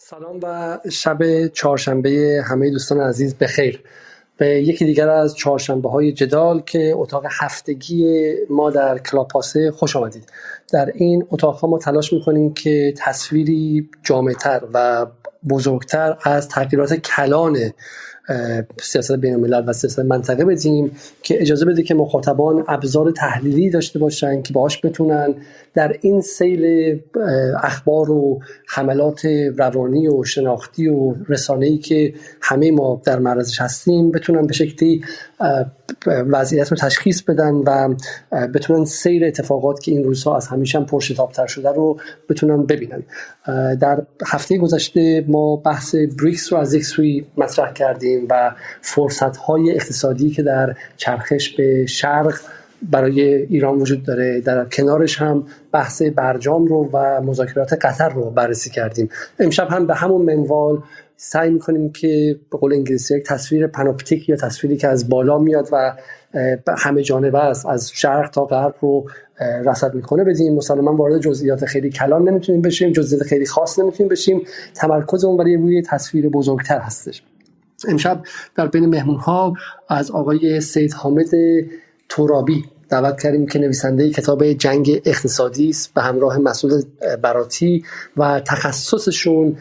سلام و شب چهارشنبه همه دوستان عزیز بخیر. به یکی دیگر از چهارشنبه‌های جدال که اتاق هفتگی ما در کلاپاسه خوش آمدید. در این اتاق‌ها ما تلاش می‌کنیم که تصویری جامع‌تر و بزرگتر از تغییرات کلان سیاست بین‌الملل و سیاست منطقه بدیم که اجازه بده که مخاطبان ابزار تحلیلی داشته باشن که باهاش بتونن در این سیل اخبار و حملات روانی و شناختی و رسانه‌ای که همه ما در معرضش هستیم بتونن به شکلی وضعیت رو تشخیص بدن و بتونن سیر اتفاقات که این روزها از همیشه هم پرشتاب‌تر شده رو بتونن ببینن. در هفته گذشته ما بحث بریکس رو از یک سوی مطرح کردیم و فرصت‌های اقتصادی که در چرخش به شرق برای ایران وجود داره، در کنارش هم بحث برجام رو و مذاکرات قطر رو بررسی کردیم. امشب هم به همون منوال سعی می‌کنیم که به قول انگلیسی یک تصویر پانوپتیک یا تصویری که از بالا میاد و همه جانبه است، از شرق تا غرب رو رصد میکنه بدیم. مسلماً وارد جزئیات خیلی کلان نمیتونیم بشیم، جزئیات خیلی خاص نمیتونیم بشیم، تمرکزمون برای روی تصویر بزرگتر هستش. امشب در بین مهمون‌ها از آقای سید حامد ترابی دعوت کردیم که نویسنده کتاب جنگ اقتصادی است به همراه مسعود براتی و تخصصشون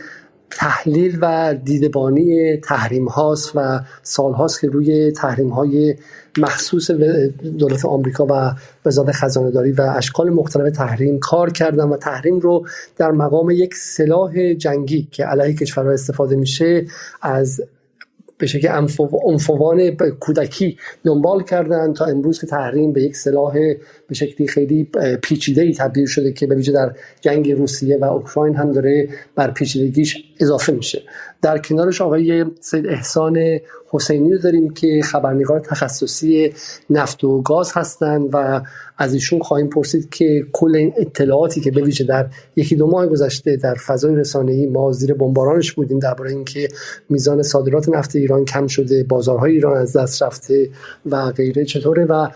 تحلیل و دیدبانی تحریم هاست و سال هاست که روی تحریم های مخصوص دولت آمریکا و وزارت خزانه داری و اشکال مختلف تحریم کار کردن و تحریم رو در مقام یک سلاح جنگی که علیه کشورها استفاده میشه از به شکل عنفوان کودکی دنبال کردن تا امروز که تحریم به یک سلاح به شکلی خیلی پیچیده‌ای تبدیل شده که به ویژه در جنگ روسیه و اوکراین هم داره بر پیچیدگیش اضافه میشه. در کنارش آقای سید احسان حسینی رو داریم که خبرنگار تخصصی نفت و گاز هستند و از ایشون خواهیم پرسید که کل این اطلاعاتی که به ویژه در یکی دو ماه گذشته در فضای رسانه‌ای ما زیر بمبارانش بودیم درباره اینکه میزان صادرات نفت ایران کم شده، بازارهای ایران از دست رفته و غیره چطوره و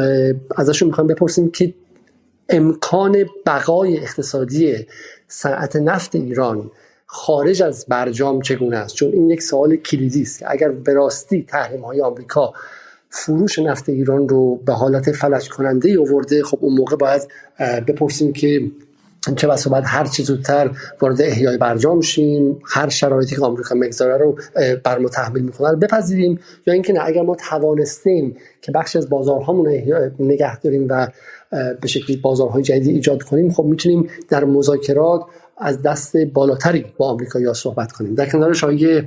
ازشون میخوایم بپرسیم که امکان بقای اقتصادی صنعت نفت ایران خارج از برجام چگونه است، چون این یک سوال کلیدی است که اگر به راستی تحریم‌های آمریکا فروش نفت ایران رو به حالت فلج کننده آورده، خب اون موقع باید بپرسیم که چه بسا باید هر چه زودتر وارد احیای برجام شیم، هر شرایطی که آمریکا میگذاره رو بر ما تحمیل میکنه رو بپذیریم، یا اینکه نه اگر ما توانستیم که بخشی از بازارهامون نگه داریم و به شکلی بازارهای جدیدی ایجاد کنیم، خب میتونیم در مذاکرات از دست بالاتری با آمریکایی‌ها صحبت کنیم. در کنارش آقای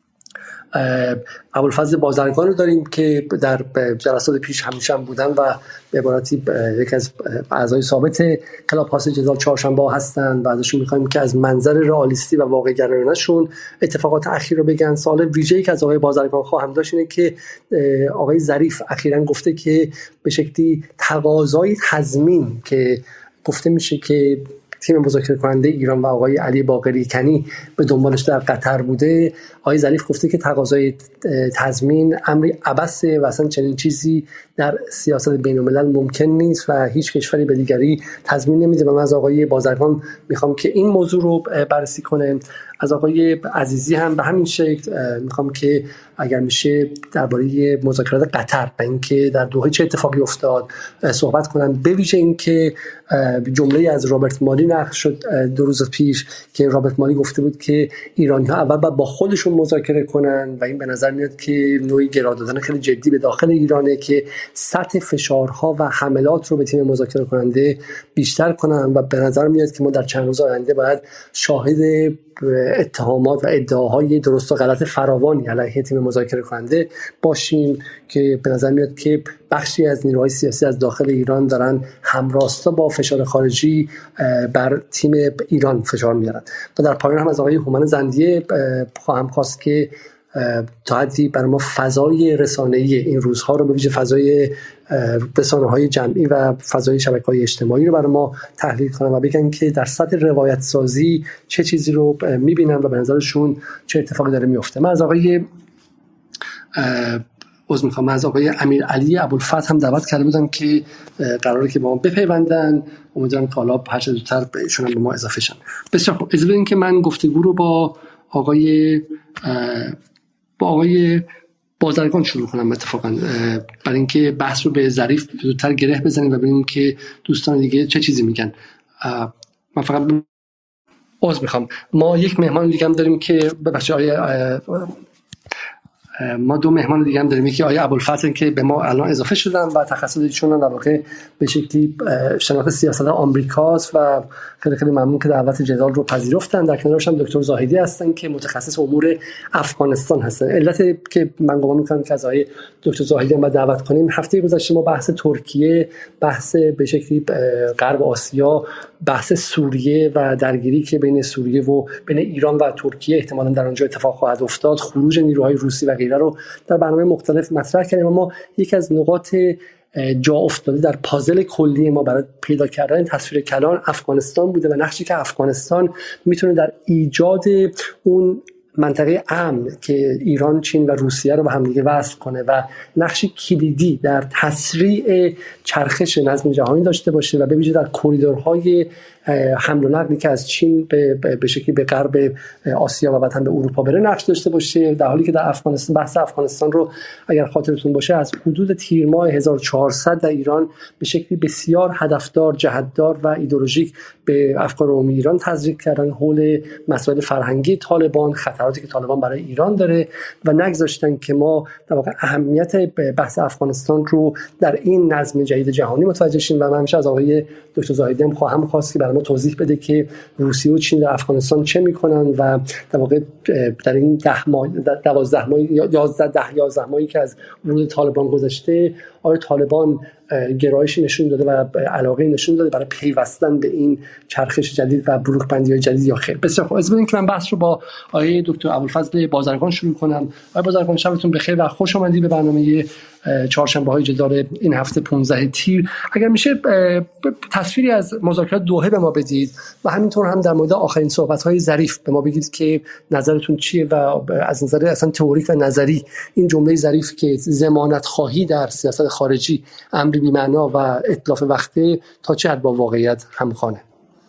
ابوالفضل بازرگان رو داریم که در جلسات پیش همیشه هم بودن و به عبارتی یکی از اعضای ثابت کلاپاس جدال چهارشنبه هستن و ازشون می‌خوایم که از منظر رئالیستی و واقع گرایانه‌شون اتفاقات اخیر رو بگن. سوال ویژه‌ای که از آقای بازرگان خواهم داشت اینه که آقای ظریف اخیراً گفته که به شکلی تقاضای تضمین که گفته میشه که تیم مذاکره کننده ایران و آقای علی باقری کنی به دنبالش در قطر بوده، آقای ظریف گفته که تقاضای تضمین امری عبثه و اصلا چنین چیزی در سیاست بین‌الملل ممکن نیست و هیچ کشوری به دیگری تضمین نمیده و من از آقای بازرگان میخوام که این موضوع رو بررسی کنه. از آقای عزیزی هم به همین شکل میخوام که اگر میشه درباره مذاکرات قطر و اینکه در دوحه چه اتفاقی افتاد صحبت کنم، به ویژه اینکه جمله از رابرت مالی نقل شد 2 روز پیش که رابرت مالی گفته بود که ایرانی‌ها اول باید با خودشون مذاکره کنن و این به نظر میاد که نوعی گرا دادن خیلی جدی به داخل ایرانه که سطح فشارها و حملات رو به تیم مذاکره کننده بیشتر کنن و به نظر میاد که ما در چند روز آینده باید شاهد اتهامات و ادعاهای درست و غلط فراوانی علیه تیم مذاکره کننده باشیم که به نظر میاد که بخشی از نیروهای سیاسی از داخل ایران دارن همراستا با فشار خارجی بر تیم ایران فشار میارن. و در پایان هم از آقای هومن زندیه خواهم خواست که تا حدی برای ما فضای رسانه‌ای این روزها رو به ویژه فضای رسانه‌های جمعی و فضای شبکه‌های اجتماعی رو برای ما تحلیل کنن و بگن که در سطح روایت سازی چه چیزی رو می‌بینن و به نظرشون چه اتفاقی داره میفته. من از آقای عذر میخوام، از آقای امیر علی ابوالفتح هم دعوت کرده بودم که قراره که با ما بپیوندن. امیدوارم که حالا هر چه زودتر ایشون هم به ما اضافه شن. بسیار خوب، اجازه بدین که من گفتگو رو با آقای بازرگان شروع کنم اتفاقا، برای اینکه بحث رو به ظریف زودتر گره بزنیم و ببینیم که دوستان دیگه چه چیزی میگن. من فقط عذر میخوام، ما یک مهمان دیگه هم داریم که ببخشید ما دو مهمان دیگه هم داریم، یکی آقای ابوالفتح که به ما الان اضافه شدن و تخصص ایشون در واقع به شکلی شناخت سیاست آمریکاست و خیلی خیلی ممنون که دعوت جدال رو پذیرفتن. در کنارش هم دکتر زاهدی هستن که متخصص امور افغانستان هستن. علت که من گمان می‌کنم که از آقای دکتر زاهدی هم دعوت کنیم، هفته گذشته ما بحث ترکیه، بحث به شکلی غرب آسیا، بحث سوریه و درگیری که بین سوریه و بین ایران و ترکیه احتمالاً در آنجا اتفاق خواهد افتاد، خروج نیروهای روسی و غیره رو در برنامه مختلف مطرح کردیم. اما یک از نقاط جا افتاده در پازل کلی ما برای پیدا کردن تصویر کلان افغانستان بوده و نقشی که افغانستان میتونه در ایجاد اون منطقه امن که ایران، چین و روسیه رو به هم دیگه وصل کنه و نقش کلیدی در تسریع چرخش نظم جهانی داشته باشه و به ویژه در کوریدورهای حمل و نقلی که از چین به شکلی به غرب آسیا و بعد هم به اروپا بره نقش داشته باشه. در حالی که در افغانستان، بحث افغانستان رو اگر خاطرتون باشه از حدود تیر ماه 1400 در ایران به شکلی بسیار هدفدار، جهتدار و ایدئولوژیک به افکار عمومی ایران تزریق کردن حول مسائل فرهنگی طالبان، خطراتی که طالبان برای ایران داره و نگذاشتن که ما در واقع اهمیت بحث افغانستان رو در این نظم جدید جهانی متوجه شیم. و من همیشه از آقای دکتر زاهدی هم خواهم خواست که برای ما توضیح بده که روسیه و چین در افغانستان چه میکنن و در واقع در این 11 ماهی که از ورود طالبان گذشته آیا طالبان گرایشی نشون داده و علاقه نشون داده برای پیوستن به این چرخش جدید و بلوک‌بندی‌های جدید یا خیر. بسیار خوب، از که من بحث رو با آقای دکتر ابوالفضل بازرگان شروع کنم. آقای بازرگان، شبتون بخیر و خوش آمدید به برنامه چهارشنبه‌های جدال این هفته 15 تیر. اگر میشه تصویری از مذاکرات دوحه به ما بدید و همینطور هم در مورد آخرین صحبت‌های ظریف به ما بگید که نظرتون چیه و از نظر اصلا تئوریک و نظری این جمله ظریف که ضمانت خواهی در سیاست خارجی امری بی‌معنا و اتلاف وقته تا چه حد با واقعیت همخوانه؟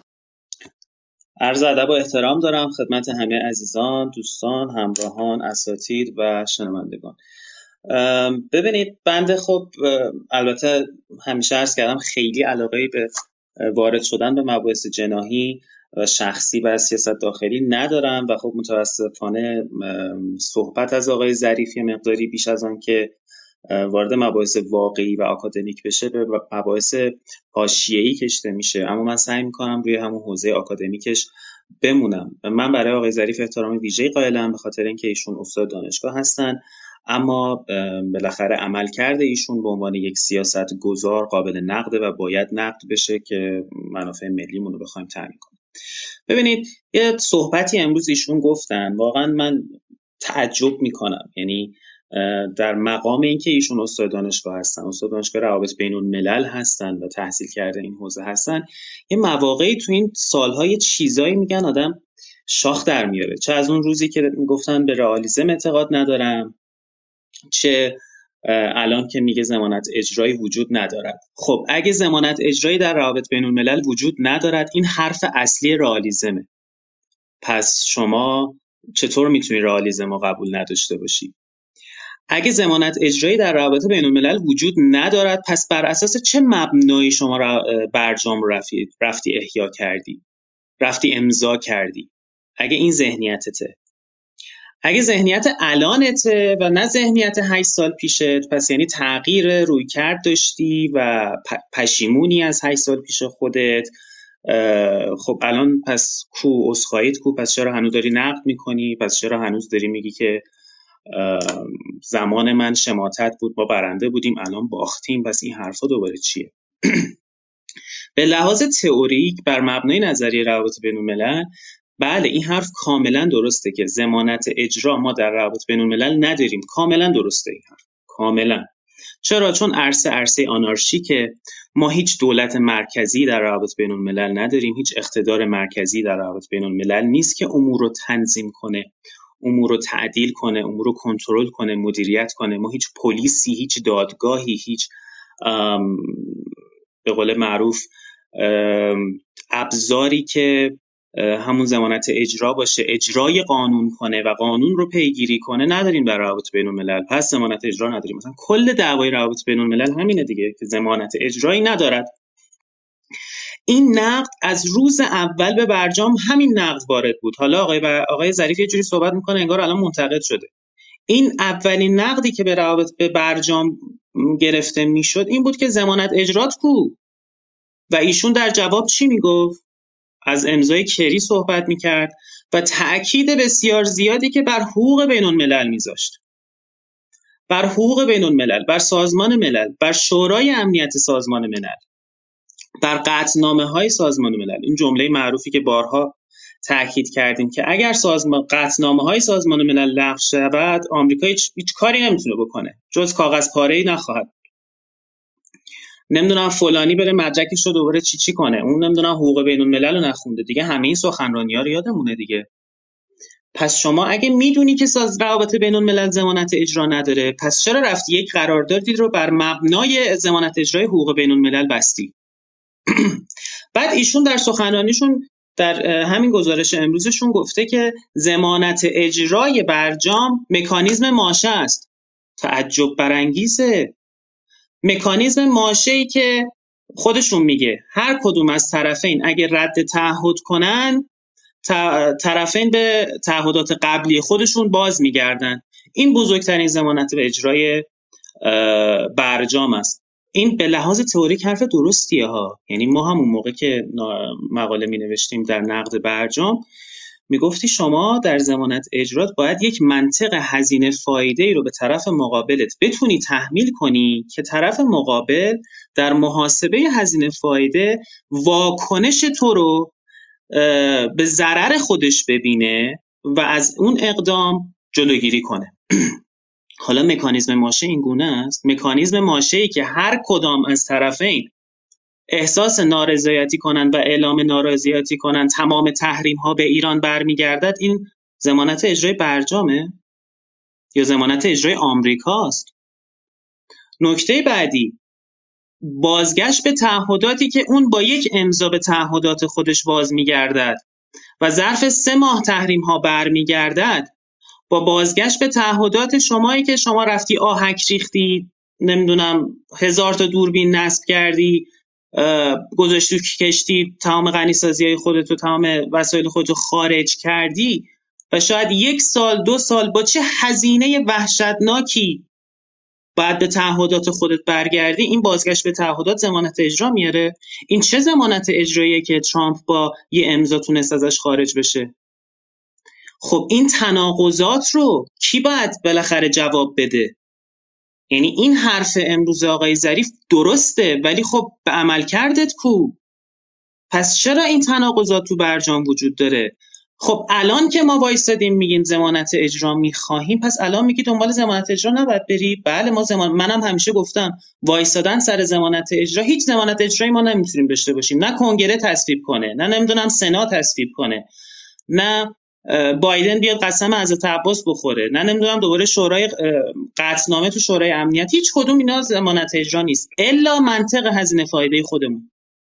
عرض ادب و احترام دارم خدمت همه عزیزان، دوستان، همراهان، اساتید و شنوندگان. ببینید، بنده خب البته همیشه عرض کردم خیلی علاقه‌ای به وارد شدن به مباحث جناحی و شخصی و سیاست داخلی ندارم و خب متاسفانه صحبت از آقای ظریفی مقداری بیش از آن که وارد مباحث واقعی و آکادمیک بشه به مباحث حاشیه‌ای کشیده میشه، اما من سعی میکنم روی همون حوزه آکادمیکش بمونم. من برای آقای ظریف احترام ویژه‌ای قائلم به خاطر اینکه ایشون استاد دانشگاه هستن، اما بالاخره عملکرد ایشون به عنوان یک سیاستگزار قابل نقده و باید نقد بشه که منافع ملیمون رو بخوایم تامین کنیم. ببینید، یه صحبتی امروز ایشون گفتن، واقعا من تعجب میکنم. یعنی در مقام اینکه ایشون استاد دانشگاه هستن، استاد دانشگاه روابط بین الملل هستن و تحصیل کرده این حوزه هستن، یه مواقعی تو این سالهای چیزایی میگن آدم شاخ در میاره. چه از اون روزی که میگفتن به رئالیسم اعتقاد ندارم، چه الان که میگه ضمانت اجرایی وجود ندارد. خب اگه ضمانت اجرایی در روابط بین الملل وجود ندارد، این حرف اصلی رئالیسمه. پس شما چطور میتونی رئالیسم رو قبول نداشته باشی؟ اگه ضمانت اجرایی در روابط بین الملل وجود ندارد، پس بر اساس چه مبنایی شما برجام رو رفتی احیا کردی؟ رفتی امضا کردی؟ اگه این ذهنیتته، اگه ذهنیت الانته و نه ذهنیت 8 سال پیشت، پس یعنی تغییر رویکرد داشتی و پشیمونی از 8 سال پیش خودت. خب الان پس عذرخواهیت کو؟ پس چرا هنوز داری نقد میکنی؟ پس چرا هنوز داری میگی که زمان من شماتت بود، ما برنده بودیم، الان باختیم؟ پس این حرفا دوباره چیه؟ به لحاظ تئوریک بر مبنای نظریه روابط بین‌الملل، بله این حرف کاملا درسته که ضمانت اجرا ما در روابط بین‌الملل نداریم. کاملا درسته این حرف، کاملا. چرا؟ چون عرصه آنارشیکه. ما هیچ دولت مرکزی در روابط بین‌الملل نداریم، هیچ اقتدار مرکزی در روابط بین‌الملل نیست که امور رو تنظیم کنه. امور رو تعدیل کنه، امور رو کنترل کنه، مدیریت کنه. ما هیچ پلیسی، هیچ دادگاهی، هیچ به قول معروف ابزاری که همون ضمانت اجرا باشه، اجرای قانون کنه و قانون رو پیگیری کنه نداریم در روابط بین الملل. پس ضمانت اجرا نداریم. مثلا کل دعوای روابط بین الملل همینه دیگه که ضمانت اجرایی ندارد. این نقد از روز اول به برجام همین نقد وارد بود. حالا آقای ظریف یه جوری صحبت میکنه انگار الان منتقد شده. این اولین نقدی که به روابط به برجام گرفته میشد این بود که ضمانت اجرات کو. و ایشون در جواب چی میگفت؟ از امضای کری صحبت میکرد و تأکید بسیار زیادی که بر حقوق بین الملل میذاشت. بر حقوق بین الملل، بر سازمان ملل، بر شورای امنیت سازمان ملل، بر قطعنامه‌های سازمان ملل. این جمله معروفی که بارها تأکید کردیم که اگر قطعنامه‌های سازمان ملل لغو شود، آمریکا هیچ کاری نمیتونه بکنه جز کاغذ پاره‌ای نخواهد. نمیدونم فلانی بره مدرکش رو دوباره چی کنه، اون نمیدونم حقوق بین الملل رو نخونده دیگه. همه این سخنرانی‌ها رو یادمونه دیگه. پس شما اگه میدونی که روابط بین الملل ضمانت اجرا نداره، پس چرا رفتی یک قراردادی رو بر مبنای ضمانت اجرای حقوق بین الملل بستی؟ بعد ایشون در سخنرانیشون در همین گزارش امروزشون گفته که ضمانت اجرای برجام مکانیزم ماشه است. تعجب برانگیزه. مکانیزم ماشه‌ای که خودشون میگه هر کدوم از طرفین اگه رد تعهد کنن، طرفین به تعهدات قبلی خودشون باز میگردن. این بزرگترین ضمانت به اجرای برجام است. این به لحاظ تئوریک حرف درستیه ها. یعنی ما همون موقع که مقاله می نوشتیم در نقد برجام میگفتی شما در ضمانت اجرات باید یک منطق هزینه فایده ای رو به طرف مقابلت بتونی تحمیل کنی که طرف مقابل در محاسبه هزینه فایده واکنش تو رو به ضرر خودش ببینه و از اون اقدام جلوگیری کنه. حالا مکانیزم ماشه این گونه است. مکانیزم ماشه‌ای که هر کدام از طرفین احساس نارضایتی کنند و اعلام نارضایتی کنند تمام تحریم ها به ایران برمیگردد، این ضمانت اجرای برجامه یا ضمانت اجرای آمریکاست؟ نکته بعدی، بازگشت به تعهداتی که اون با یک امضا به تعهدات خودش باز میگردد و ظرف 3 ماه تحریم ها برمیگردد، با بازگشت به تعهدات شمایی که شما رفتی آهک ریختی، نمیدونم 1000 تا دوربین نصب کردی، گذاشتی تو کشتی، تمام غنیسازی‌های خودت و تمام وسایل خودت خارج کردی و شاید 1 سال 2 سال با چه هزینه وحشتناکی بعد به تعهدات خودت برگردی. این بازگشت به تعهدات ضمانت اجرا میاره؟ این چه ضمانت اجراییه که ترامپ با یه امضا تونست ازش خارج بشه؟ خب این تناقضات رو کی باید بالاخره جواب بده؟ یعنی این حرف امروز آقای ظریف درسته ولی خب به عمل کردت کو؟ پس چرا این تناقضات تو برجام وجود داره؟ خب الان که ما وایسادیم میگیم ضمانت اجرا میخواهیم، پس الان میگی دنبال ضمانت اجرا نباید بری؟ بله ما منم همیشه گفتم وایسادن سر ضمانت اجرا، هیچ ضمانت اجرایی ما نمیتونیم داشته باشیم. نه کنگره تصویب کنه، نه نمیدونم سنا تصویب کنه، نه بایدن بیاد قسم حضرت عباس بخوره، نه نمیدونم دوباره شورای قطعنامه تو شورای امنیت، هیچ کدوم اینا ضمانت اجرا نیست الا منطق هزینه فایده خودمون.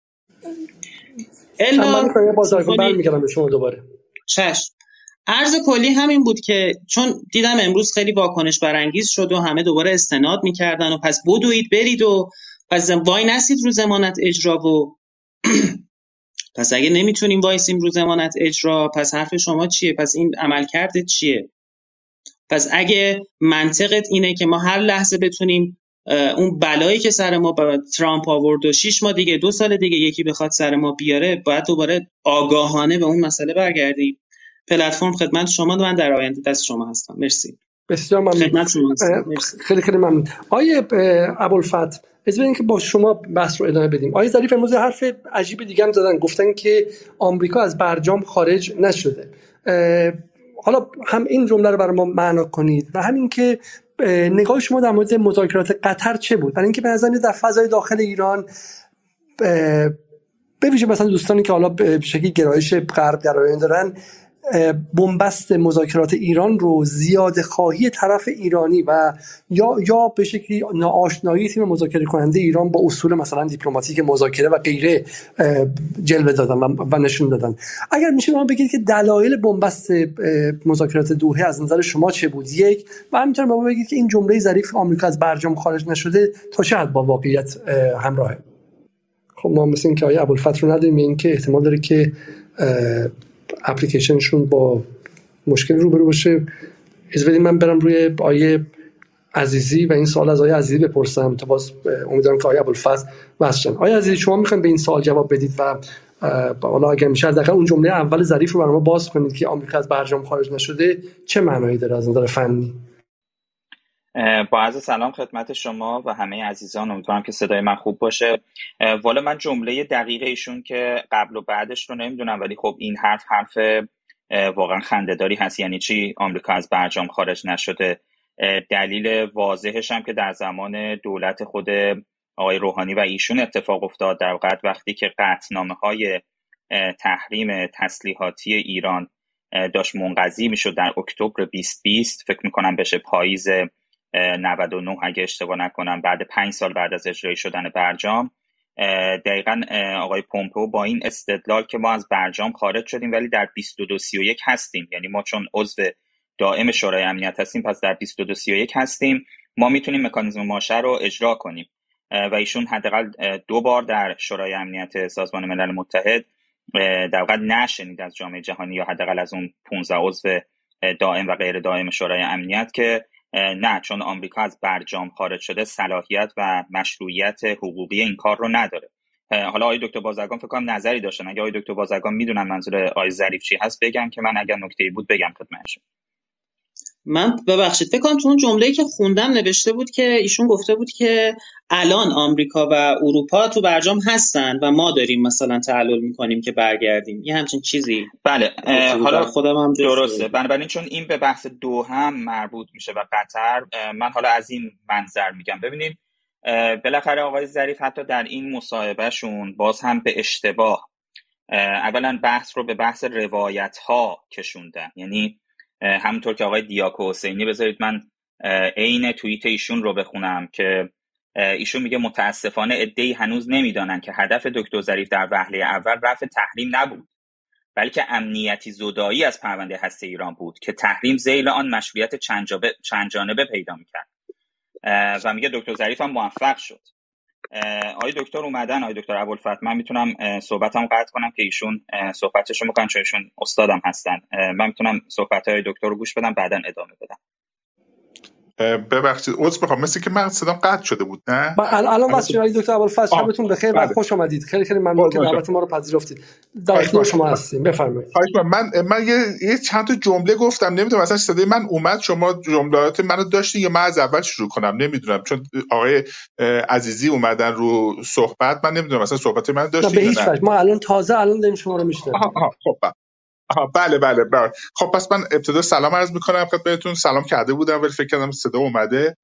من کاری بازارگون الا برمیگردم به شما دوباره. چشم. عرض کلی همین بود که چون دیدم امروز خیلی واکنش برانگیز شد و همه دوباره استناد میکردن و پس بدوید برید و پس وای نسید رو ضمانت اجرا و پس اگه نمیتونیم وایسیم رو ضمانت اجرا، پس حرف شما چیه؟ پس این عملکردت چیه؟ پس اگه منطقت اینه که ما هر لحظه بتونیم اون بلایی که سر ما با ترامپ آورد و 6 ماه دیگه 2 سال دیگه یکی بخواد سر ما بیاره، باید دوباره آگاهانه به اون مسئله برگردیم. پلتفرم خدمت شما، من در آینده دست شما هستم. مرسی. بسیار ممنون. خدمت شما هستم. مرسی. خیلی خیلی ممنون. آیه ابوالفتح، اجازه بدین که با شما بحث رو ادامه بدیم. آیه ظریف امروز حرف عجیب دیگه هم زدن، گفتن که آمریکا از برجام خارج نشده. حالا هم این جمله رو برای ما معنا کنید و همین که نگاه شما در مورد مذاکرات قطر چه بود؟ برای اینکه به نظر میاد در فضای داخل ایران به ویژه مثلا دوستانی که حالا به شکلی گرایش غرب گرایانه دارن بنبست مذاکرات ایران رو زیاده خواهی طرف ایرانی و یا به شکلی ناآشنایی تیم مذاکره کننده ایران با اصول مثلا دیپلماتیک مذاکره و غیره جلوه دادن و نشون دادن. اگر میشه ما بگید که دلایل بنبست مذاکرات دوحه از نظر شما چه بود؟ یک، و همینطور ما بگید که این جمله ظریف آمریکا از برجام خارج نشده تا چه حد با واقعیت همراهه. خب ما مثل این که آیه ابوالفتح رو نداریم، این که احتمال داره که اپلیکیشنشون با مشکل روبرو باشه. از بدید من برم روی آیه عزیزی و این سوال از آیه عزیزی بپرسم تا باز امیدوارم که آیه ابوالفتح واسه آیه عزیزی شما میخواین به این سوال جواب بدید و حالا اگر میشه دقیقاً اون جمله اول ظریف رو برام ما باز کنید که آمریکا از برجام خارج نشده چه معنایی داره از نظر فنی. با عرض سلام خدمت شما و همه عزیزان، امیدوارم که صدای من خوب باشه. والا من جمله دقیق ایشون که قبل و بعدش رو نمیدونم، ولی خب این حرف واقعا خنده‌داری هست. یعنی چی آمریکا از برجام خارج نشده؟ دلیل واضحش هم که در زمان دولت خود آقای روحانی و ایشون اتفاق افتاد، در واقع وقتی که قطعنامه‌های تحریم تسلیحاتی ایران داشت منقضی میشد در اکتبر 2020، فکر میکنم بشه پاییز 99 اگه اشتباه نکنم، بعد 5 سال بعد از اجرایی شدن برجام، دقیقاً آقای پومپئو با این استدلال که ما از برجام خارج شدیم ولی در 2231 هستیم، یعنی ما چون عضو دائم شورای امنیت هستیم پس در 2231 هستیم، ما میتونیم مکانیزم ماشه رو اجرا کنیم. و ایشون حداقل 2 بار در شورای امنیت سازمان ملل متحد در واقع نشنید از جامعه جهانی یا حداقل از اون 15 عضو دائم و غیر دائم شورای امنیت که نه، چون آمریکا از برجام خارج شده صلاحیت و مشروعیت حقوقی این کار رو نداره. حالا آقای دکتر بازرگان فکر کنم نظری داشتن، اگه آقای دکتر بازرگان میدونن منظور آقای ظریف چی هست بگن که من اگر نکته‌ای بود بگم خدمتشون. من ببخشید فکر کنم تو اون جمله‌ای که خوندم نوشته بود که ایشون گفته بود که الان آمریکا و اروپا تو برجام هستن و ما داریم مثلا تعلل میکنیم که برگردیم، یه همچین چیزی. بله حالا خودم هم درسته، بنابراین چون این به بحث دوحه هم مربوط میشه و قطر، من حالا از این منظر میگم. ببینید بالاخره آقای ظریف حتی در این مصاحبهشون باز هم به اشتباه اولا بحث رو به بحث روایت ها کشوندن. یعنی همونطور که آقای دیاکو حسینی، بذارید من عین توییت ایشون رو بخونم که ایشون میگه متاسفانه عده‌ای هنوز نمیدانن که هدف دکتر ظریف در وهله اول رفع تحریم نبود، بلکه امنیتی زدایی از پرونده هسته ایران بود که تحریم ذیل آن مشروعیت چند جانبه پیدا میکرد. و میگه دکتر ظریف هم موفق شد. آقای دکتر اومدن، آقای دکتر ابوالفتح، من میتونم صحبتم قطع کنم که ایشون صحبتشو میکنن چون ایشون استادم هستن. من میتونم صحبت‌های دکتر رو گوش بدم بعداً ادامه بدم. ببخشید عذر میخوام، مثل که من صدام قطع شده بود. نه الان واسه آقای دکتر ابوالفضل شبتون بخیر و خوش آمدید. خیلی خیلی ممنون که دعوت ما رو پذیرفتید. در اختیار شما هستیم، بفرمایید. من یه چند تا جمله گفتم، نمیدونم مثلا صدای من اومد، شما جملات منو داشتین یا من از اول شروع کنم نمیدونم، چون آقای عزیزی اومدن رو صحبت، من نمیدونم مثلا صحبت من داشتین به هیچ وجه. ما الان داریم شما رو میشنویم. خب بله. خب پس من ابتدا سلام عرض میکنم خدمتتون. سلام کرده بودم ولی فکر کردم صدا اومده.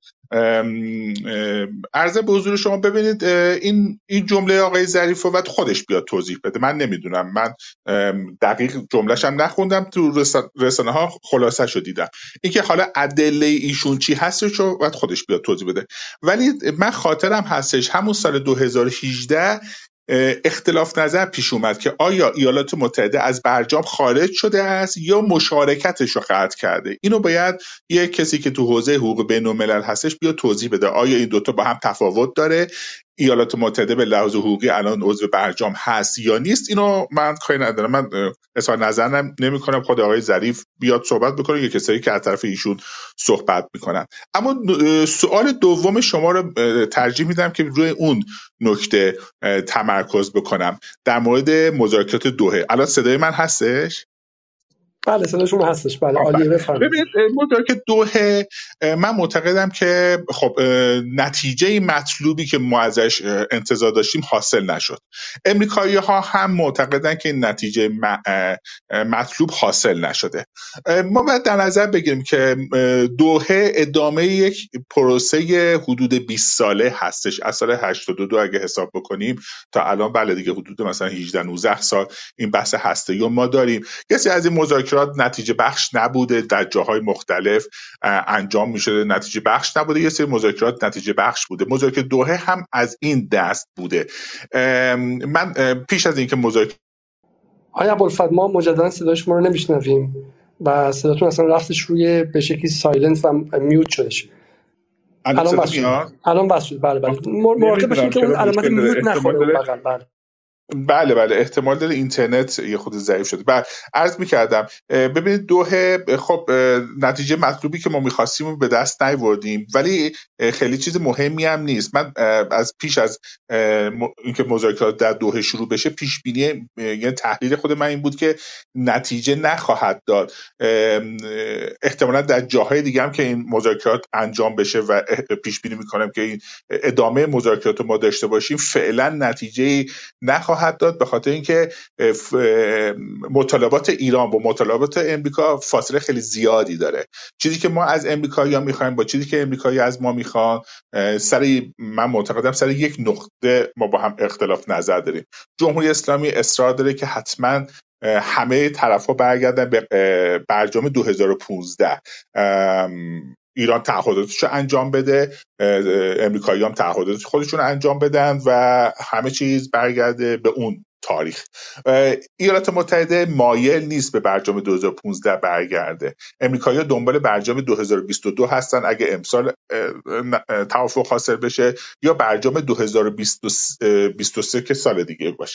عرض به حضور شما. ببینید این جمله آقای ظریف رو باید خودش بیاد توضیح بده. من نمیدونم، من دقیق جمله‌ش هم نخوندم، تو رسانه ها خلاصه‌شو دیدم. اینکه حالا ادله ایشون چی هستش رو باید خودش بیاد توضیح بده. ولی من خاطرم هستش همون سال 2018 اختلاف نظر پیش اومد که آیا ایالات متحده از برجام خارج شده است یا مشارکتش رو قطع کرده. اینو باید یه کسی که تو حوزه حقوق بین‌الملل هستش بیا توضیح بده. آیا این دوتا با هم تفاوت داره؟ ایالات متحده به لحاظ حقوقی الان عضو برجام هست یا نیست؟ اینو من کاری ندارم، من اظهار نظر نمی‌کنم. خود آقای ظریف بیاد صحبت بکنه یا کسایی که از طرف ایشون صحبت میکنن. اما سوال دوم شما رو ترجیح میدم که روی اون نکته تمرکز بکنم در مورد مذاکرات دوحه. الان صدای من هستش؟ بله صدای شما هستش. بله عالیه، بفرمایید. ببینید مذاکرات دوحه، من معتقدم که خب نتیجه مطلوبی که ما ازش انتظار داشتیم حاصل نشد. امریکایی‌ها هم معتقدن که این نتیجه مطلوب حاصل نشده. ما باید در نظر بگیریم که دوحه ادامه یک پروسه حدود 20 ساله هستش. از سال 82 اگه حساب بکنیم تا الان، بله دیگه حدود مثلا 18-19 سال این بحث هسته‌ای ما داریم. کسی از این مذاکرات مذاکرات نتیجه بخش نبوده، در جاهای مختلف انجام میشده نتیجه بخش نبوده، یه سری مذاکرات نتیجه بخش بوده. مذاکره دوحه هم از این دست بوده. من پیش از اینکه مذاکره آیا ابوالفضل ما مجددا صدای شما رو نمیشنویم و صداتون اصلا رفتش روی به شکلی سایلنت و میوت شدش. الان بس شد. الان بس شد. بله مراقب باشین که اون علامت میوت نخوره اون بغل. بله احتمال داره اینترنت یه خود ضعیف شده. بعد عرض می‌کردم ببینید دوحه خب نتیجه مطلوبی که ما می‌خواستیم به دست نیاوردیم، ولی خیلی چیز مهمی هم نیست. من از پیش از اینکه مذاکرات در دوحه شروع بشه پیش بینی یعنی تحلیل خود من این بود که نتیجه نخواهد داد. احتمالاً در جاهای دیگه هم که این مذاکرات انجام بشه و پیش بینی می‌کنم که این ادامه مذاکرات رو ما داشته باشیم فعلا نتیجه نخواهد داد، به خاطر اینکه مطالبات ایران با مطالبات امریکا فاصله خیلی زیادی داره. چیزی که ما از امریکایی‌ها می‌خوایم با چیزی که امریکایی‌ها از ما می‌خوان من معتقدم سر یک نقطه ما با هم اختلاف نظر داریم. جمهوری اسلامی اصرار داره که حتما همه طرف‌ها برگردن به برجام 2015. ایران تعهداتش رو انجام بده، امریکایی هم تعهدات خودشون رو انجام بدن و همه چیز برگرده به اون تاریخ. ایالات متحده مایل نیست به برجام 2015 برگرده. امریکایی ها دنبال برجام 2022 هستن اگه امسال توافق حاصل بشه، یا برجام 2023 که سال دیگه باشه.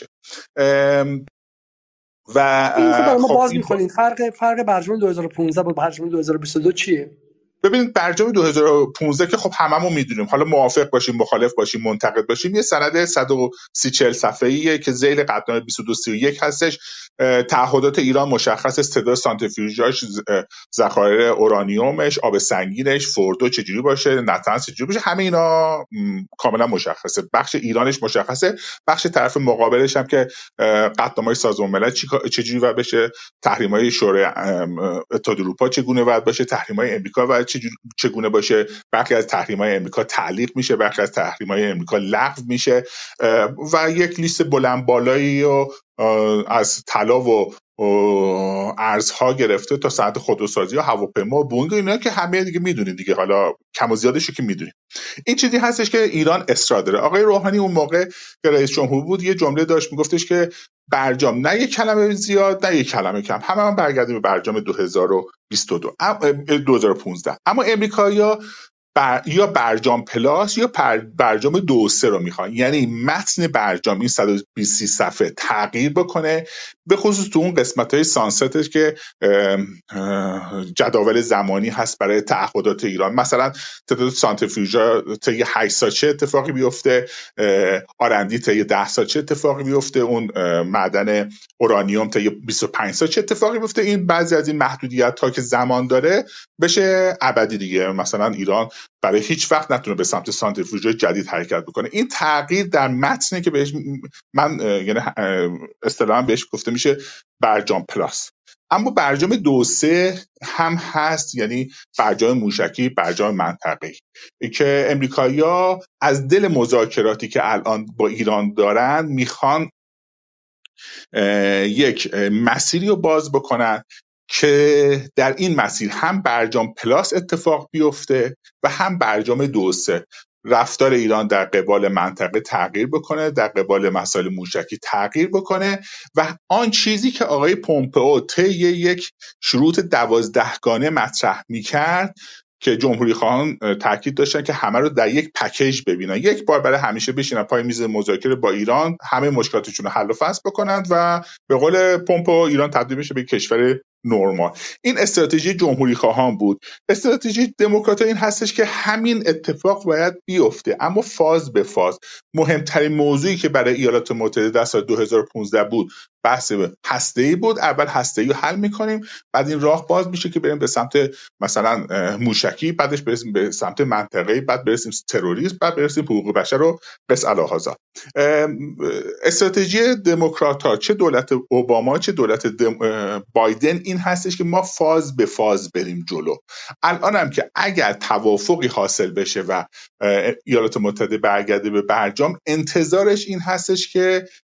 و ما باز می‌کنیم فرق برجام 2015 با برجام 2022 چیه؟ ببینید برجام 2015 که خب هممون میدونیم، حالا موافق باشیم مخالف باشیم منتقد باشیم، یه سند 130-40 صفحه‌ایه که ذیل قطعنامه 2231 هستش. تعهدات ایران مشخص، تعداد سانتریفیوژاش، ذخایر اورانیومش، آب سنگینش، فوردو چجوری باشه، نتنز چجوری باشه، همه اینا کاملا مشخصه. بخش ایرانش مشخصه، بخش طرف مقابلش هم که قطعنامه سازمان ملل چجوری باید بشه، تحریم‌های شورای اتحاد اروپا چگونه باید باشه، تحریم‌های امریکا و چگونه باشه. برخی از تحریم‌های امریکا تعلیق میشه، برخی از تحریم‌های امریکا لغو میشه و یک لیست بلند بالایی و از طلا و ارزها گرفته تا صنعت خودروسازی و هواپیما و بوئینگ، اینا که همه دیگه میدونید دیگه، حالا کم و زیادشو که میدونید. این چیزی هستش که ایران اصرار داره. آقای روحانی اون موقع که رئیس جمهور بود یه جمله داشت، میگفتش که برجام نه یک کلمه زیاد نه یک کلمه کم، همه برگردیم به برجام 2015. اما امریکایی‌ها یا برجام پلاس یا برجام 2-3 رو میخوان، یعنی متن برجام این 120 صفحه تغییر بکنه، به خصوص تو اون قسمت‌های سانستش که جداول زمانی هست برای تعهدات ایران. مثلا تعداد سانتریفیوژا تا 8 سال چه اتفاقی بیفته، آرندی تا 10 سال چه اتفاقی بیفته، اون معدن اورانیوم تا 25 سال چه اتفاقی بیفته. این بعضی از این محدودیت‌ها که زمان داره بشه ابدی دیگه. مثلا ایران برای هیچ وقت نتونه به سمت سانتریفیوژهای جدید حرکت بکنه. این تغییر در متنه که بهش من یعنی اصطلاحاً بهش گفته میشه برجام پلاس. اما برجام 2-3 هم هست، یعنی برجام موشکی، برجام منطقه‌ای، که امریکایی‌ها از دل مذاکراتی که الان با ایران دارن میخوان یک مسیری رو باز بکنن که در این مسیر هم برجام پلاس اتفاق بیفته و هم برجام 2-3. رفتار ایران در قبال منطقه تغییر بکنه، در قبال مسائل موشکی تغییر بکنه و آن چیزی که آقای پومپئو طی یک شروط 12 گانه مطرح می‌کرد که جمهوری خواهان تاکید داشتن که همه رو در یک پکیج ببینن، یک بار برای همیشه بشینن پای میز مذاکره با ایران، همه مشکلاتشون رو حل و فصل بکنند و به قول پومپئو ایران تبدیل بشه به کشور نرمال. این استراتژی جمهوری خواهان بود. استراتژی دموکرات این هستش که همین اتفاق باید بیفته، اما فاز به فاز. مهمترین موضوعی که برای ایالات متحده در سال 2015 بود بحث هسته‌ای بود. اول هسته‌ای رو حل می‌کنیم، بعد این راه باز میشه که بریم به سمت مثلا موشکی، بعدش برسیم به سمت منطقه‌ای، بعد برسیم تروریسم، بعد برسیم حقوق بشر و قص الهازا. استراتژی دموکرات‌ها، چه دولت اوباما چه دولت بایدن، این هستش که ما فاز به فاز بریم جلو. الان هم که اگر توافقی حاصل بشه و ایالات متحده برگرده به برجام، انتظارش این هستش که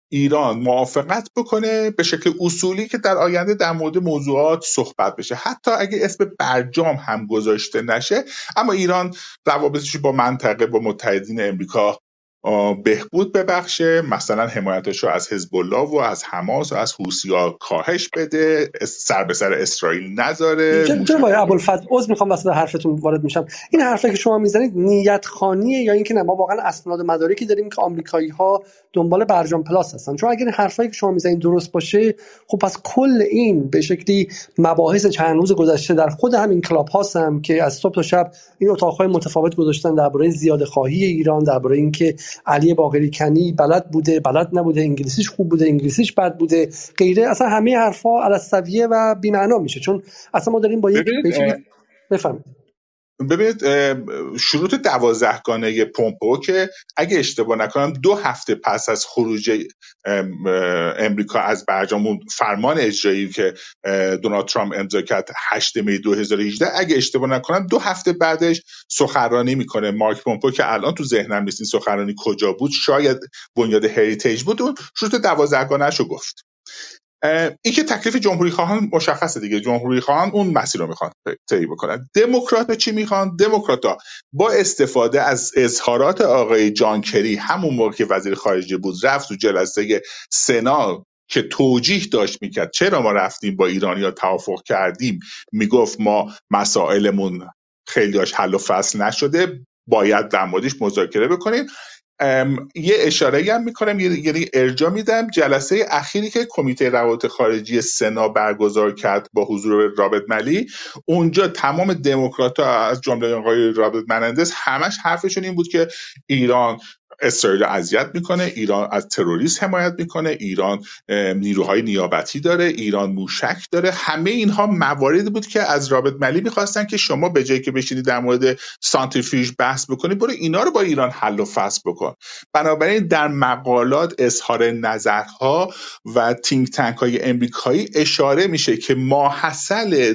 ایران موافقت بکنه به شکل اصولی که در آینده در مورد موضوعات صحبت بشه، حتی اگه اسم برجام هم گذاشته نشه، اما ایران روابطش با منطقه، با متحدین امریکا بهبود ببخشه، مثلا حمایتش رو از حزب الله و از حماس و از حوثی‌ها کاهش بده، سر به سر اسرائیل نذاره. جناب آقای ابوالفضل، عذر میخوام وسط حرفتون وارد میشم. این حرفی که شما میزنید نیت خانیه یا اینکه نه ما واقعا اسناد و مدارکی داریم که آمریکایی‌ها دنبال برجام پلاس هستن؟ چون اگر این حرفایی که شما میزنید درست باشه، خب پس کل این به شکلی مباحث چند روز گذشته در خود همین کلاب هاست هم که از صبح تا شب این اتاق‌های متفاوت گذاشتن درباره زیادخواهی ایران، درباره اینکه علی باقری کنی بلد بوده، بلد نبوده، انگلیسیش خوب بوده، انگلیسیش بد بوده، غیره، اصلا همه حرفا علالسویه و بی‌معنا میشه، چون اصلا ما داریم با یک بفهمید. ببینید شروط 12 گانه پومپئو که اگه اشتباه نکنم 2 هفته پس از خروج امریکا از برجام، اون فرمان اجرایی که دونالد ترامپ امضا کرد 8 می 2018، اگه اشتباه نکنم 2 هفته بعدش سخنرانی میکنه مارک پومپئو که الان تو ذهنم نیست این سخنرانی کجا بود، شاید بنیاد هریتیج بود، اون شروط 12 گانه‌شو گفت. این که تکلیف جمهوری خواهان مشخصه دیگه، جمهوری خواهان اون مسیر رو میخوان طی بکنن. دموکرات‌ها چی میخوان؟ دموکرات‌ها با استفاده از اظهارات آقای جان کری همون موقع که وزیر خارجه بود، رفت تو جلسه سنا که توجیه داشت میکرد چرا ما رفتیم با ایرانی‌ها توافق کردیم، میگفت ما مسائلمون خیلیاش حل و فصل نشده، باید در موردش مذاکره بکنیم. یه اشاره هم میکنم، یعنی ارجاع میدم جلسه اخیری که کمیته روابط خارجی سنا برگزار کرد با حضور رابرت ملی، اونجا تمام دموکرات‌ها از جمله آقای رابرت منندز همش حرفشون این بود که ایران اسرائیل اذیت میکنه، ایران از تروریسم حمایت میکنه، ایران نیروهای نیابتی داره، ایران موشک داره. همه اینها مواردی بود که از رابرت ملی میخواستن که شما به جای که بشینید در مورد سانتریفیوژ بحث بکنید، برو اینا رو با ایران حل و فصل بکن. بنابراین در مقالات، اظهار نظرها و تینک تانک های امریکایی اشاره میشه که ماحصل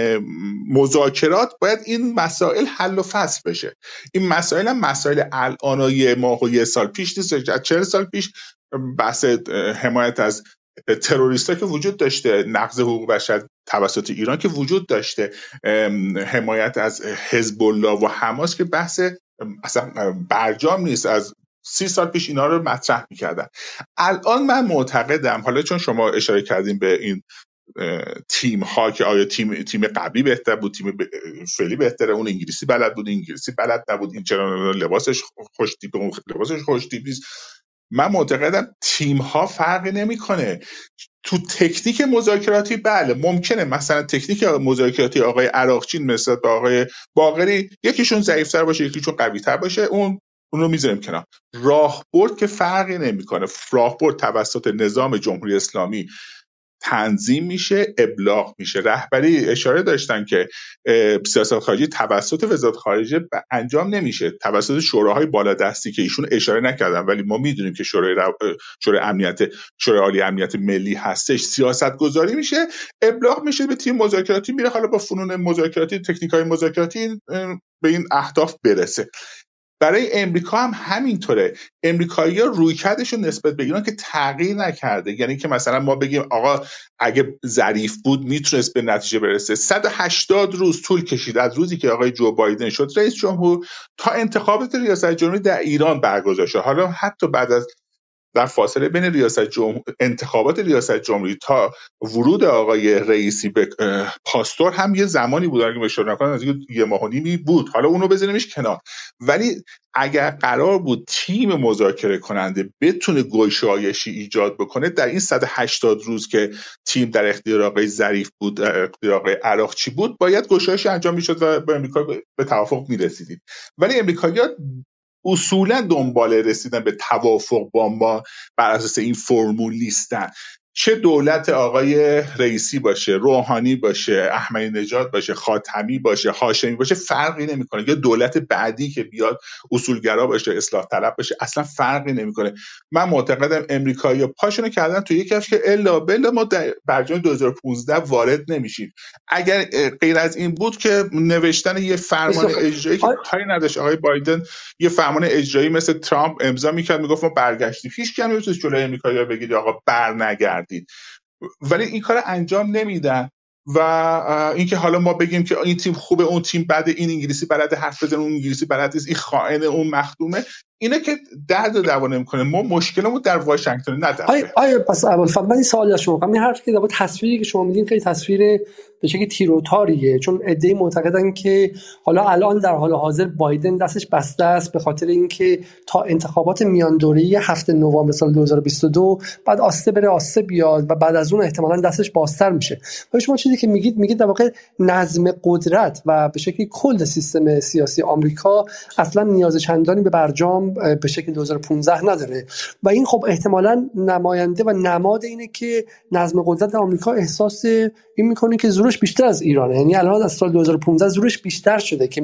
مذاکرات باید این مسائل حل و فصل بشه. این مسائل هم مسائل الانای ماه و 1 سال پیش نیست، 40 سال پیش بحث حمایت از تروریستا که وجود داشته، نقض حقوق بشر توسط ایران که وجود داشته، حمایت از حزب الله و حماس که بحث اصلا برجام نیست، از 30 سال پیش اینا رو مطرح میکردن. الان من معتقدم، حالا چون شما اشاره کردیم به این تیم ها که آیا تیم قبلی بهتر بود، تیم فعلی بهتره، اون انگلیسی بلد بود، انگلیسی بلد نبود، این چرا لباسش خوش تیپ، اون لباسش خوش تیپ نیست. من معتقدم تیم ها فرقی نمیکنه. تو تکنیک مذاکراتی بله ممکنه مثلا تکنیک مذاکراتی آقای عراقچی نسبت به آقای باقری یکیشون ضعیف‌تر باشه، یکیشون قوی‌تر باشه، اون رو میذاریم کنار. راهبرد که فرقی نمیکنه. راهبرد توسط نظام جمهوری اسلامی تنظیم میشه، ابلاغ میشه. رهبری اشاره داشتن که سیاست خارجی توسط وزارت خارجه انجام نمیشه، توسط شوراهای بالادستی که ایشون اشاره نکردن، ولی ما میدونیم که شورای عالی امنیت ملی هستش، سیاست گذاری میشه، ابلاغ میشه به تیم مذاکراتی، میره حالا با فنون مذاکراتی، تکنیک‌های مذاکراتی به این اهداف برسه. برای امریکا هم همینطوره. امریکایی‌ها رویکردشون نسبت به ایران که تغییر نکرده، یعنی که مثلا ما بگیم آقا اگه ظریف بود میتونست به نتیجه برسه. 180 روز طول کشید از روزی که آقای جو بایدن شد رئیس جمهور تا انتخابات ریاست جمهوری در ایران برگزار شد. حالا حتی بعد از در فاصله بین انتخابات ریاست جمهوری تا ورود آقای رئیسی به پاستور هم یه زمانی بود، اگه اشاره نکنم از 1.5 ماه بود. حالا اونو بزنیمش کنار، ولی اگر قرار بود تیم مذاکره کننده بتونه گشایشی ایجاد بکنه در این 180 روز که تیم در اختیار آقای ظریف بود، در اختیار آقای عراقچی بود، باید گشایش انجام میشد و با امریکا به توافق میرسیدیم. ولی امریکایی‌ها اصولا دنبال رسیدن به توافق با ما بر اساس این فرمول نیستن. چه دولت آقای رئیسی باشه، روحانی باشه، احمدی نژاد باشه، خاتمی باشه، هاشمی باشه، فرقی نمیکنه. یا دولت بعدی که بیاد اصولگرا باشه، اصلاح طلب باشه، اصلا فرقی نمیکنه. من معتقدم امریکایی‌ها پاشونو کردن تو یک کفش که الا بلا ما در برجام 2015 وارد نمیشیم. اگر غیر از این بود که نوشتن یه فرمان اجرایی که کاری نداشت آقای بایدن، یه فرمان اجرایی مثل ترامپ امضا میکرد میگفت ما برگشتیم. هیچ کی نمیتونه جلوی امریکایی‌ها بگید آقا برنگردید. ولی این کار انجام نمیدن. و اینکه حالا ما بگیم که این تیم خوبه، اون تیم بده، این انگلیسی بلد حرف بزنه، اون انگلیسی بلد نیست، این خائن، اون مخدومه، اینه که درد و دوا نمیکنه. ما مشکلمون در واشنگتن نه در آیا پس ابوالفضل من این سوالی از شما کنم، این حرفی که در تصویری که شما میدین خیلی تصویر به شکلی تیروتاریه، چون عده‌ای معتقدن که حالا الان در حال حاضر بایدن دستش بسته است به خاطر اینکه تا انتخابات میان دوره‌ای 7 نوامبر سال 2022 بعد آسته بره آسته بیاد و بعد از اون احتمالاً دستش بازتر میشه. ولی شما چیزی که میگید در واقع نظم قدرت و به شکلی کل سیستم سیاسی آمریکا اصلا نیاز چندانی به برجام به شکل 2015 نداره و این خب احتمالاً نماینده و نماد اینه که نظم قدرت آمریکا احساس این میکنه که زورش بیشتر از ایرانه. یعنی الان از سال 2015 زورش بیشتر شده که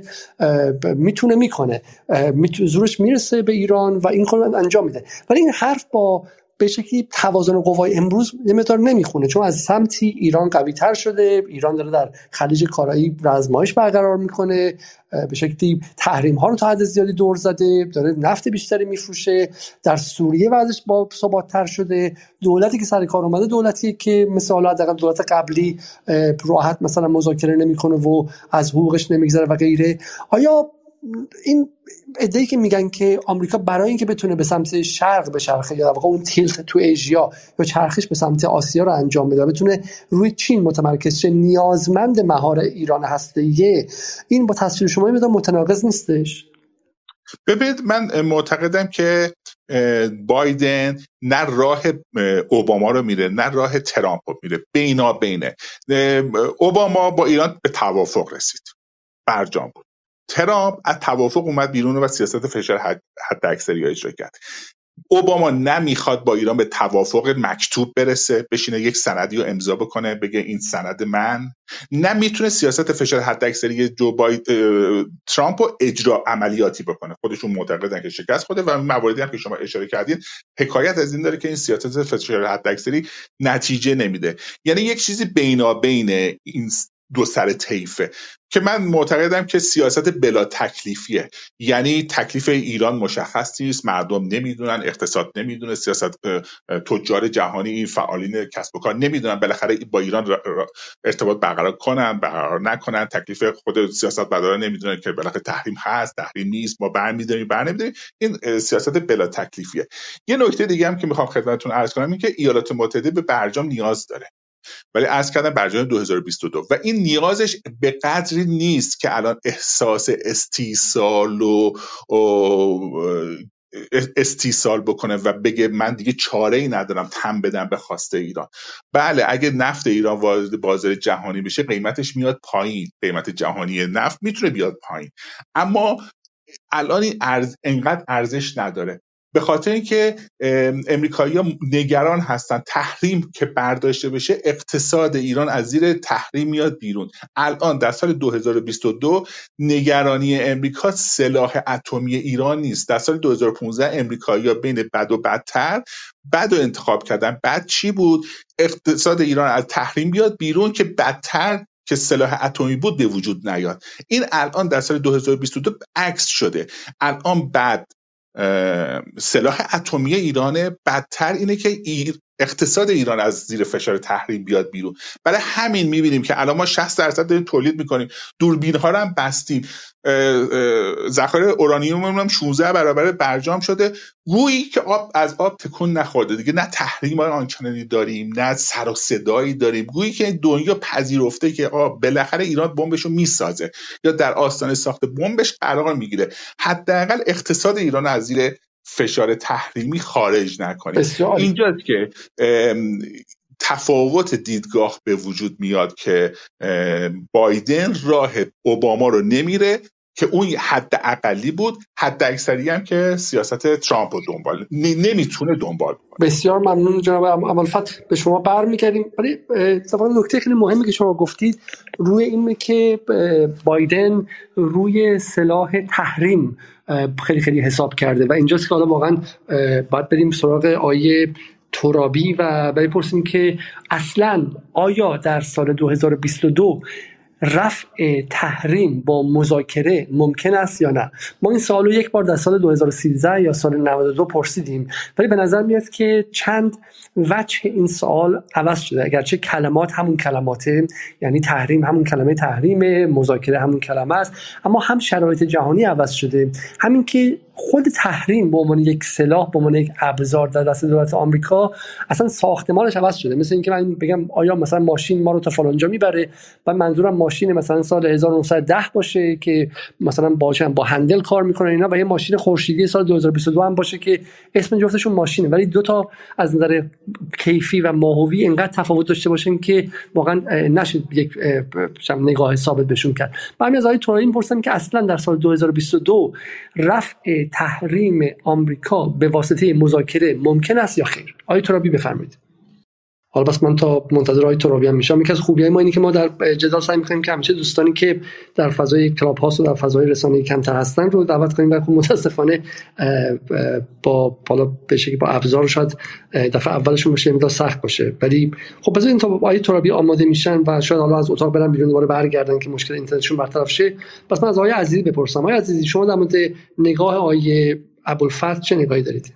میکنه زورش میرسه به ایران و این کارو انجام میده. ولی این حرف با به شکلی توازن قوای امروز یه مقدار نمیخونه، چون از سمتی ایران قوی تر شده، ایران داره در خلیج کارایی رزمایش برقرار میکنه، به شکلی تحریم ها رو تا حد زیادی دور زده، داره نفت بیشتری میفروشه، در سوریه وضعش با ثبات تر شده، دولتی که سر کار اومده دولتیه که مثل حالا حداقل دولت قبلی راحت مثلا مذاکره نمیکنه و از حقوقش نمیگذره و غیره. آیا این ایده‌ای که میگن که آمریکا برای اینکه بتونه به سمت شرق بچرخه یا در واقع اون تیلت تو ایژیا یا چرخش به سمت آسیا رو انجام بده، بتونه روی چین متمرکز شه، نیازمند مهار ایران هسته‌ایه، این با تصویر شما میاد متناقض نیستش؟ ببینید من معتقدم که بایدن نه راه اوباما رو میره نه راه ترامپ رو میره، بینابینه. اوباما با ایران به توافق رسید، برجام بود. ترامپ از توافق اومد بیرون و سیاست فشار حداکثری اجرا کرد. اوباما نمیخواد با ایران به توافق مکتوب برسه، بشینه یک سندی رو امضا بکنه بگه این سند من، نمیتونه سیاست فشار حداکثری ترامپ رو اجرا عملیاتی بکنه. خودشون معتقدن که شکست خورده و مواردی هم که شما اشاره کردین حکایت از این داره که این سیاست فشار حداکثری نتیجه نمیده. یعنی یک چیزی بینابین این دو سر طیفه که من معتقدم که سیاست بلا تکلیفیه. یعنی تکلیف ایران مشخص نیست، مردم نمیدونن، اقتصاد نمیدونه، سیاست تجار جهانی، این فعالین کسب و کار نمیدونن بالاخره با ایران ارتباط برقرار کنن برقرار نکنن. تکلیف خود سیاستمدارا نمیدونن که بالاخره تحریم هست تحریم نیست، ما برمی‌داریم. این سیاست بلا تکلیفیه. یه نکته دیگه هم که میخوام خدمتتون عرض کنم این که ایالات متحده به برجام نیاز داره، ولی عرض کردم برجام 2022 و این نیازش به قدری نیست که الان احساس استیصال بکنه و بگه من دیگه چاره‌ای ندارم تن بدم به خواسته ایران. بله اگه نفت ایران وارد بازار جهانی بشه قیمتش میاد پایین، قیمت جهانی نفت میتونه بیاد پایین، اما الان این انقدر ارزش نداره، به خاطر اینکه امریکایی‌ها نگران هستن تحریم که برداشته بشه اقتصاد ایران از زیر تحریم میاد بیرون. الان در سال 2022 نگرانی امریکا سلاح اتمی ایران نیست. در سال 2015 امریکایی‌ها بین بد و بدتر بد و انتخاب کردن. بد چی بود؟ اقتصاد ایران از تحریم بیاد بیرون که بدتر که سلاح اتمی بود به وجود نیاد. این الان در سال 2022 عکس شده. الان بعد سلاح اتمی ایران بدتر اینه که اقتصاد ایران از زیر فشار تحریم بیاد بیرون. برای همین میبینیم که الان ما 60% داریم تولید میکنیم، دوربین ها رو هم بستیم، ذخایر اورانیوم هم 16 برابر برجام شده، گویی که از آب تکون نخورده دیگه. نه تحریم آنچنانی داریم نه سر و صدایی داریم، گویی که دنیا پذیرفته که بالاخره ایران بمبشو میسازه یا در آستانه ساخت بمبش قرار میگیره. حداقل اقتصاد ایران از زیر فشار تحریمی خارج نکنیم. اینجاست که تفاوت دیدگاه به وجود میاد که بایدن راه اوباما رو نمیره که اون حد اقلی بود، حد اکثری هم که سیاست ترامپ رو دنبال نمیتونه دنبال کنه. بسیار ممنون جناب ابوالفتح، به شما برمیگردیم. ولی اتفاقا نکته خیلی مهمی که شما گفتید روی اینه که بایدن روی سلاح تحریم خیلی خیلی حساب کرده و اینجاست که حالا واقعا باید بریم سراغ آیه ترابی و بپرسیم که اصلا آیا در سال 2022 رفع تحریم با مذاکره ممکن است یا نه؟ ما این سوالو یک بار در سال 2013 یا سال 92 پرسیدیم، ولی به نظر میاد که چند وجه این سوال عوض شده، اگرچه کلمات همون کلماته، یعنی تحریم همون کلمه تحریمه، مذاکره همون کلمه است، اما هم شرایط جهانی عوض شده. همین که خود تحریم به عنوان یک سلاح، به عنوان یک ابزار در دست دولت آمریکا اصلا ساختمانش عوض شده. مثل اینکه من بگم آیا مثلا ماشین ما رو تا فلان جا میبره و منظورم ماشین مثلا سال 1910 باشه که مثلا با هندل کار میکنه اینا، و یه ماشین خورشیدی سال 2022 هم باشه که اسم جفتشون ماشینه، ولی دو تا از نظر کیفی و ماهوی اینقدر تفاوت داشته باشن که واقعا نشه یک نگاه ثابت بهشون کرد. من از آقای ترابی میپرسم که اصلا در سال 2022 رفع تحریم آمریکا به واسطه مذاکره ممکن است یا خیر؟ آقای ترابی بفرمایید. حالا بس من تا منتظر آقای ترابی هم میشم. یکی از خوبیای ما اینه که ما در جدال سعی می‌کنیم که همیشه دوستانی که در فضای کلاب هاوس و در فضای رسانه‌ای کمتر هستن رو دعوت کنیم، و متاسفانه با حالا به شکلی با ابزار شاید دفعه اولشون بشه مقدار سخت باشه، ولی خب بذارین تا آقای ترابی آماده میشن و شاید حالا از اتاق برن بیرون دوباره برگردن که مشکل اینترنتشون برطرف شه. پس من از آقای عزیزی بپرسم، آقای عزیزی شما در مورد نگاه آقای ابوالفتح چه نگاهی دارید؟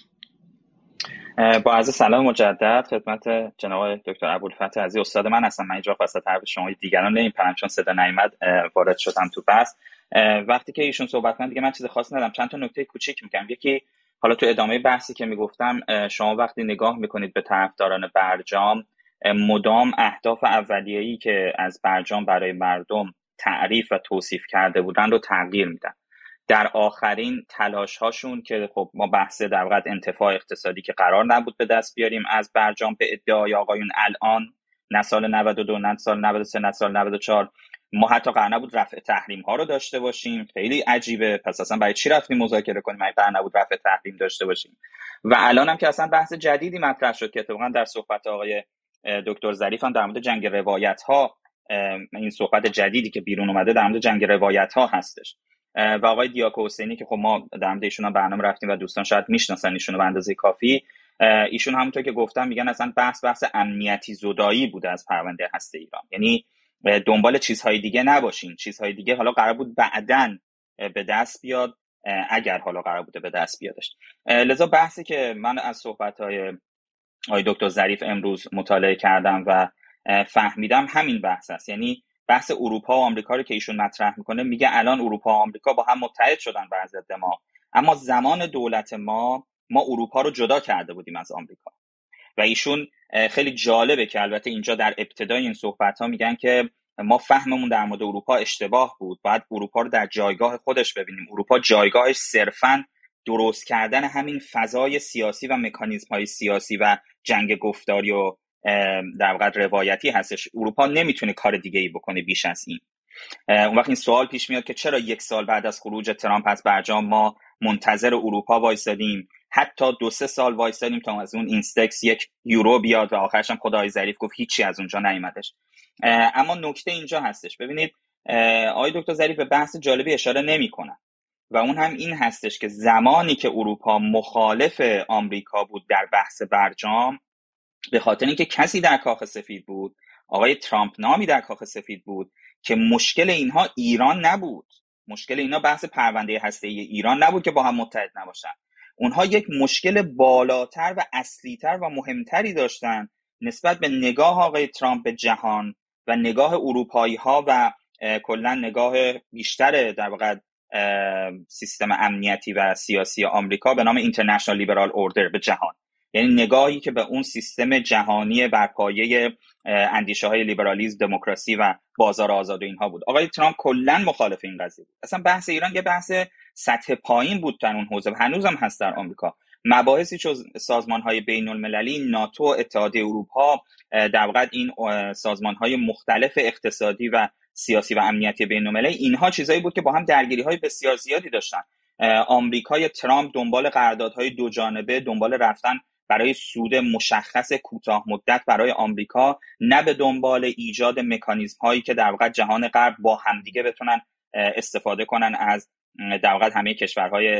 با عرض سلام مجدد خدمت جناب دکتر ابوالفتح عزیز، استاد من هستم. من اینجا وسط حرف شما دیگران نمیپرم چون صدا نیامد وارد شدم تو بحث. وقتی که ایشون صحبت کردن دیگه من چیز خاصی ندارم، چند تا نکته کوچیک میگم. یکی حالا تو ادامه بحثی که میگفتم، شما وقتی نگاه میکنید به طرفداران برجام، مدام اهداف اولیه‌ای که از برجام برای مردم تعریف و توصیف کرده بودن رو تغییر میدن. در آخرین تلاش هاشون که خب ما بحث در واقع انتفاع اقتصادی که قرار نبود به دست بیاریم از برجام به ادعای آقایون الان، نه سال 92 نه سال 93 نه سال 94 ما حتی قرار نبود رفع تحریم ها رو داشته باشیم. خیلی عجیبه، پس اصلا برای چی رفتیم مذاکره کنیم اگه قرار نبود رفع تحریم داشته باشیم؟ و الان هم که اصلا بحث جدیدی مطرح شد که اتفاقا در صحبت آقای دکتر ظریف هم در مورد جنگ روایت ها، این صحبت جدیدی که بیرون اومده در مورد جنگ روایت ها هستش. و آقای دیاکو حسینی که خب ما در مورد ایشون هم برنامه رفتیم و دوستان شاید میشناسن ایشونو به اندازه کافی، ایشون همونطور که گفتم میگن اصلا بحث امنیتی زدایی بوده از پرونده هسته ایران، یعنی دنبال چیزهای دیگه نباشین، چیزهای دیگه حالا قرار بود بعدن به دست بیاد اگر حالا قرار بوده به دست بیادش. لذا بحثی که من از صحبت‌های آقای دکتر ظریف امروز مطالعه کردم و فهمیدم همین بحث است، یعنی بحث اروپا و آمریکا رو که ایشون مطرح میکنه، میگه الان اروپا و آمریکا با هم متحد شدن بر ضد ما، اما زمان دولت ما اروپا رو جدا کرده بودیم از آمریکا. و ایشون خیلی جالبه که البته اینجا در ابتدای این صحبت ها میگن که ما فهممون در مورد اروپا اشتباه بود، باید اروپا رو در جایگاه خودش ببینیم. اروپا جایگاهش صرفاً درست کردن همین فضای سیاسی و مکانیزم های سیاسی و جنگ گفتاری و در واقع روایتی هستش. اروپا نمیتونه کار دیگه ای بکنه بیش از این. اون وقت این سوال پیش میاد که چرا یک سال بعد از خروج ترامپ از برجام ما منتظر اروپا وایسادیم، حتی 2-3 سال وایسادیم تا از اون اینستکس یک یورو بیاد و آخرش هم خدای ظریف گفت هیچی از اونجا نیومدش. اما نکته اینجا هستش، ببینید آقای دکتر ظریف به بحث جالبی اشاره نمی‌کنن و اون هم این هستش که زمانی که اروپا مخالف آمریکا بود در بحث برجام، به خاطر اینکه کسی در کاخ سفید بود، آقای ترامپ نامی در کاخ سفید بود که مشکل اینها ایران نبود، مشکل اینا بحث پرونده هسته‌ای ایران نبود که با هم متحد نباشن. اونها یک مشکل بالاتر و اصلی‌تر و مهمتری داشتن نسبت به نگاه آقای ترامپ به جهان و نگاه اروپایی‌ها و کلا نگاه بیشتر در واقع سیستم امنیتی و سیاسی آمریکا به نام اینترنشنال لیبرال اوردر به جهان، یعنی نگاهی که به اون سیستم جهانی بر پایه اندیشه‌های لیبرالیسم، دموکراسی و بازار آزاد و اینها بود. آقای ترامپ کلا مخالف این قضیه بود. اصلا بحث ایران یه بحث سطح پایین بود در اون حوزه و هنوزم هست در آمریکا. مباحثی چون سازمان‌های بین‌المللی، ناتو، اتحادیه اروپا، در واقع این سازمان‌های مختلف اقتصادی و سیاسی و امنیتی بین‌المللی، اینها چیزایی بود که با هم درگیری‌های بسیار زیادی داشتن. آمریکای ترامپ دنبال قراردادهای دو جانبه، دنبال رفتن برای سود مشخص کوتاه مدت برای آمریکا، نه به دنبال ایجاد مکانیزم هایی که در واقع جهان غرب با همدیگه بتونن استفاده کنن از در واقع همه کشورهای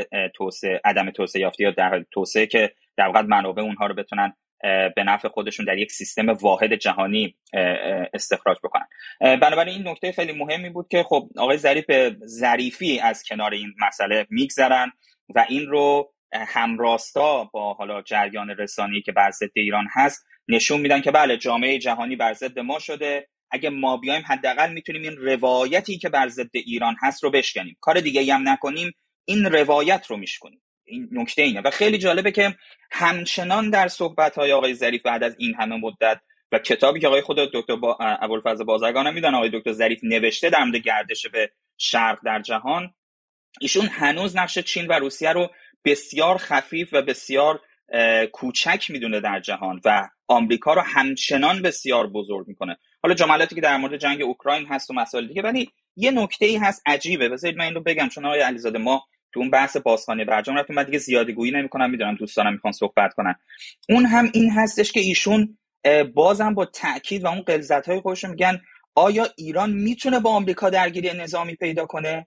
عدم توسعه یافته یا در توسعه که در واقع منابع اونها رو بتونن به نفع خودشون در یک سیستم واحد جهانی استخراج بکنن. بنابراین این نکته خیلی مهمی بود که خب آقای ظریف ظریفی از کنار این مسئله میگذرن و این رو همراستا با حالا جریان رسانه‌ای که بر ضد ایران هست نشون میدن که بله جامعه جهانی بر ضد ما شده، اگه ما بیایم حداقل میتونیم این روایتی که بر ضد ایران هست رو بشکنیم، کار دیگه‌ای هم نکنیم این روایت رو میشکنیم. این نکته اینه و خیلی جالبه که همچنان در صحبت‌های آقای ظریف بعد از این همه مدت و کتابی که آقای خود دکتر ابوالفضل بازرگان هم میدونن آقای دکتر ظریف نوشته در مورد گردش به شرق در جهان، ایشون هنوز نقش چین و روسیه رو بسیار خفیف و بسیار کوچک میدونه در جهان و آمریکا رو همچنان بسیار بزرگ میکنه. حالا جملاتی که در مورد جنگ اوکراین هست و مسائل دیگه، ولی یه نکته‌ای هست عجیبه، بذارید من این رو بگم چون آقای علیزاده ما تو اون بحث بازخوانی برجام رفتیم، من دیگه زیاده گویی نمی‌کنم، میدونم دوستانم میخوان صحبت کنن. اون هم این هستش که ایشون بازم با تأکید و اون غلظت‌های خودشون میگن آیا ایران میتونه با آمریکا درگیری نظامی پیدا کنه؟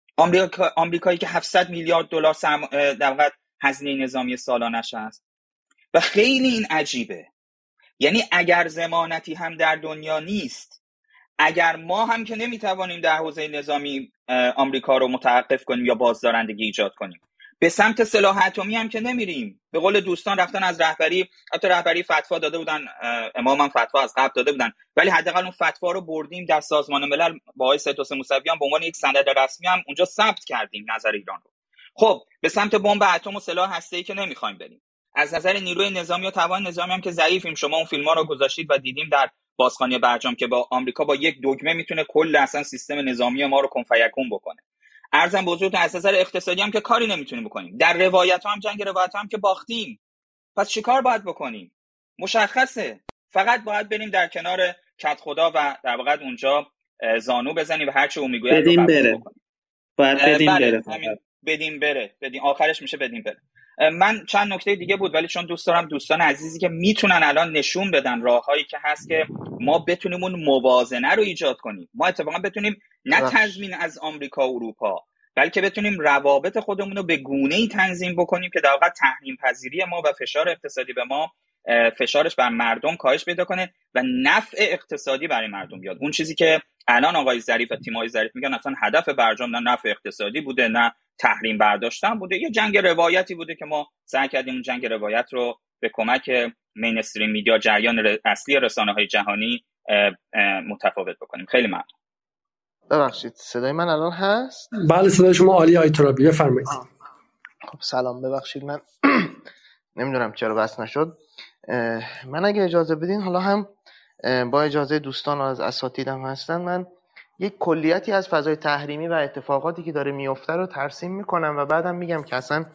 آمریکایی که 700 میلیارد دلار در واقع هزینه نظامی سالانش هست و خیلی این عجیبه. یعنی اگر ضمانتی هم در دنیا نیست، اگر ما هم که نمیتوانیم در حوزه نظامی آمریکا رو متوقف کنیم یا بازدارندگی ایجاد کنیم، به سمت سلاح اتمی هم که نمیریم. به قول دوستان رفتن از رهبری، حتی رهبری فتوا داده بودن، امام هم فتوا از قبل داده بودن، ولی حداقل اون فتوا رو بردیم در سازمان ملل با آقای سید حسین موسوی هم به عنوان یک سند رسمی هم اونجا ثبت کردیم نظر ایران رو. خب به سمت بمب اتم و سلاح هسته‌ای که نمیخوایم بریم. از نظر نیروی نظامی و توان نظامی هم که ضعیفیم. شما اون فیلم‌ها رو گذاشتید و دیدیم در بازخوانی برجام که با آمریکا با یک دکمه میتونه کل اصلا سیستم نظامی ما رو کن فیکون بکنه. ارزم به حضورتون از نظر اقتصادی هم که کاری نمیتونیم بکنیم. در روایت‌ها هم جنگ روایت‌ها هم که باختیم. پس چیکار باید بکنیم؟ مشخصه. فقط باید بریم در کنار کت خدا و در واقع اونجا زانو بزنیم و هر چه او میگه رو قبول بکنیم. باید بدیم بره. بدیم بره. آخرش میشه بدیم بره. من چند نکته دیگه بود ولی چون دوست دارم دوستان عزیزی که میتونن الان نشون بدن راههایی که هست که ما بتونیم اون موازنه رو ایجاد کنیم، ما اتفاقا بتونیم نه تضمین از آمریکا و اروپا بلکه بتونیم روابط خودمون رو به گونه‌ای تنظیم بکنیم که در واقع تحریم پذیری ما و فشار اقتصادی به ما فشارش بر مردم کاهش پیدا کنه و نفع اقتصادی برای مردم بیاد. اون چیزی که الان آقای ظریف و تیم‌های ظریف میگن اصلا هدف برجام نه نفع اقتصادی بوده نه تحریم برداشتن بوده، یه جنگ روایتی بوده که ما سعی کردیم اون جنگ روایت رو به کمک مینستریم میدیا، جریان اصلی رسانه‌های جهانی متفاوت بکنیم. خیلی ممنون. ببخشید صدای من الان هست؟ بله صدای شما عالی آقای ترابی، بفرمایید. خب سلام، ببخشید من نمیدونم چرا بس نشد. من اگه اجازه بدین حالا هم با اجازه دوستان از اساتیدم هستن من یک کلیتی از فضای تحریمی و اتفاقاتی که داره میفته رو ترسیم میکنم و بعدم میگم که اصلا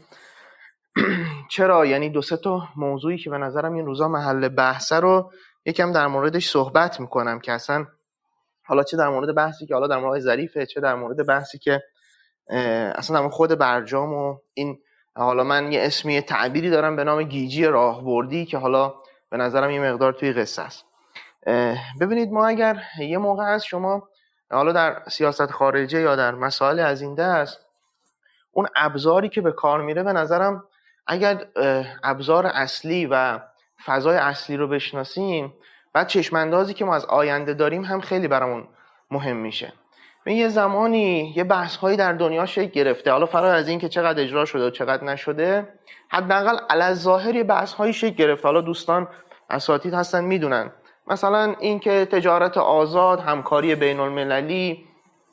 چرا، یعنی دو سه تا موضوعی که به نظرم این روزا محل بحثه رو یکم در موردش صحبت میکنم که اصلا حالا چه در مورد بحثی که حالا در مورد ظریفه، چه در مورد بحثی که اصلا در مورد خود برجام و این، حالا من یه اسمی تعبیری دارم به نام گیجی راهبردی که حالا به نظرم یه مقدار توی قصه است. ببینید ما اگر یه موقع از شما حالا در سیاست خارجه یا در مسائل از این دست اون ابزاری که به کار میره به نظرم اگر ابزار اصلی و فضای اصلی رو بشناسیم بعد چشماندازی که ما از آینده داریم هم خیلی برامون مهم میشه. یه زمانی یه بحث‌هایی در دنیا شکل گرفته، حالا فرای از این که چقدر اجرا شده و چقدر نشده، حداقل علی‌الظاهر یه بحث‌هایی شکل گرفته. حالا دوستان اساتید هستن میدونن، مثلا این که تجارت آزاد، همکاری بین‌المللی،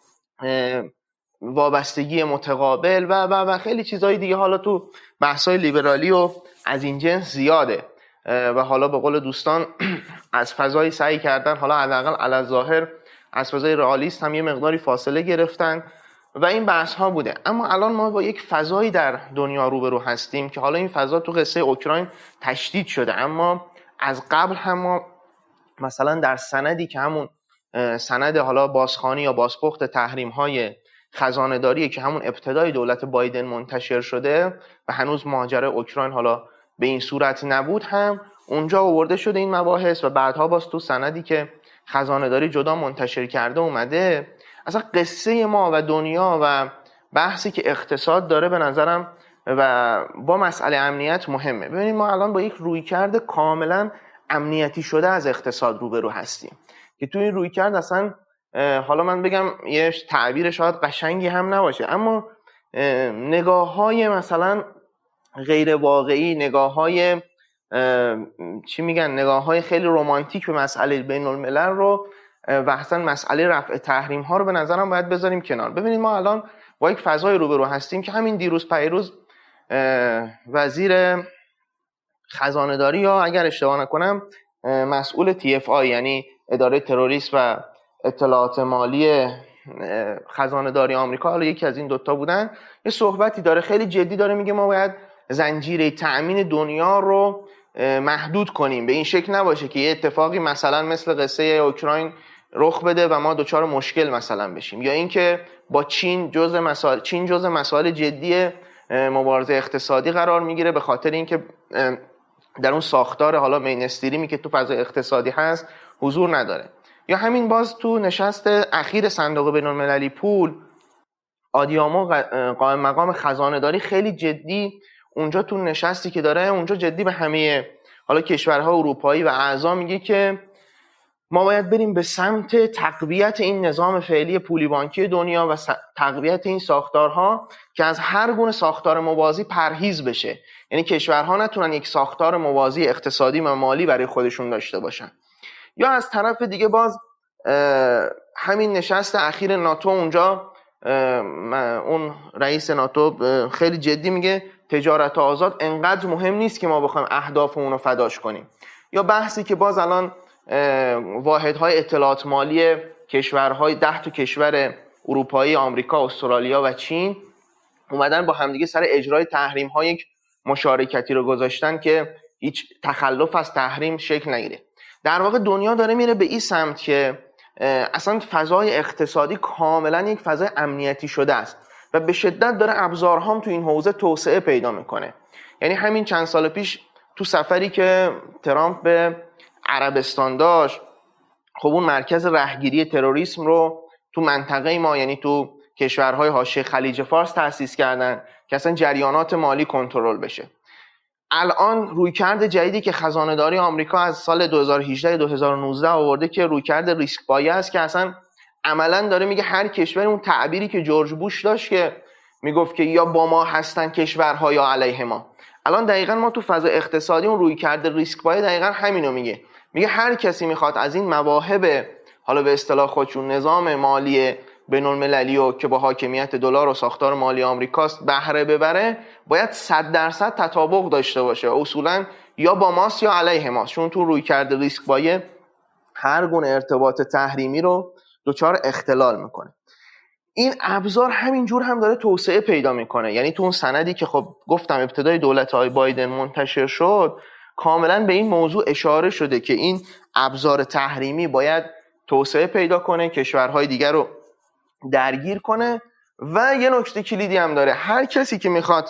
وابستگی متقابل و خیلی چیزهای دیگه حالا تو بحث‌های لیبرالی و از این جنس زیاده و حالا به قول دوستان از فضای سعی کردن حالا حداقل علی‌الظاهر از فضای رئالیست هم یه مقداری فاصله گرفتن و این بحث ها بوده. اما الان ما با یک فضایی در دنیا روبرو هستیم که حالا این فضا تو قصه اوکراین تشدید شده، اما از قبل هم ما مثلا در سندی که همون سند حالا بازخوانی یا بازپخت تحریم‌های خزانه‌داری که همون ابتدای دولت بایدن منتشر شده و هنوز ماجرای اوکراین حالا به این صورت نبود هم اونجا آورده شده این مباحث و بعدها باز تو سندی که خزانه‌داری جدا منتشر کرده اومده. اصلا قصه ما و دنیا و بحثی که اقتصاد داره به نظرم و با مسئله امنیت مهمه. ببینید ما الان با یک رویکرد کاملا امنیتی شده از اقتصاد روبرو هستیم که تو این رویکرد اصلا حالا من بگم یه تعبیر شاید قشنگی هم نباشه، اما نگاه‌های مثلا غیر واقعی، نگاه‌های نگاه‌های خیلی رمانتیک به مسئله بین الملل رو و اصلا مسئله رفع تحریم ها رو به نظرم باید بذاریم کنار. ببینید ما الان با یک فضای روبرو هستیم که همین دیروز پیروز وزیر خزانه‌داری یا اگر اشتباه نکنم مسئول TFI یعنی اداره تروریسم و اطلاعات مالی خزانه‌داری آمریکا، حالا یکی از این دوتا بودن، یه صحبتی داره خیلی جدی داره میگه ما باید زنجیره تأمین دنیا رو محدود کنیم، به این شکل نباشه که یه اتفاقی مثلا مثل قصه اوکراین رخ بده و ما دچار مشکل مثلا بشیم، یا اینکه با چین جزء مسائل جدی مبارزه اقتصادی قرار میگیره به خاطر اینکه در اون ساختار حالا مینستریمی که تو فضای اقتصادی هست حضور نداره. یا همین باز تو نشست اخیر صندوق بین‌المللی پول آدیامو قائم مقام خزانه‌داری خیلی جدی اونجا تو نشستی که داره اونجا جدی به همه حالا کشورها اروپایی و اعضا میگه که ما باید بریم به سمت تقویت این نظام فعلی پولی بانکی دنیا و تقویت این ساختارها که از هر گونه ساختار موازی پرهیز بشه، یعنی کشورها نتونن یک ساختار موازی اقتصادی و مالی برای خودشون داشته باشن. یا از طرف دیگه باز همین نشست اخیر ناتو اونجا اون رئیس ناتو خیلی جدی میگه تجارت آزاد انقدر مهم نیست که ما بخوایم اهدافمون رو فداش کنیم. یا بحثی که باز الان واحدهای اطلاعات مالی کشورهای 10 تا کشور اروپایی، آمریکا، استرالیا و چین اومدن با همدیگه سر اجرای تحریم ها یک مشارکتی رو گذاشتن که هیچ تخلف از تحریم شکل نگیره. در واقع دنیا داره میره به این سمت که اصلا فضای اقتصادی کاملا یک فضای امنیتی شده است و به شدت داره ابزارها هم تو این حوزه توسعه پیدا میکنه. یعنی همین چند سال پیش تو سفری که ترامپ به عربستان داشت، خب اون مرکز رهگیری تروریسم رو تو منطقه ما یعنی تو کشورهای حاشیه خلیج فارس تأسیس کردن که اصلا جریانات مالی کنترل بشه. الان رویکرد جدیدی که خزانه‌داری آمریکا از سال 2018 2019 آورده که رویکرد ریسک بایه است که اصلا عملا داره میگه هر کشور اون تعبیری که جورج بوش داشت که میگفت که یا با ما هستن کشورها یا علیه ما، الان دقیقاً ما تو فضا اقتصادی اون رویکرد ریسک بایه دقیقاً همینو میگه هر کسی میخواد از این مواهب حالا به اصطلاح خودشون نظام مالی بین‌المللی و که با حاکمیت دلار و ساختار مالی آمریکاست بهره ببره باید 100% تطابق داشته باشه، اصولا یا با ماست یا علیه ماست، چون تو رویکرد ریسک بایه هر گونه ارتباط تحریمی رو دچار اختلال میکنه. این ابزار همینجور هم داره توسعه پیدا میکنه. یعنی تو اون سندی که خب گفتم ابتدای دولت های بایدن منتشر شد کاملا به این موضوع اشاره شده که این ابزار تحریمی باید توسعه پیدا کنه، کشورهای دیگر رو درگیر کنه و یه نکته کلیدی هم داره، هر کسی که میخواد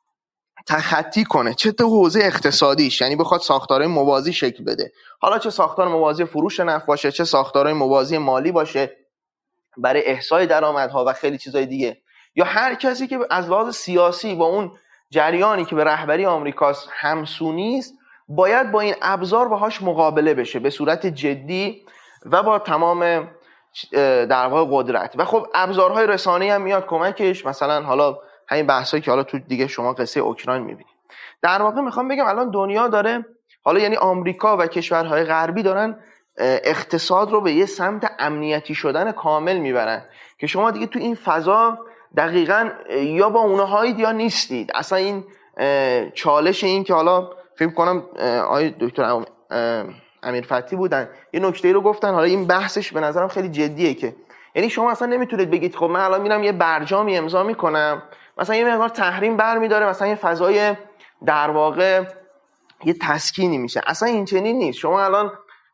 تخطی کنه چه تو حوزه اقتصادیش، یعنی بخواد ساختارهای موازی شکل بده، حالا چه ساختار موازی فروش نفت باشه چه ساختارهای موازی مالی باشه برای احصای درآمدها و خیلی چیزای دیگه، یا هر کسی که از لحاظ سیاسی با اون جریانی که به رهبری آمریکاست همسو نیست باید با این ابزار باهاش مقابله بشه به صورت جدی و با تمام در واقع قدرت. و خب ابزارهای رسانه‌ای هم میاد کمکش، مثلا حالا همین بحثایی که حالا تو دیگه شما قصه اوکراین میبینید. در واقع میخوام بگم الان دنیا داره حالا یعنی آمریکا و کشورهای غربی دارن اقتصاد رو به یه سمت امنیتی شدن کامل میبرن که شما دیگه تو این فضا دقیقاً یا با اونهایید یا نیستید. اصلا این چالش این که حالا فکر کنم آقای دکتر امیر فتی بودن یه نکته رو گفتن، حالا این بحثش به نظرم خیلی جدیه که یعنی شما اصلا نمیتونید بگید خب من الان میرم یه برجامی امضا میکنم مثلا یه مقدار تحریم برمیداره مثلا یه فضای در واقع یه تسکینی میشه، اصلا این چنین نیست. شما الان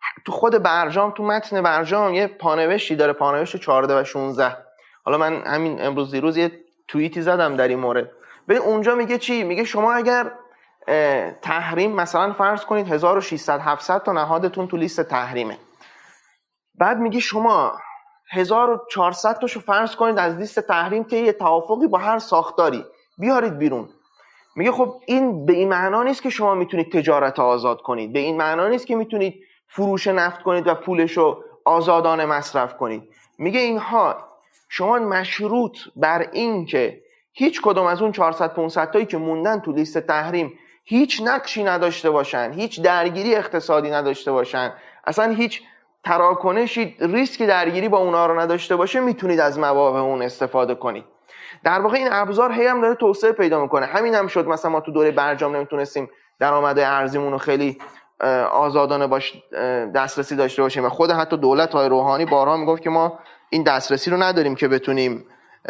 تو خود برجام، تو متن برجام یه پانوشتی داره، پانوشت 14 و 16. حالا من همین امروز دیروز یه توییتی زدم در این مورد. ببین اونجا میگه چی؟ میگه شما اگر تحریم مثلا فرض کنید 1600 700 تا نهادتون تو لیست تحریمه، بعد میگه شما 1400 تاشو فرض کنید از لیست تحریم طی توافقی با هر ساختاری بیارید بیرون. میگه خب این به این معنا نیست که شما میتونید تجارت آزاد کنید، به این معنا نیست که میتونید فروش نفت کنید و پولشو آزادانه مصرف کنید. میگه اینها شما مشروط بر این که هیچ کدوم از اون 400 500 تایی که موندن تو لیست تحریم هیچ نقشی نداشته باشن، هیچ درگیری اقتصادی نداشته باشن، اصلا هیچ تراکنشی ریسک درگیری با اونا رو نداشته باشه، میتونید از مواقع اون استفاده کنید. در واقع این ابزار هی هم داره توسعه پیدا میکنه. همین هم شد مثلا ما تو دوره برجام نمیتونستیم درآمد ارزیمون رو خیلی آزادانه دسترسی داشته باشیم و خود حتی دولت های روحانی بارها میگفت که ما این دسترسی رو نداریم که بتونیم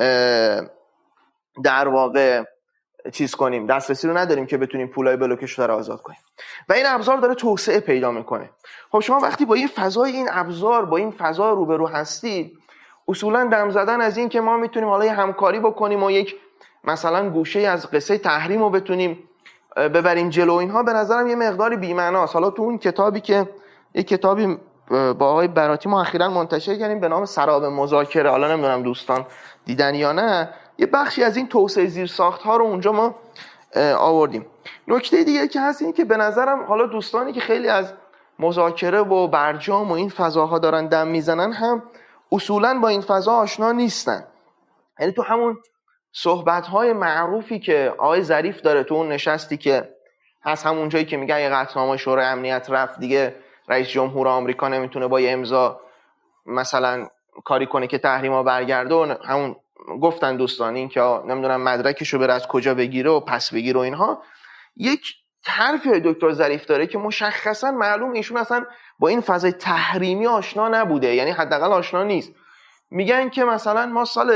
در واقع چیز کنیم، دسترسی رو نداریم که بتونیم پولای بلوکش رو آزاد کنیم و این ابزار داره توسعه پیدا میکنه. خب شما وقتی با این فضای این ابزار، با این فضا روبرو هستید، اصولا دم زدن از این که ما میتونیم حالا یه همکاری بکنیم و یک مثلا گوشه از قصه تحریم رو بتونیم ببریم جلو، اینها به نظرم یه مقداری بی‌معناست. حالا تو اون کتابی که یک کتابی با آقای براتی ما اخیراً منتشر کردیم به نام سراب مذاکره، حالا نمیدونم دوستان دیدن یا نه، یه بخشی از این توسعه زیرساخت‌ها رو اونجا ما آوردیم. نکته دیگه که هست این که به نظرم حالا دوستانی که خیلی از مذاکره و برجام و این فضاها دارن دم میزنن هم اصولاً با این فضا آشنا نیستن. یعنی تو همون صحبت‌های معروفی که آقای ظریف داره تو اون نشستی که هست، همون جایی که میگه اگه قطعنامه شورای امنیت رفت دیگه رئیس جمهور آمریکا نمیتونه با یه امضا مثلا کاری کنه که تحریما برگرده و همون گفتن دوستان این که نمیدونم مدرکشو بره از کجا بگیره و پس بگیره و اینها. یک حرفی دکتر ظریف داره که مشخصا معلوم ایشون اصلا با این فضای تحریمی آشنا نبوده، یعنی حداقل آشنا نیست. میگن که مثلا ما سال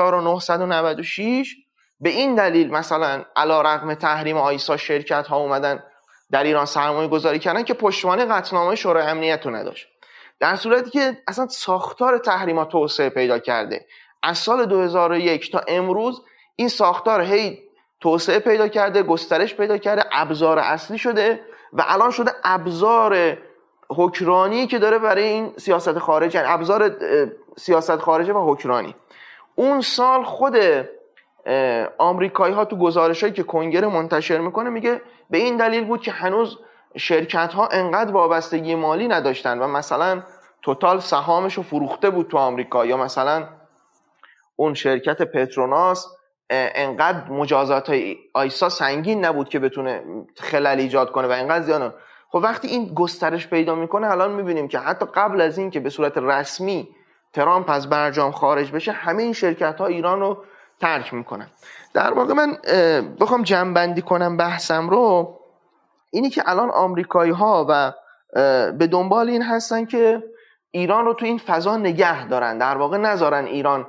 1996 به این دلیل مثلا علیرغم تحریم آیسا شرکت ها اومدن در ایران سرمایه گذاری کردن که پشتوانه قطعنامه شورای امنیت رو نداشت، در صورتی که اصلا ساختار تحریمات توسعه پیدا کرده. از سال 2001 تا امروز این ساختار هی توسعه پیدا کرده، گسترش پیدا کرده، ابزار اصلی شده و الان شده ابزار حکمرانی که داره برای این سیاست خارجی، یعنی ابزار سیاست خارجی و حکمرانی. اون سال خود آمریکایی ها تو گزارشایی که کنگره منتشر میکنه میگه به این دلیل بود که هنوز شرکت ها انقدر وابستگی مالی نداشتن و مثلا توتال سهامشو فروخته بود تو آمریکا، یا مثلا اون شرکت پتروناس انقدر مجازات آیسا سنگین نبود که بتونه خلل ایجاد کنه و انقدر زیانه. خب وقتی این گسترش پیدا میکنه الان میبینیم که حتی قبل از این که به صورت رسمی ترامپ از برجام خارج بشه همه این شرکت ها ایران رو ترک میکنن. در واقع من بخوام جمع‌بندی کنم بحثم رو، اینی که الان آمریکایی ها و به دنبال این هستن که ایران رو تو این فضا نگه دارن، در واقع نذارن ایران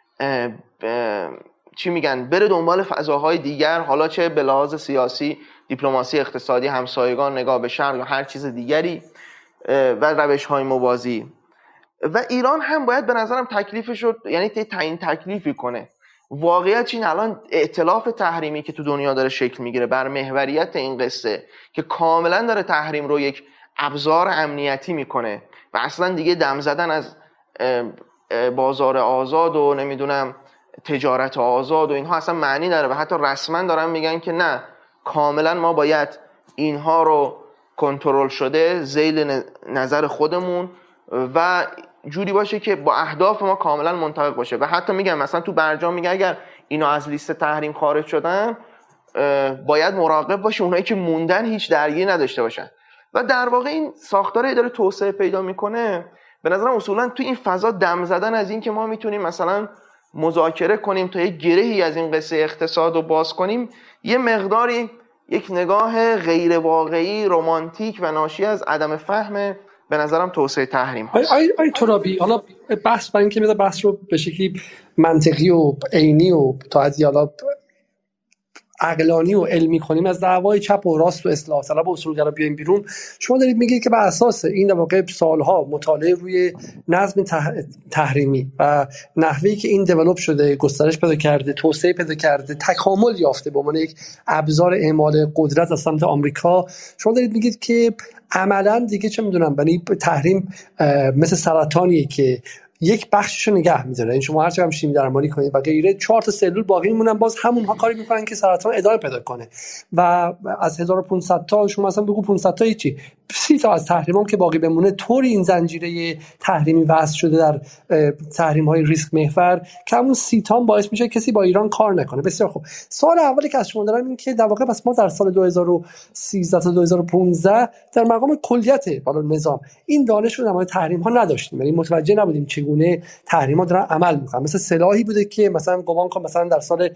چی میگن بره دنبال فضاهای دیگر، حالا چه به لحاظ سیاسی، دیپلماسی، اقتصادی، همسایگان، نگاه به شرق یا هر چیز دیگری و روش‌های موازی. و ایران هم باید به نظرم تکلیفش رو، یعنی تعیین تکلیفی کنه. واقعیت این الان ائتلاف تحریمی که تو دنیا داره شکل میگیره بر محوریت این قصه که کاملا داره تحریم رو یک ابزار امنیتی میکنه و اصلا دیگه دم زدن از بازار آزاد و نمیدونم تجارت آزاد و اینها اصلا معنی داره و حتی رسما دارن میگن که نه، کاملا ما باید اینها رو کنترل شده ذیل نظر خودمون و جوری باشه که با اهداف ما کاملا منطبق باشه. و حتی میگن مثلا تو برجام میگه اگر اینا از لیست تحریم خارج شدن باید مراقب باشه اونایی که موندن هیچ درگیری نداشته باشن. و در واقع این ساختاره داره توسعه پیدا میکنه. به نظرم اصولا تو این فضا دم زدن از این که ما میتونیم مثلا مذاکره کنیم تا یک گرهی از این قصه اقتصاد رو باز کنیم، یه مقداری یک نگاه غیر واقعی، رمانتیک و ناشی از عدم فهم به نظرم توسعه تحریم هست. آی ترابی، حالا بحث برای اینکه بحث رو به شکلی منطقی و عینی و تا حدی حالا عقلانی و علمی کنیم، از دعوای چپ و راست و اصلاح طلب و اصولگرا بیایم بیرون، شما دارید میگید که بر اساس این در واقع سالها مطالعه روی نظم تحریمی و نحوهی که این دیولپ شده، گسترش پیدا کرده، توسعه پیدا کرده، تکامل یافته به عنوان یک ابزار اعمال قدرت از سمت آمریکا، شما دارید میگید که عملاً دیگه چه میدونم، یعنی تحریم مثل سرطانیه که یک بخششو نگه می‌داره. این شما هر چقدر شیمی درمانی کنید و غیره، 4 تا سلول باقی میمونن، باز همونها کاری میکنن که سرطان ادامه پیدا کنه. و از 1500 تا شما مثلا بگو 500 تا چی، 30 تا از تحریمام که باقی بمونه، طوری این زنجیره تحریمی وضع شده در تحریم‌های ریسک محور که همون 30 تا باعث میشه کسی با ایران کار نکنه. بسیار خوب. سوال اولی که از شما دارم این که در واقع بس ما در سال 2013 تا 2015 در مقام کلیت بالا نظام این دانش رو در مورد تحریم‌ها نداشتیم، یعنی متوجه نبودیم چگونه تحریم‌ها دارن عمل می‌کنن. مثلا سلاحی بوده که مثلا گمان کن مثلا در سال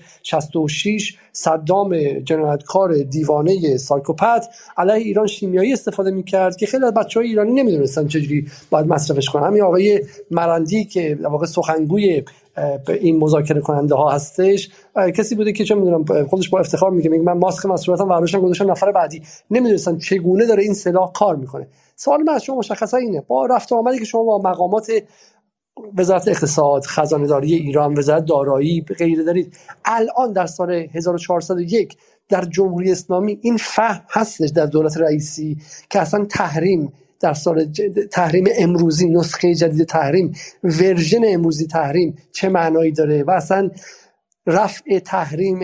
66 صدام جنایتکار دیوانه سایکوپت علیه ایران شیمیایی استفاده می‌کرد که خیلی از بچه‌های ایرانی نمی‌دونستن چجوری باید مصرفش کنن. همین آقای مرندی که در واقع سخنگوی این مذاکره کننده ها هستش، کسی بوده که چه می‌دونم خودش با افتخار میگه من ماسک مسئولیتم برداشتم گذاشتم نفر بعدی، نمی‌دونستن چگونه داره این سلاح کار می‌کنه. سوال من از شما مشخصا اینه، با رفت و آمدی که شما با مقامات وزارت اقتصاد، خزانه‌داری ایران، وزارت دارایی غیره دارید، الان در سال 1401 در جمهوری اسلامی این فهم هستش در دولت رئیسی که اصلا تحریم در سال تحریم امروزی، نسخه جدید تحریم، ورژن امروزی تحریم چه معنایی داره و اصلا رفع تحریم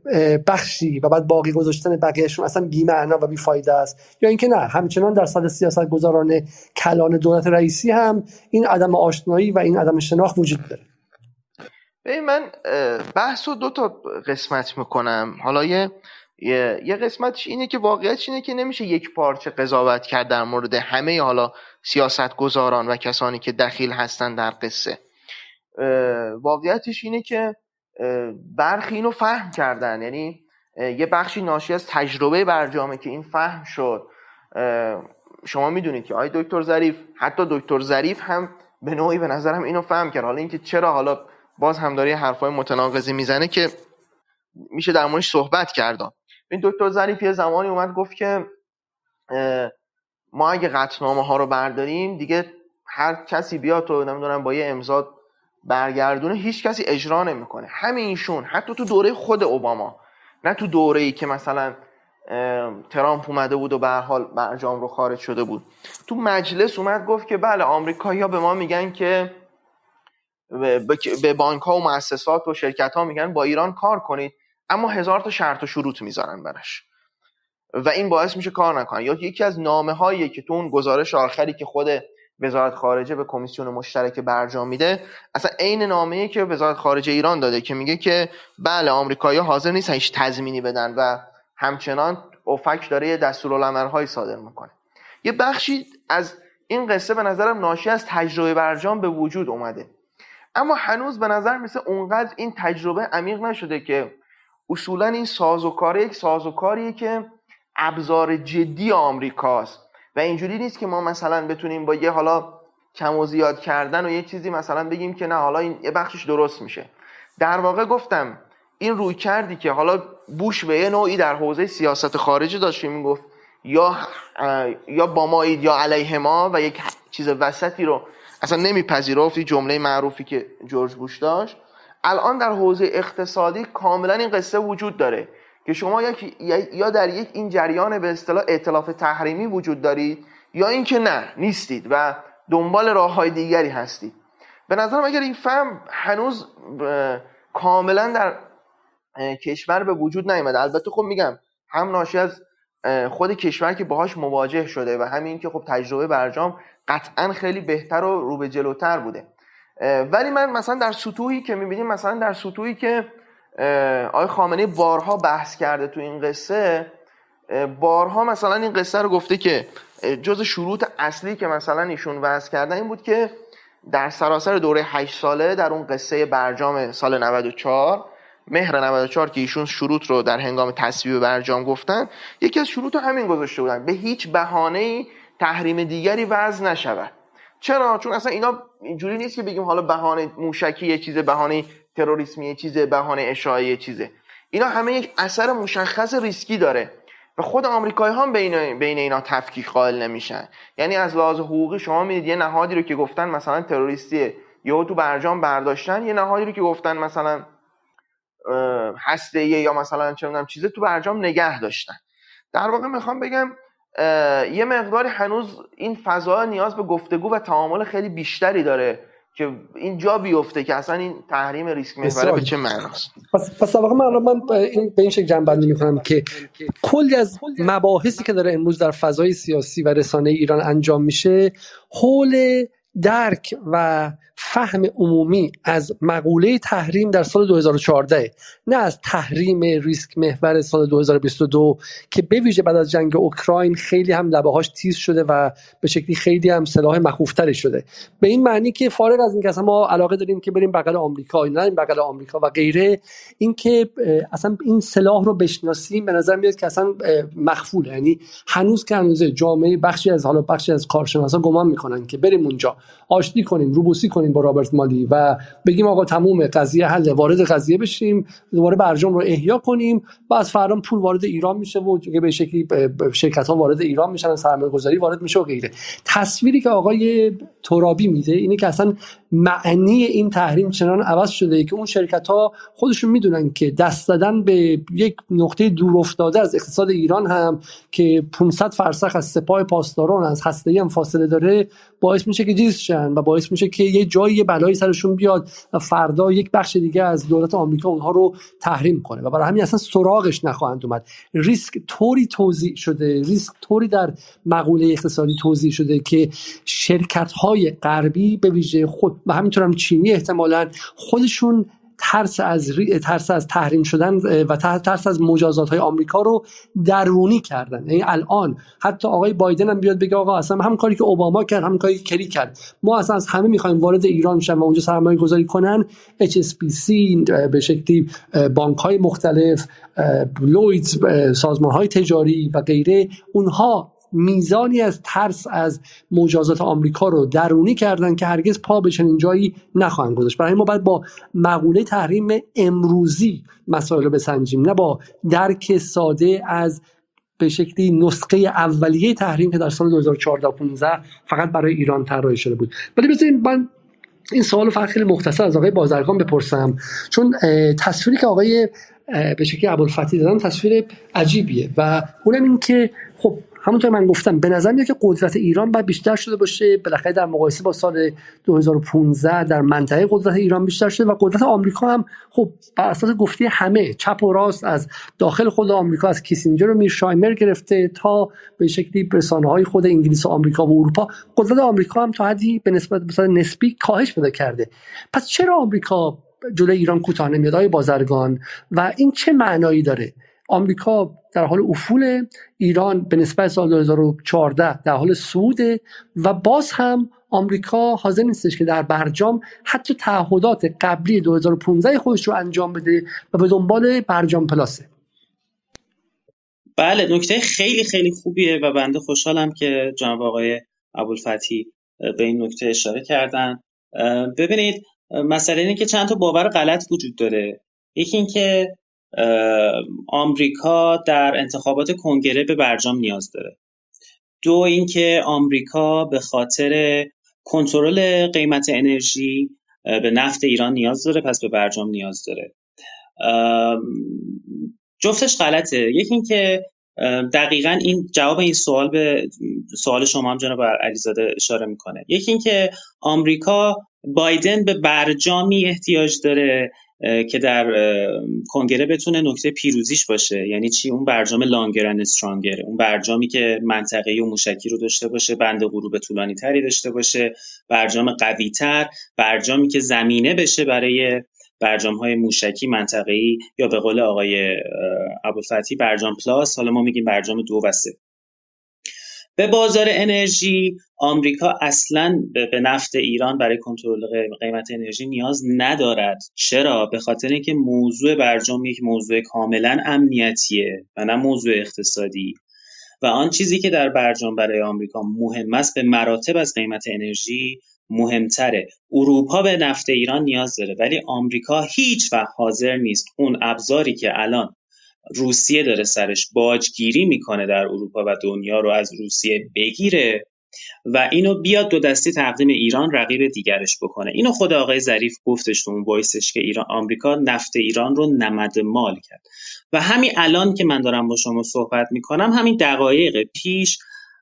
بخشی و بعد باقی گذاشتن بقیه‌شون اصلا بی‌معنا و بی‌فایده است، یا اینکه نه همچنان در سال سیاستگزاران کلان دولت رئیسی هم این عدم آشنایی و این عدم شناخت وجود داره؟ ببین من بحث رو 2 تا قسمت میکنم. حالا یه قسمتش اینه که واقعیتش اینه که نمیشه یک پارچه قضاوت کرد در مورد همه حالا سیاستگزاران و کسانی که دخیل هستن در قصه. واقعیتش اینه که برخی اینو فهم کردن، یعنی یه بخشی ناشی از تجربه برجامه که این فهم شد. شما میدونید که آقای دکتر ظریف، حتی دکتر ظریف هم به نوعی به نظرم اینو فهم کرد. حالا اینکه چرا، حالا باز هم داره حرفای متناقضی میزنه که میشه در موردش صحبت کرد. این دکتر ظریف یه زمانی اومد گفت که ما اگه قطعنامه ها رو برداریم دیگه هر کسی بیاد تو نمیدونم با یه امضا برگردونه، هیچ کسی اجرا نمیکنه. همینشون حتی تو دوره خود اوباما، نه تو دوره‌ای که مثلا ترامپ اومده بود و به هر حال برجام رو خارج شده بود، تو مجلس اومد گفت که بله آمریکایی‌ها به ما میگن که به بانک‌ها و مؤسسات و شرکت‌ها میگن با ایران کار کنید، اما 1000 تا شرط و شروط میذارن براش و این باعث میشه کار نکنن. یا یکی از نامه‌هایی که تو اون گزارش آخری که خود وزارت خارجه به کمیسیون مشترک برجام میده، اصلا عین نامه‌ای که وزارت خارجه ایران داده که میگه که بله آمریکایی‌ها حاضر نیستن هیچ تضمینی بدن و همچنان اوفک داره یه دستورالعمل‌های صادر میکنه. یه بخشی از این قصه به نظرم ناشی از تجربه برجام به وجود اومده، اما هنوز به نظر میسه اونقدر این تجربه عمیق نشده که اصولا این سازوکار یک سازوکاریه که ابزار جدی آمریکاست و اینجوری نیست که ما مثلا بتونیم با یه حالا کم و زیاد کردن و یه چیزی مثلا بگیم که نه حالا این یه بخشش درست میشه. در واقع گفتم این روی کردی که حالا بوش به یه نوعی در حوزه سیاست خارجی داشت میگفت یا با مایید یا علیه ما و یک چیز وسطی رو اصلا نمیپذیرفت، جمله معروفی که جورج بوش داشت، الان در حوزه اقتصادی کاملا این قصه وجود داره که شما یا در یک این جریان به اصطلاح ائتلاف تحریمی وجود دارید یا اینکه نه نیستید و دنبال راههای دیگری هستید. به نظرم اگر این فهم هنوز کاملا در کشور به وجود نیامده، البته خب میگم هم ناشی از خود کشور که باهاش مواجه شده و همین که خب تجربه برجام قطعا خیلی بهتر و رو به جلوتر بوده، ولی من مثلا در سطوحی که میبینیم، مثلا در سطوحی که آقای خامنه‌ای بارها بحث کرده تو این قصه، بارها مثلا این قصه رو گفته که جز شروط اصلی که مثلا ایشون وضع کردن این بود که در سراسر دوره 8 ساله در اون قصه برجام سال 94 مهر 94 که ایشون شروط رو در هنگام تصویب برجام گفتن، یکی از شروط رو همین گذاشته بودن، به هیچ بهانه‌ای تحریم دیگری وضع نشود. چرا؟ چون اصلا اینا اینجوری نیست که بگیم حالا بهانه موشکی یه چیزه، بهانه تروریسمی یه چیزه، بهانه اشاعه یه چیزه. اینا همه یک اثر مشخص ریسکی داره و خود آمریکایی‌ها هم بین اینا تفکیک قائل نمیشن. یعنی از لحاظ حقوقی شما میدید یه نهادی رو که گفتن مثلا تروریستیه یا تو برجام برداشتن، یه نهادی رو که گفتن مثلا هسته‌ایه یا مثلا چه می‌دونم چیزه تو برجام نگه داشتن. در واقع میخوام بگم یه مقداری هنوز این فضا نیاز به گفتگو و تعامل خیلی بیشتری داره که این جا بیفته که اصلا این تحریم ریسک محوره به چه معناست. پس در واقع من به این شکل جنبندی میکنم که کلی از مباحثی که داره امروز در فضای سیاسی و رسانه ایران انجام میشه حول درک و فهم عمومی از مقوله تحریم در سال 2014 نه از تحریم ریسک محور سال 2022 که به ویژه بعد از جنگ اوکراین خیلی هم لبه‌هاش تیز شده و به شکلی خیلی هم سلاح مخوفتری شده، به این معنی که فارغ از اینکه اصلا ما علاقه داریم که بریم بغل آمریکا نه این بغل آمریکا و غیره، اینکه اصلا این سلاح رو بشناسیم به نظر میاد که اصلا مخفوله. یعنی هنوز که هنوزه جامعه بخشی از کارشناسا گمان میکنن که بریم اونجا آشتی کنیم، روبوسی کنیم با رابرت مالی و بگیم آقا تموم قضیه حل، وارد قضیه بشیم، دوباره برجام رو احیا کنیم، بعد فردا پول وارد ایران میشه و به شکلی شرکت ها وارد ایران میشن، سرمایه‌گذاری وارد میشه و غیره. تصویری که آقای ترابی میده اینه که اصلا معنی این تحریم چنان عوض شده که اون شرکت ها خودشون میدونن که دست دادن به یک نقطه دور افتاده از اقتصاد ایران هم که 500 فرسخ از سپاه پاسداران از هسته‌ای هم فاصله داره باعث میشه که جیز شن و باعث میشه که یه جایی بلایی سرشون بیاد و فردا یک بخش دیگه از دولت آمریکا اونها رو تحریم کنه و برای همین اصلا سراغش نخواهند اومد. ریسک طوری توزیع شده، ریسک طوری در مقوله اقتصادی توزیع شده که شرکت‌های غربی به ویژه خود و همینطور هم چینی احتمالاً خودشون ترس از تحریم شدن و ترس از مجازات‌های آمریکا رو درونی کردن. یعنی الان حتی آقای بایدن هم بیاد بگه آقا اصلا هم کاری که اوباما کرد هم کاری که کری کرد، ما اصلا از همه می‌خوایم وارد ایران شن و اونجا سرمایه گذاری کنن، HSBC به شکلی بانک‌های مختلف، لویدز، سازمان‌های تجاری و غیره، اونها میزانی از ترس از مجازات آمریکا رو درونی کردن که هرگز پا به چنین جایی نخواهند گذاشت. برای ما باید با مقوله تحریم امروزی مسائل رو بسنجیم، نه با درک ساده از به شکلی نسخه اولیه تحریم که در سال 2014 و 15 فقط برای ایران طراحی شده بود. ولی بذارید من این سوالو فقط خیلی مختصر از آقای بازرگان بپرسم، چون تصویری که آقای به شکلی ابوالفتحی دادن تصویر عجیبیه و اونم این که خب همونطور من گفتم به نظر میاد که قدرت ایران باید بیشتر شده باشه، بالاخره در مقایسه با سال 2015 در منطقه قدرت ایران بیشتر شده و قدرت آمریکا هم خب بر اساس گفته همه چپ و راست از داخل خود آمریکا از کیسینجر و میرشایمر گرفته تا به شکلی رسانه‌های خود انگلیس و آمریکا و اروپا، قدرت آمریکا هم تا حدی به نسبت نسبی کاهش پیدا کرده. پس چرا آمریکا جلوی ایران کوتاه نمیاد آقای بازرگان و این چه معنایی داره؟ آمریکا در حال افول، ایران به نسبت سال 2014 در حال صعوده و باز هم آمریکا حاضر نیستش که در برجام حتی تعهدات قبلی 2015 خودش رو انجام بده و به دنبال برجام پلاسه. بله، نکته خیلی خیلی خوبیه و بنده خوشحالم که جناب آقای ابوالفتحی به این نکته اشاره کردن. ببینید مسئله اینه که چند تا باور غلط وجود داره. یکی این که آمریکا در انتخابات کنگره به برجام نیاز داره. دو اینکه آمریکا به خاطر کنترل قیمت انرژی به نفت ایران نیاز داره، پس به برجام نیاز داره. جفتش غلطه. یکی اینکه دقیقاً این جواب این سوال به سوال شما هم جناب علیزاده اشاره میکنه. یکی اینکه آمریکا بایدن به برجامی احتیاج داره که در کنگره بتونه نکته پیروزیش باشه. یعنی چی؟ اون برجام لانگر اند استرانگر، اون برجامی که منطقه‌ای و موشکی رو داشته باشه، بند غروب طولانی تری داشته باشه، برجام قوی تر، برجامی که زمینه بشه برای برجام‌های موشکی منطقه‌ای یا به قول آقای ابوالفتحی برجام پلاس، حالا ما میگیم برجام 2 و 3. به بازار انرژی آمریکا اصلاً به نفت ایران برای کنترل قیمت انرژی نیاز ندارد. چرا؟ به خاطر اینکه موضوع برجام یک موضوع کاملاً امنیتیه و نه موضوع اقتصادی و آن چیزی که در برجام برای آمریکا مهم است به مراتب از قیمت انرژی مهمتره. اروپا به نفت ایران نیاز داره ولی آمریکا هیچ وقت حاضر نیست اون ابزاری که الان روسیه داره سرش باجگیری میکنه در اروپا و دنیا رو از روسیه بگیره و اینو بیاد دو دستی تقدیم ایران رقیب دیگرش بکنه. اینو خود آقای ظریف گفتش تو اون وایسش که آمریکا نفت ایران رو نمدمال کرد و همین الان که من دارم با شما صحبت میکنم همین دقایق پیش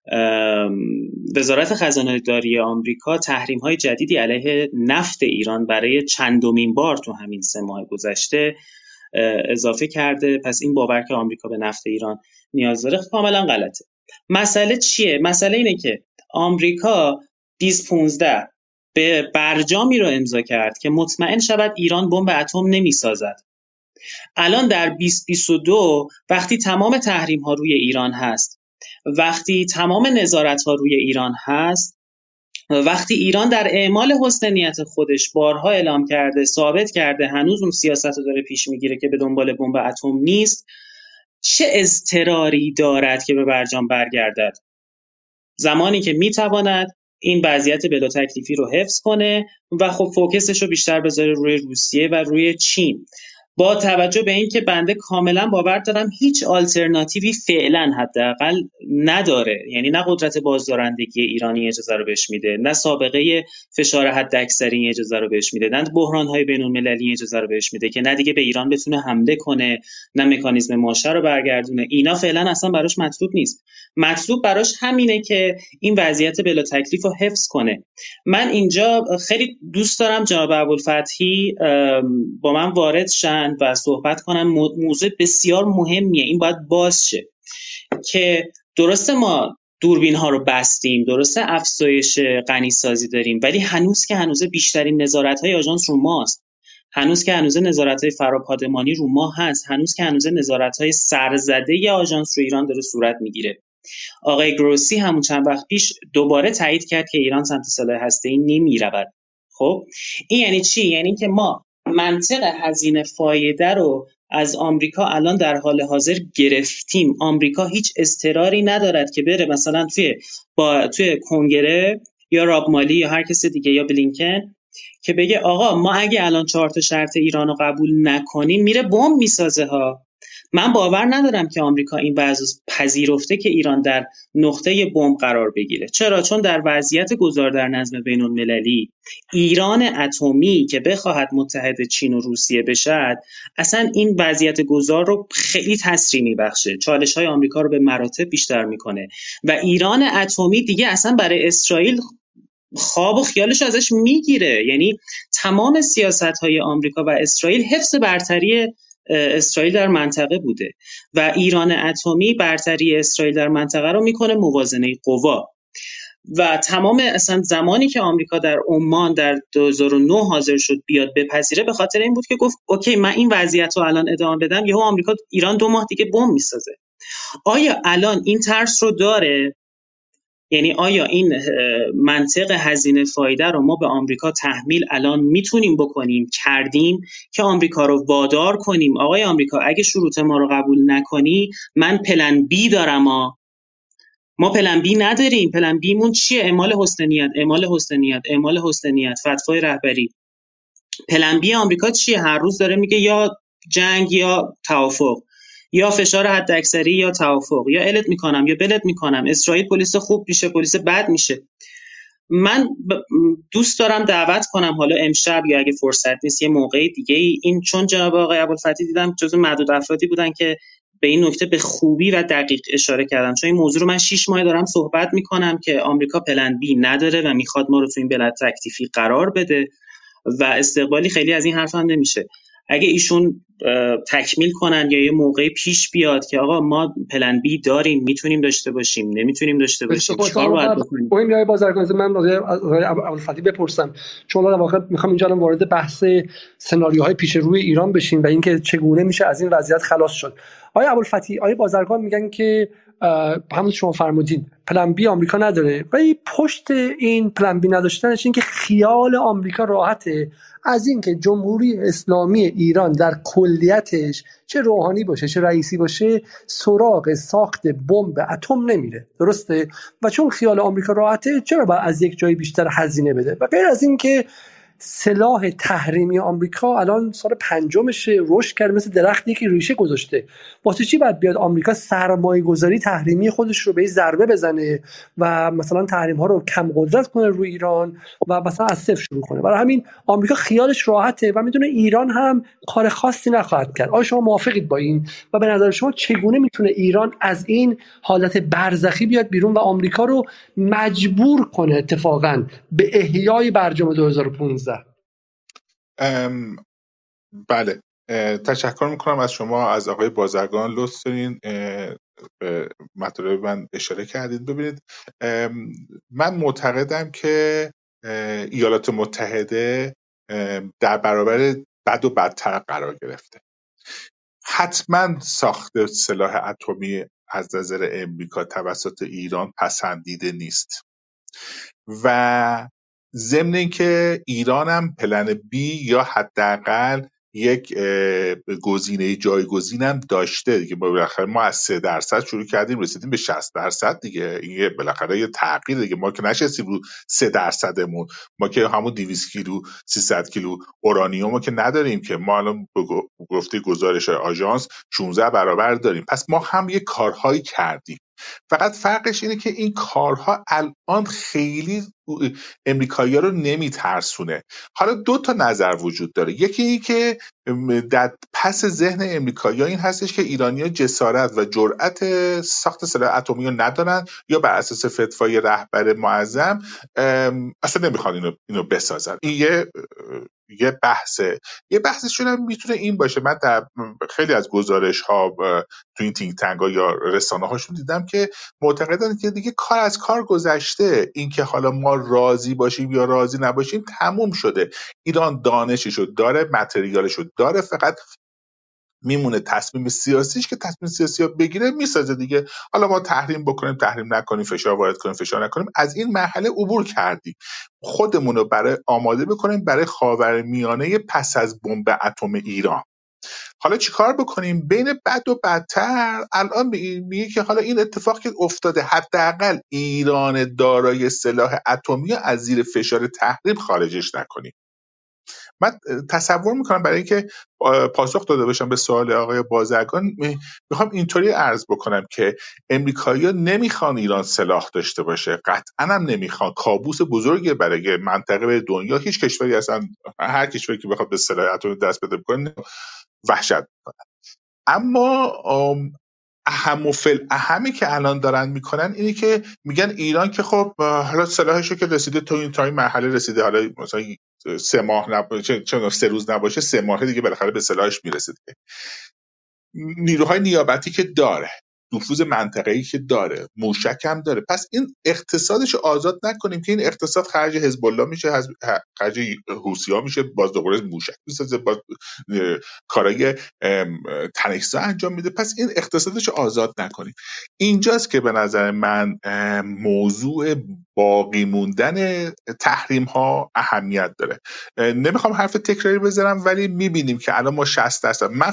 وزارت خزانه داری آمریکا تحریم‌های جدیدی علیه نفت ایران برای چندمین بار تو همین 3 ماه گذشته اضافه کرده. پس این باور که آمریکا به نفت ایران نیاز داره کاملا غلطه. مسئله چیه؟ مسئله اینه که آمریکا 2015 به برجامی رو امضا کرد که مطمئن شود ایران بمب اتم نمی‌سازد. الان در 2022 وقتی تمام تحریم‌ها روی ایران هست، وقتی تمام نظارت‌ها روی ایران هست، وقتی ایران در اعمال حسن نیت خودش بارها اعلام کرده، ثابت کرده هنوز اون سیاست رو داره پیش میگیره که به دنبال بمب اتم نیست، چه اضطراری دارد که به برجام برگردد؟ زمانی که میتواند این وضعیت بلا تکلیفی رو حفظ کنه و خب فوکسش رو بیشتر بذاره روی روسیه و روی چین. با توجه به این که بنده کاملا باور دارم هیچ آلترناتیوی فعلا حداقل نداره، یعنی نه قدرت بازدارندگی ایرانی اجازه رو بهش میده، نه سابقه فشار حداکثری اجازه رو بهش میده، نه بحران‌های بین‌المللی اجازه رو بهش میده که نه دیگه به ایران بتونه حمله کنه، نه مکانیزم ماشه رو برگردونه. اینا فعلا اصلا براش مطلوب نیست. مطلوب براش همینه که این وضعیت بلا تکلیف رو حفظ کنه. من اینجا خیلی دوست دارم جناب ابوالفتحی با من وارد شن و صحبت کنن. موضوع بسیار مهمیه، این باید باز شه که درسته ما دوربین ها رو بستیم، درسته افزایش غنیسازی داریم، ولی هنوز که هنوز بیشترین نظارت های آژانس رو ماست، هنوز که هنوز نظارت های فراپادمانی رو ما هست، هنوز که هنوز نظارت های سرزده آژانس رو ایران داره صورت میگیره. آقای گروسی همون چند وقت پیش دوباره تایید کرد که ایران سمت سلاح هسته‌ای نمی‌رود. خب این یعنی چی؟ یعنی که ما منطق هزینه فایده رو از آمریکا الان در حال حاضر گرفتیم. آمریکا هیچ اضطراری ندارد که بره مثلا توی کنگره یا راب مالی یا هر کس دیگه یا بلینکن که بگه آقا ما اگه الان 4 تا شرط ایران رو قبول نکنیم میره بمب میسازه ها. من باور ندارم که آمریکا این وضع پذیرفته که ایران در نقطه بمب قرار بگیره. چرا؟ چون در وضعیت گذار در نظم بین‌المللی ایران اتمی که بخواهد متحد چین و روسیه بشد، اصلا این وضعیت گذار رو خیلی تسریع میبخشه، چالش‌های آمریکا رو به مراتب بیشتر میکنه و ایران اتمی دیگه اصلا برای اسرائیل خواب و خیالش ازش میگیره. یعنی تمام سیاست‌های آمریکا و اسرائیل حفظ برتری اسرائیل در منطقه بوده و ایران اتمی برتری اسرائیل در منطقه رو میکنه موازنه قوا. و تمام اصلا زمانی که آمریکا در عمان در 2009 حاضر شد بیاد بپذیره به خاطر این بود که گفت اوکی من این وضعیت رو الان ادامه بدم یهو آمریکا ایران 2 ماه دیگه بمب میسازه. آیا الان این ترس رو داره؟ یعنی آیا این منطق هزینه فایده رو ما به آمریکا تحمیل الان میتونیم بکنیم، کردیم که آمریکا رو وادار کنیم آقای آمریکا اگه شروط ما رو قبول نکنی من پلن بی دارم ما پلن بی نداریم. پلن بی مون چیه؟ اعمال حسن نیت، فتوای رهبری. پلن بی آمریکا چیه؟ هر روز داره میگه یا جنگ یا توافق، یا فشار حداکثری یا توافق، یا الت میکنم یا بلت میکنم، اسرائیل پلیس خوب میشه پلیس بد میشه. من دوست دارم دعوت کنم حالا امشب یا اگه فرصت نیست یه موقع دیگه این، چون جناب آقای ابوالفتحی دیدم جزو معدود افرادی بودن که به این نکته به خوبی و دقیق اشاره کردم، چون این موضوع رو من 6 ماه دارم صحبت میکنم که آمریکا پلن بی نداره و میخواد ما رو تو این بلا تکلیفی قرار بده و استقبالی خیلی از این حرف هم نمیشه. اگه ایشون تکمیل کنن یا یه موقعی پیش بیاد که آقا ما پلن بی داریم، میتونیم داشته باشیم، نمیتونیم داشته باشیم، چیکار باید بکنیم؟ این میای بازرگانی من آقای ابوالفتحی بپرسم، چون در واقع میخوام اینجا الان وارد بحث سناریوهای پیش روی ایران بشیم و اینکه چگونه میشه از این وضعیت خلاص شد. آقای ابوالفتحی، آقای بازرگان میگن که همون شما فرمودید پلن بی آمریکا نداره، ولی پشت این پلن بی نداشتنش این که خیال آمریکا راحته از اینکه جمهوری اسلامی ایران در کلیتش چه روحانی باشه چه رئیسی باشه سراغ ساخت بمب اتم نمیره. درسته؟ و چون خیال آمریکا راحته چرا باید از یک جای بیشتر هزینه بده؟ و غیر از این که سلاح تحریمی آمریکا الان سال 5مشه، رشد کرده مثل درختی که ریشه گذاشته. واسه چی باید بیاد آمریکا سرمایه گذاری تحریمی خودش رو به این ضربه بزنه و مثلا تحریم ها رو کم قدرت کنه روی ایران و مثلا از صفر شروع کنه؟ برای همین آمریکا خیالش راحته و میدونه ایران هم کار خاصی نخواهد کرد. آیا شما موافقید با این؟ و به نظر شما چگونه میتونه ایران از این حالت برزخی بیاد بیرون و آمریکا رو مجبور کنه اتفاقا به احیای برجام 2015؟ بله، تشکر میکنم از شما، از آقای بازرگان. لطف دارین به مطالب من اشاره کردید. ببینید، من معتقدم که ایالات متحده در برابر بد و بدتر قرار گرفته. حتما ساخت سلاح اتمی از نظر امریکا توسط ایران پسندیده نیست و ضمن اینکه ایران هم پلن بی یا حداقل یک گزینه جایگزینم داشته دیگه. بالاخره ما از 3% شروع کردیم رسیدیم به 60% دیگه. این بالاخره یه تغییر دیگه. ما که نشستیم رو 3%مون، ما که همون 200 کیلو 300 کیلو اورانیوم که نداریم که. ما الان گفته گزارش آژانس 16 برابر داریم. پس ما هم یه کارهایی کردیم، فقط فرقش اینه که این کارها الان خیلی امریکایی‌ها رو نمیترسونه. حالا 2 تا نظر وجود داره. یکی این که در پس ذهن امریکایی‌ها این هستش که ایرانی‌ها جسارت و جرأت ساخت سلاح اتمی رو ندارن یا بر اساس فتوای رهبر معظم اصلا نمیخوان اینو بسازن. این یه بحثه. یه بحثشون هم میتونه این باشه، من در خیلی از گزارش‌ها تو این تینک تنگ‌ها یا رسانه‌هاشون دیدم که معتقدن که دیگه کار از کار گذشته، این که حالا ما راضی باشیم یا راضی نباشیم تموم شده. ایران دانششو داره، متریالشو داره، فقط میمونه تصمیم سیاسیش که تصمیم سیاسی ها بگیره میسازه دیگه. حالا ما تحریم بکنیم، تحریم نکنیم، فشار وارد کنیم، فشار نکنیم، از این مرحله عبور کردیم. خودمون رو برای آماده بکنیم برای خاورمیانه پس از بمب اتم ایران. حالا چیکار بکنیم؟ بین بد و بدتر الان میگه که حالا این اتفاق که افتاده حداقل ایران دارای سلاح اتمی از زیر فشار تحریم خارجش نکنیم. من تصور میکنم برای اینکه پاسخ داده باشم به سوال آقای بازرگان، میخوام اینطوری عرض بکنم که امریکایی‌ها نمیخوان ایران سلاح داشته باشه، قطعاً هم نمیخوان. کابوس بزرگی برای منطقه دنیا. هیچ کشوری اصلا، هر کشوری که بخواد به سلاح اتمی دست پیدا کنه وحشت میکنه. اما اهم و فالاهمی که الان دارن میکنن اینه که میگن ایران که خب حالا سلاحشو که رسیده تو این مرحله رسیده، حالا مثلا 3 ماه چه 3 روز نباشه 3 ماه دیگه بالاخره به سلاحش میرسه دیگه. نیروهای نیابتی که داره، نفوذ منطقه‌ای که داره، موشک هم داره. پس این اقتصادش آزاد نکنیم که این اقتصاد خرج حزب الله میشه، خرج حوثی‌ها میشه، باز دوباره موشک میسازه، باز کارهای تنش‌زا انجام میده. پس این اقتصادش آزاد نکنیم. اینجاست که به نظر من موضوع باقی موندن تحریم ها اهمیت داره. نمیخوام حرف تکراری بزنم، ولی میبینیم که الان ما 60%، من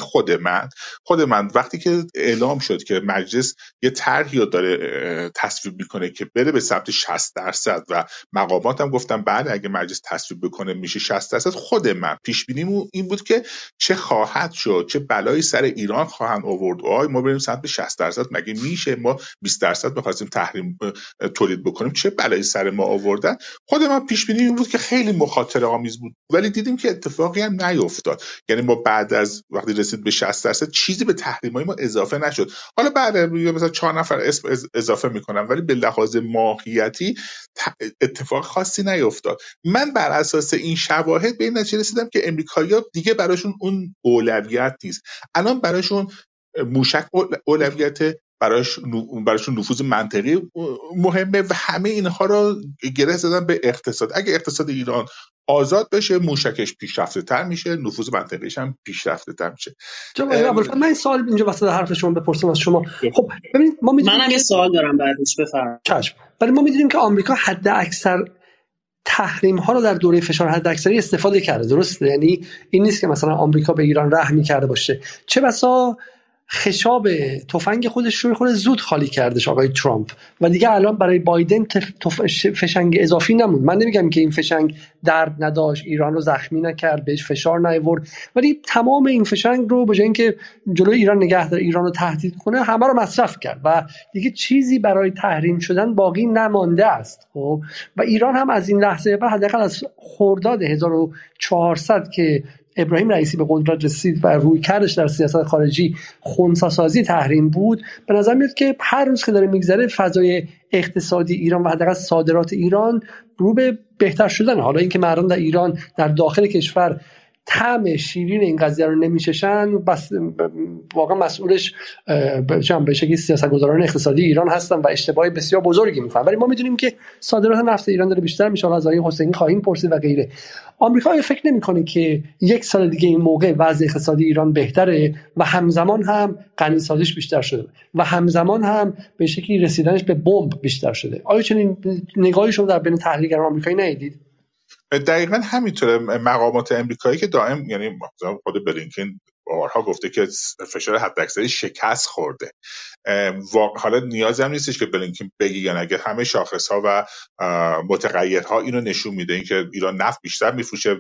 خود من وقتی که اعلام شد که مجلس یه طرحی رو داره تصویب میکنه که بره به سمت 60% و مقامات هم گفتم بله اگه مجلس تصویب بکنه میشه 60%، خود من پیش بینیم این بود که چه خواهد شد، چه بلایی سر ایران خواهند آورد. ما بریم سمت 60%، مگه میشه ما 20% بخواستیم تحریم تولید بکنیم چه بلایی سر ما آوردن. خود من پیش بینی این بود که خیلی مخاطره آمیز بود، ولی دیدیم که اتفاقی هم نیفتاد. یعنی ما بعد از وقتی رسید به 60% چیزی به تحریم‌های ما اضافه نشد. حالا بعد مثلا 4 نفر اسم اضافه میکنم، ولی به لحاظ ماهیتی اتفاق خاصی نیفتاد. من بر اساس این شواهد به این نتیجه رسیدم که امریکایی‌ها دیگه براشون اون اولویت نیست. الان براشون موشک اولویت، براشون نفوذ منطقی مهمه و همه اینها رو گره زدن به اقتصاد. اگه اقتصاد ایران آزاد بشه، موشکش پیشرفته تر میشه، نفوذ منطقیش هم پیشرفته تر میشه. من این سوال اینجا وسط حرف شما بپرسم از شما. خب ببینید ما میدونیم، منم یه سوال دارم بعدش، بفرمایید. چشم. ولی ما میدونیم که آمریکا حد اکثر تحریم ها رو در دوره فشار حد اکثری استفاده کرده، درسته؟ یعنی این نیست که مثلا آمریکا به ایران رحمی کرده باشه. چه بسا خشاب تفنگ خودش رو خود زود خالی کردش آقای ترامپ و دیگه الان برای بایدن فشنگ اضافی نموند. من نمیگم که این فشنگ درد نداشت، ایران رو زخمی نکرد، بهش فشار نیاورد، ولی تمام این فشنگ رو به جای اینکه جلوی ایران نگه داره، ایران رو تهدید کنه، همه رو مصرف کرد و دیگه چیزی برای تحریم شدن باقی نمانده است. خب و ایران هم از این لحظه بعد حداقل از خرداد 1400 که ابراهیم رئیسی به قدرت رسید و رویکردش در سیاست خارجی خنثی‌سازی تحریم بود، به نظر میاد که هر روز که داره میگذره فضای اقتصادی ایران و حداقل صادرات ایران رو به بهتر شدن. حالا اینکه مردم در ایران در داخل کشور طعم شیرین این قضیه رو نمیچشن، بس واقعا مسئولش به شکلی سیاستگزاران اقتصادی ایران هستن و اشتباه بسیار بزرگی میکنن. ولی ما میدونیم که صادرات نفت ایران داره بیشتر میشه. از آقای حسینی خواهیم پرسید و غیره. آمریکا فکر نمیکنه که یک سال دیگه این موقع وضع اقتصادی ایران بهتره و همزمان هم غنی‌سازیش بیشتر شده و همزمان هم به شکلی رسیدنش به بمب بیشتر شده؟ آیا چنین نگاهی شما در بین تحلیلگران آمریکایی ندیدید؟ دقیقاً همینطوره. مقامات امریکایی که دائم، یعنی خود بلینکن بارها گفته که فشار حداکثری شکست خورده. حالا نیاز هم نیستش که بلینکن بگه، یعنی اگه همه شاخص‌ها و متغیرها اینو نشون میده، اینکه ایران نفت بیشتر میفروشه،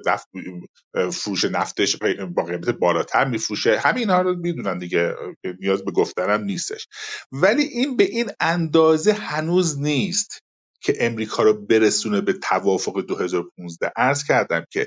فروش نفتش با قیمت بالاتر میفروشه، همینا رو میدونن دیگه، نیاز به گفتن هم نیستش. ولی این به این اندازه هنوز نیست که امریکا رو برسونه به توافق 2015. عرض کردم که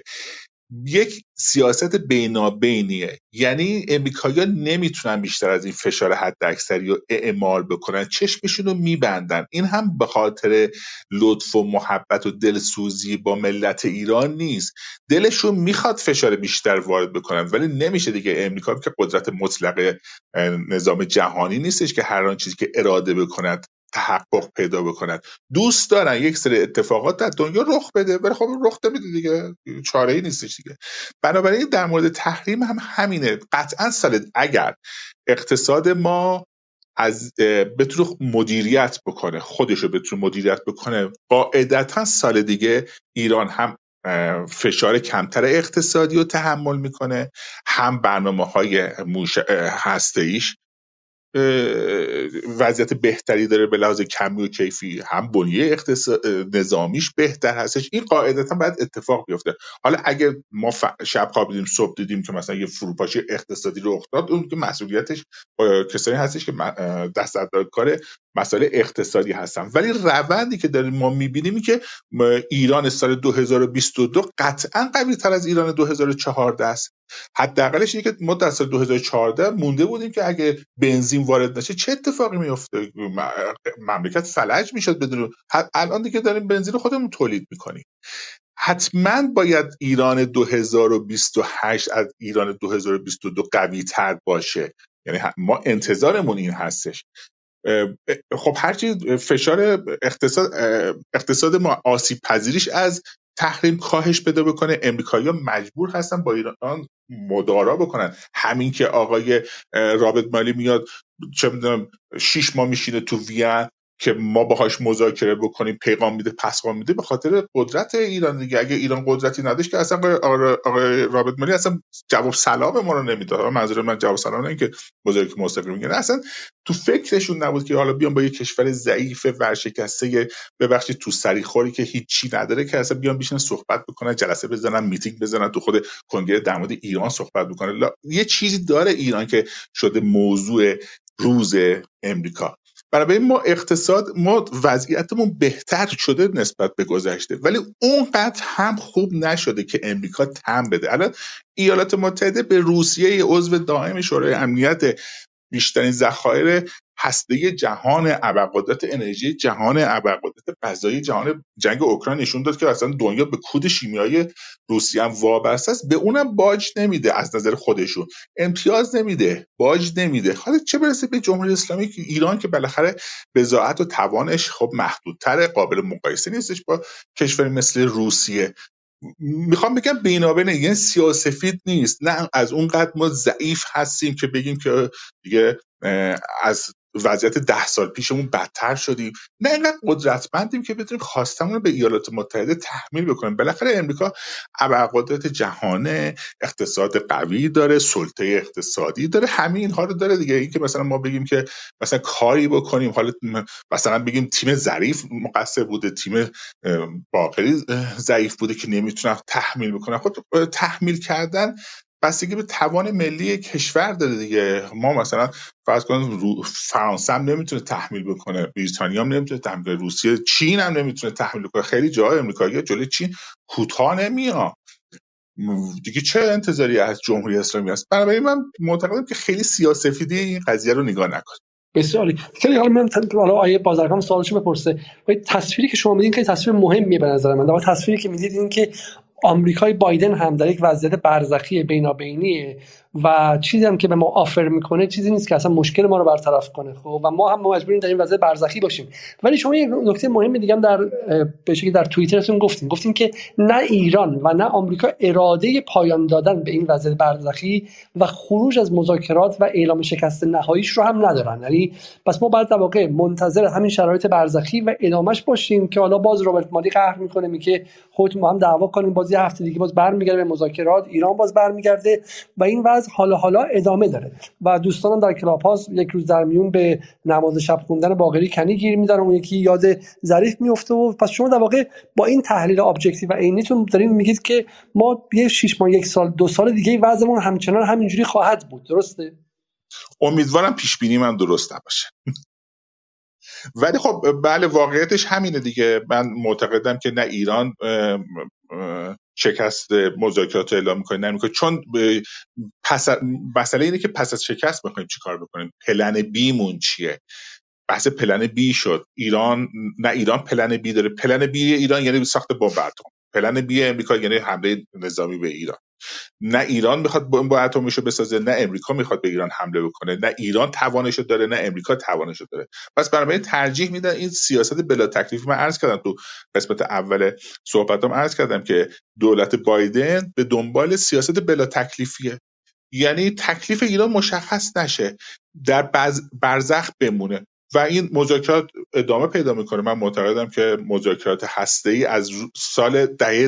یک سیاست بینابینیه، یعنی امریکایی‌ها نمیتونن بیشتر از این فشار حداکثری رو اعمال بکنن، چشمشون رو میبندن. این هم به خاطر لطف و محبت و دلسوزی با ملت ایران نیست، دلشون میخواد فشار بیشتر وارد بکنن، ولی نمیشه دیگه. امریکا که قدرت مطلق نظام جهانی نیستش که هر آن چیزی که اراده بکند تحقق پیدا بکنن. دوست دارن یک سری اتفاقات در دنیا رخ بده، ولی خب رخ نمیده دیگه، چاره‌ای نیستش دیگه. بنابراین در مورد تحریم هم همینه. قطعا اگر اقتصاد ما از بتونه مدیریت بکنه، خودشو بتونه مدیریت بکنه، قاعدتا سال دیگه ایران هم فشار کمتر اقتصادی رو تحمل میکنه، هم برنامه‌های هسته‌ایش وضعیت بهتری داره به لحاظ کمی و کیفی، هم بنیه نظامیش بهتر هستش. این قاعدتا باید اتفاق بیفته. حالا اگر ما شب خوابیدیم صبح دیدیم که مثلا یه فروپاشی اقتصادی رخ داد، اون که مسئولیتش کسانی هستش که دستاندرکار مسائل اقتصادی هستن. ولی روندی که داریم ما میبینیم که ایران سال 2022 قطعا قوی تر از ایران 2014 است. حداقلش اینه که ما در سال 2014 مونده بودیم که اگه بنزین وارد نشه چه اتفاقی میفته، مملکت فلج میشد بدون. الان دیگه داریم بنزین رو خودمون تولید میکنیم. حتما باید ایران 2028 از ایران 2022 قوی تر باشه، یعنی ما انتظارمون این هستش. خب هرچی فشار اقتصاد ما آسیب پذیریش از تحریم کاهش پیدا بکنه، امریکایی‌ها مجبور هستن با ایران مدارا بکنن. همین که آقای رابرت مالی میاد چه میدونم 6 ماه میشینه تو وین که ما باهاش مذاکره بکنیم، پیغام میده پسخان میده، به خاطر قدرت ایران دیگه. اگه ایران قدرتی نداشت که اصلا آقای رابرت مالی اصلا جواب سلام ما رو نمیداد. منظور من جواب سلام نه که مذاکره مستقیم میگن، اصلا تو فکرشون نبود که حالا بیان با یه کشور ضعیف ورشکسته، ببخشید تو سریخوری که هیچی نداره، که اصلا بیان بشینن صحبت بکنن، جلسه بزنن، میتینگ بزنن، تو خود کنگره در مورد ایران صحبت بکنن. یه چیزی داره ایران که شده موضوع روز امریکا. برای ما ما وضعیتمون بهتر شده نسبت به گذشته، ولی اونقدر هم خوب نشده که امریکا تم بده. الان ایالات متحده به روسیه عضو دائم شورای امنیت بیشترین ذخایر هسته جهان، ابرقدرت انرژی جهان، ابرقدرت غذایی جهان. جنگ اوکراین نشون داد که اصلا دنیا به کود شیمیایی روسیه هم وابسته است، به اونم باج نمیده، از نظر خودشون امتیاز نمیده، باج نمیده. حالا چه برسه به جمهوری اسلامی که ایران که بالاخره بضاعت و توانش خب محدودتره، قابل مقایسه نیستش با کشوری مثل روسیه. میخوام بگم بینابینه، یعنی سیاسفید نیست، نه از اون قدر ما ضعیف هستیم که بگیم که دیگه از وضعیت 10 سال پیشمون بدتر شدیم، نه اینقدر قدرتمندیم که بتونیم خواستمون رو به ایالات متحده تحمیل بکنیم. بالاخره امریکا ابرقدرت جهانه، اقتصاد قوی داره، سلطه اقتصادی داره، همه اینها رو داره دیگه. این که مثلا ما بگیم که مثلا کاری بکنیم، حالا مثلا بگیم تیم ظریف مقصر بوده، تیم باقری ضعیف بوده که نمیتونن تحمیل بکنن، خود تحمیل کردن بستگی به توان ملی کشور داره دیگه. ما مثلا فرض کنید فرانسه هم نمیتونه تحمیل بکنه، بریتانیا هم نمیتونه تحمیل کنه، روسیه، چین هم نمیتونه تحمیل کنه، خیلی جاهای امریکایی جلوی چین کوتاه نمیاد دیگه. چه انتظاری از جمهوری اسلامی است؟ بنابراین من معتقدم که خیلی سیاسفیدی این قضیه رو نگاه نکنید. بسیاری خیلی. حالا من حالا آیه بازرگان سوالش بپرسه. تصویری که شما میدین خیلی تصویر مهمیه به نظر من. در تصویری که میدید این که آمریکای بایدن هم در یک وضعیت برزخی بینابینیه و چیزی هم که به ما آفر میکنه چیزی نیست که اصلا مشکل ما رو برطرف کنه. خب و ما هم مجبوریم در این وضعیت برزخی باشیم. ولی شما یک نکته مهم دیگه هم به شکلی در توییترتون گفتین که نه ایران و نه آمریکا اراده پایان دادن به این وضعیت برزخی و خروج از مذاکرات و اعلام شکست نهاییش رو هم ندارن. یعنی پس ما باید در واقع منتظر همین شرایط برزخی و ادامهش باشیم که حالا باز رابرت مالی قهر میکنه، میگه خودتون ما هم دعوا کنیم، باز یه هفته دیگه باز برمیگرده به مذاکرات، ایران باز برمیگرده و این وضع حالا ادامه داره. و دوستانم در کلاب هاوس یک روز در میون به نماز شب خوندن باقری کنی گیر میدن، اون یکی یاد ظریف میفته. و پس شما در واقع با این تحلیل ابجکتیو و عینیتون دارین میگید که ما یه 6 ماه، 1 سال، 2 سال دیگه وضعمون همچنان همینجوری خواهد بود. درسته؟ امیدوارم پیش بینی من درست نباشه. ولی خب بله، واقعیتش همینه دیگه. من معتقدم که نه ایران شکست مذاکرات رو اعلام میکنه، نمیکنه، چون مسئله اینه که پس از شکست میخوایم چی کار بکنیم، پلن بی مون چیه. بحث پلن بی شد. ایران پلن بی داره. پلن بی ایران یعنی ساخت بمب اتم، پلن بی امریکا یعنی حمله نظامی به ایران. نه ایران میخواد بمب اتمیشو بسازه، نه امریکا میخواد به ایران حمله بکنه، نه ایران توانشو داره نه امریکا توانشو داره. پس بنابراین ترجیح میدن این سیاست بلا تکلیفی. من عرض کردم تو قسمت اول صحبتام، عرض کردم که دولت بایدن به دنبال سیاست بلا تکلیفیه، یعنی تکلیف ایران مشخص نشه، در برزخ بمونه و این مذاکرات ادامه پیدا میکنه. من معتقدم که مذاکرات هسته‌ای از سال دهه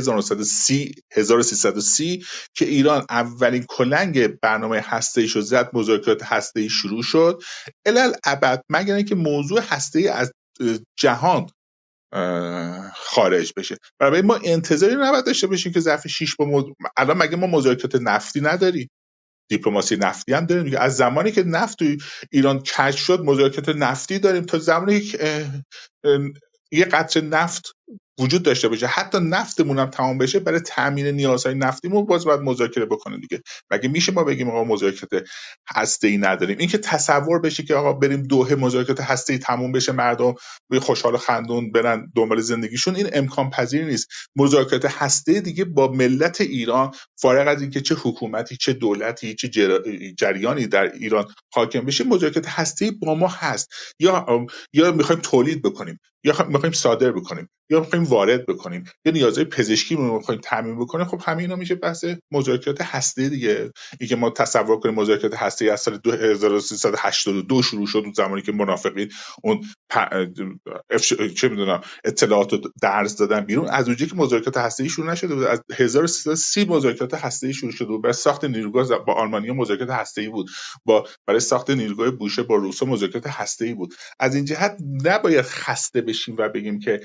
1330 که ایران اولین کلنگ برنامه هسته‌ای شو زد، مذاکرات هسته‌ای شروع شد الالعبد، مگر اینکه موضوع هسته‌ای از جهان خارج بشه. برای ما انتظاری نباید داشته باشیم که ظرف 6 الان مگه ما مذاکرات نفتی نداریم؟ دیپلماسی نفتی هم داریم دیگه. از زمانی که نفت توی ایران کشف شد مذاکرات نفتی داریم تا زمانی که یه قطره نفت وجود داشته باشه، حتی نفتمون هم تمام بشه، برای تامین نیازهای نفتیمون باز باید مذاکره بکنیم دیگه. مگه میشه ما بگیم آقا مذاکرات هسته‌ای نداریم؟ این که تصور بشه که آقا بریم دوحه مذاکرات هسته‌ای تموم بشه، مردم خوشحال و خندون برن دنبال زندگیشون، این امکان پذیر نیست. مذاکرات هسته‌ای دیگه با ملت ایران، فارغ از اینکه چه حکومتی، چه دولتی، چه جریانی در ایران حاکم بشه، مذاکرات هسته‌ای با ما هست. یا می‌خوایم تولید بکنیم، یا می‌خوایم صادر بکنیم، یا می‌خوایم وارد بکنیم، یا نیازهای پزشکی رو می‌خوایم تامین بکنیم. خب همینا میشه بحث مذاکرات هسته‌ای دیگه. اینکه ما تصور کنیم مذاکرات هسته‌ای از سال 1382 شروع شد، اون زمانی که منافقین اون چه می‌دونم اطلاعات رو درز دادن بیرون، از اونجایی که مذاکرات هسته‌ای شروع نشده بود. از 1330 مذاکرات هسته‌ای شروع شده بود. برای ساخت نیروگاه با آلمانیا مذاکرات هسته‌ای بود، برای ساخت نیروگاه بوشه با روسا مذاکرات هسته‌ای بود. از این جهت نباید خسته بشیم و بگیم که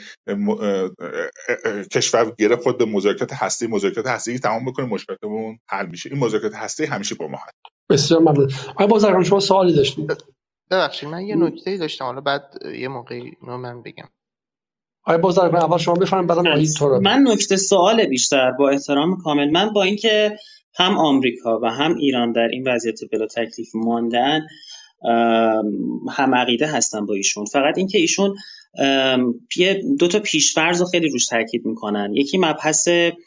کشور گره خود به مذاکرات هسته‌ای تمام بکنه مشکلاتمون حل میشه. این مذاکرات هسته‌ای همیشه با ما هست. بسیار ممنون. آقای بازرگان شما سوالی داشتید؟ ببخشید من یه نکته‌ای داشتم، حالا بعد یه موقعی اینو من بگم. آقای بازرگان اول شما بفرمایید بعدم آقای تورابی. من نکته سوال بیشتر با احترام کامل، من با اینکه هم آمریکا و هم ایران در این وضعیت بلا تکلیف ماندن، هم عقیده هستم با ایشون. فقط اینکه ایشون دو تا پیش‌فرض رو خیلی روش تاکید میکنن. یکی مبحث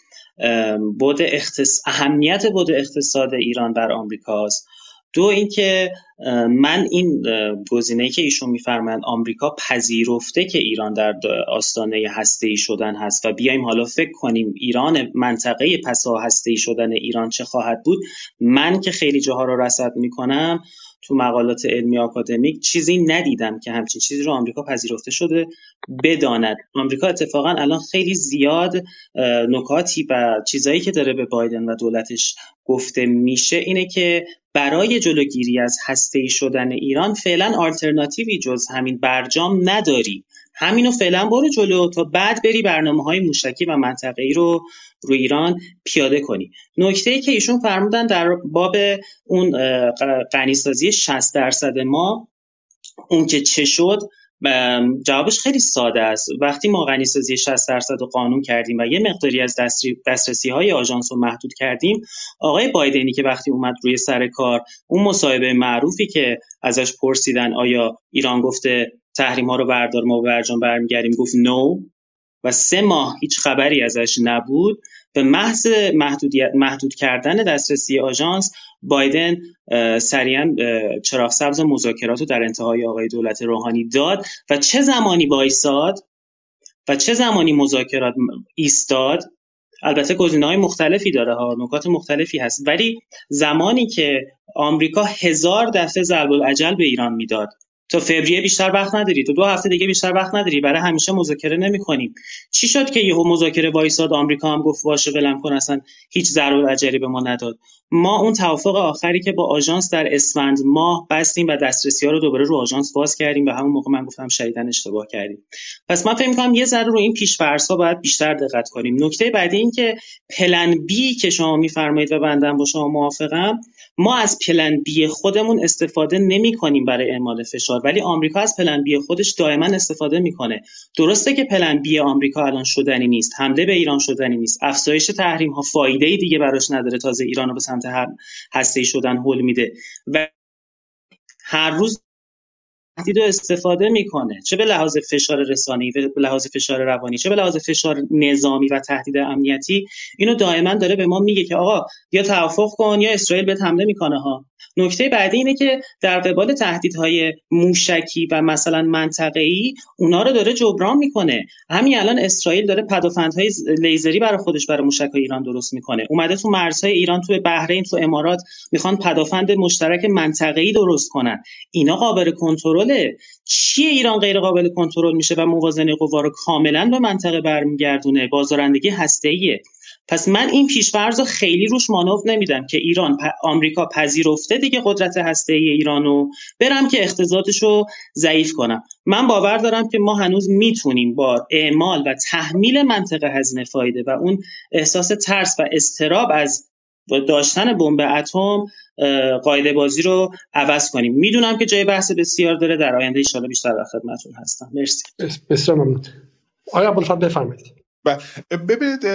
اهمیت بعد اقتصاد ایران بر آمریکاست. دو اینکه من این گزینه‌ای که ایشون میفرمایند آمریکا پذیرفته که ایران در آستانه هسته‌ای شدن هست و بیایم حالا فکر کنیم ایران منطقه پسا هسته‌ای شدن ایران چه خواهد بود، من که خیلی جاها رو رصد میکنم تو مقالات علمی آکادمیک چیزی ندیدم که همچین چیزی رو آمریکا پذیرفته شده بداند. آمریکا اتفاقا الان خیلی زیاد نکاتی و چیزایی که داره به بایدن و دولتش گفته میشه اینه که برای جلوگیری از هسته‌ای شدن ایران فعلا آلترناتیوی جز همین برجام نداری، همینو فعلا برو جلو تا بعد بری برنامه‌های موشکی و منطقه‌ای رو روی ایران پیاده کنی. نکته‌ای که ایشون فرمودن در باب اون غنی‌سازی 60% ما، اون که چه شد، جوابش خیلی ساده است. وقتی ما غنی‌سازی 60% رو قانون کردیم و یه مقداری از دسترسی‌های آژانس رو محدود کردیم، آقای بایدنی که وقتی اومد روی سر کار، اون مصاحبه معروفی که ازش پرسیدن آیا ایران گفته تحریم‌ها رو بردار ما به برجام برمیگردیم، گفت نو و 3 ماه هیچ خبری ازش نبود. به محض محدود کردن دسترسی آژانس، بایدن سریعا چراغ سبز مذاکرات رو در انتهای آقای دولت روحانی داد و چه زمانی وایساد و چه زمانی مذاکرات ایستاد. البته گزینه‌های مختلفی داره ها، نکات مختلفی هست، ولی زمانی که آمریکا 1000 دفعه ضرب العجل به ایران میداد، تا فوریه بیشتر وقت نداری، تا 2 هفته دیگه بیشتر وقت نداری، برای همیشه مذاکره نمی‌کنیم. چی شد که یهو مذاکره وایساد، آمریکا هم گفت باشه ولم کن، اصلا هیچ ضرب العجلی به ما نداد. ما اون توافق آخری که با آژانس در اسفند ماه بستیم و دسترسی‌ها رو دوباره رو آژانس باز کردیم و همون موقع من گفتم شدیداً اشتباه کردیم. پس من فکر می‌کنم یه ذره رو این پیش‌فرض‌ها باید بیشتر دقت کنیم. نکته بعدی این که پلن بی که شما می‌فرمایید و بنده با شما موافقم، ما از پلن بی خودمون استفاده نمی‌کنیم برای اعمال فشار، ولی آمریکا از پلن بی خودش دائما استفاده می‌کنه. درسته که پلن بی آمریکا الان شدنی نیست، حمله به ایران شدنی نیست، افزایش تحریم‌ها فایده‌ای دیگه براش نداره، تازه ایران رو به سمت هسته‌ای شدن هل میده و هر روز تهدید استفاده میکنه، چه به لحاظ فشار رسانه‌ای، به لحاظ فشار روانی، چه به لحاظ فشار نظامی و تهدید امنیتی. اینو دائما داره به ما میگه که آقا یا توافق کن یا اسرائیل بهت حمله میکنه ها. نکته بعدی اینه که در قبال تهدیدهای موشکی و مثلا منطقه‌ای اونا رو داره جبران میکنه. همین الان اسرائیل داره پدافندهای لیزری برای خودش برای موشک‌های ایران درست میکنه، اومده تو مرزهای ایران، تو بحرین، تو امارات میخوان پدافند مشترک منطقه‌ای درست کنن. اینا قابل کنترله. چیه ایران غیر قابل کنترل میشه و موازنه قوا رو کاملا به منطقه برمیگردونه؟ بازدارندگی هسته‌ایه. پس من این پیش‌فرض رو خیلی روش مانور نمیدم که آمریکا پذیرفته دیگه قدرت هسته‌ای ایرانو، برم که اقتصادشو ضعیف کنم. من باور دارم که ما هنوز میتونیم با اعمال و تحمیل منطقه هزینه فایده و اون احساس ترس و اضطراب از داشتن بمب اتم قاعده بازی رو عوض کنیم. میدونم که جای بحث بسیار داره، در آینده ان شاءالله بیشتر در خدمتتون هستم. مرسی. بسیار ممنون. آقای ابوالفضل بفرمایید. ببینید،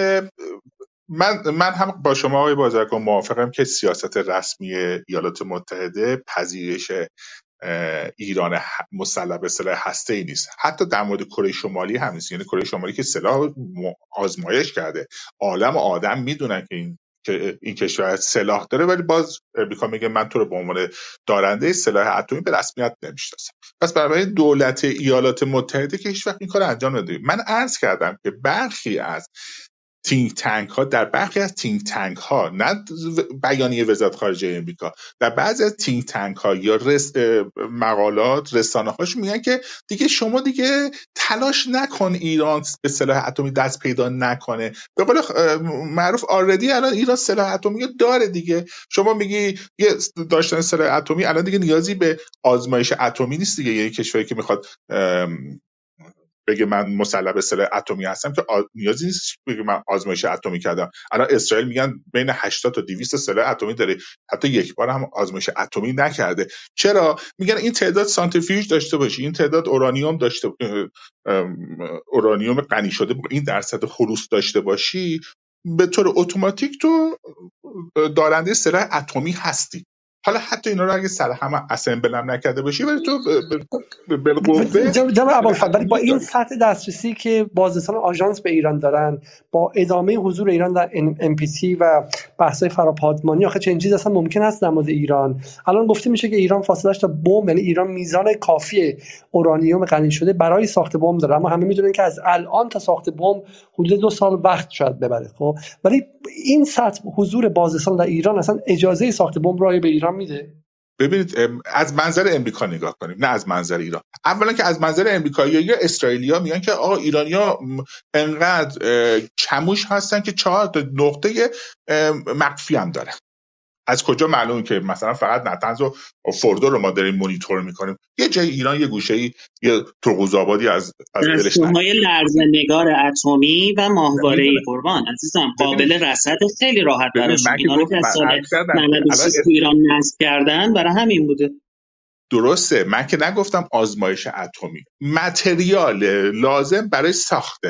من هم با شما آقای بازرگان موافقم که سیاست رسمی ایالات متحده پذیرش ایران مسلح به سلاح هسته‌ای نیست. حتی در مورد کره شمالی هم نیست. یعنی کره شمالی که سلاح آزمایش کرده، عالم و آدم میدونن که این کشور سلاح داره، ولی باز امریکا میگه من تو رو به عنوان دارنده سلاح اتمی به رسمیت نمیشناسم. پس برای دولت ایالات متحده که هیچ وقت این کار انجام نمیده. من عرض کردم که برخی از تینک تانک ها، در برخی از تینک تانک ها، نه بیانیه وزارت خارجه امریکا، در بعضی از تینک تانک ها یا مقالات رسانه هاش میگن که دیگه شما دیگه تلاش نکن ایران به سلاح اتمی دست پیدا نکنه. به قول معروف آلردی الان ایران سلاح اتمی داره دیگه. شما میگی یه داشتن سلاح اتمی الان دیگه نیازی به آزمایش اتمی نیست دیگه. یه کشوری که میخواد بگه من مسلح به سلاح اتمی هستم که نیازی نیست بگه من آزمایش اتمی کردم. الان اسرائیل میگن بین 80 تا 200 سلاح اتمی داره، حتی یک بار هم آزمایش اتمی نکرده. چرا؟ میگن این تعداد سانتریفیوژ داشته باشی، این تعداد اورانیوم داشته، اورانیوم غنی شده با این درصد خلوص داشته باشی، به طور اتوماتیک تو دارنده سلاح اتمی هستی. حالا حتی اینا رو اگه سر هم اسمبل هم نکرده باشی ولی تو بالقوه جناب ابوالفضل، ولی با این سطح دسترسی که بازرسان آژانس به ایران دارن، با ادامه حضور ایران در NPT و بحث‌های فراپادمانی، آخه چنین چیزی اصلا ممکن است در مورد ایران؟ الان گفته میشه که ایران فاصله‌اش تا بمب، یعنی ایران میزان کافی اورانیوم غنی شده برای ساخت بمب داره، اما همه میدونن که از الان تا ساخت بمب حدود 2 سال وقت شاید ببره. خب ولی این سطح حضور بازرسان در ایران اصلا اجازه ساخت بمب رو به ایران میده؟ ببینید از منظر امریکا نگاه کنیم، نه از منظر ایران. اولا که از منظر امریکایی یا اسرائیلیا میگن که آقا ایرانیا انقدر چموش هستن که 4 نقطه مخفی هم داره. از کجا معلومه که مثلا فقط نتنز و فوردو رو ما داریم مانیتور میکنیم؟ یه جای ایران، یه گوشه‌ای، یه ترقوزآبادی از دلش های لرزه‌نگار اتمی و ماهواره قربان عزیزم قابل رصد خیلی راحت براشون. اینا رو که از سال 96 تو ایران نصب کردن برای همین بوده. درسته، من که نگفتم آزمایش اتمی، متریال لازم برای ساخت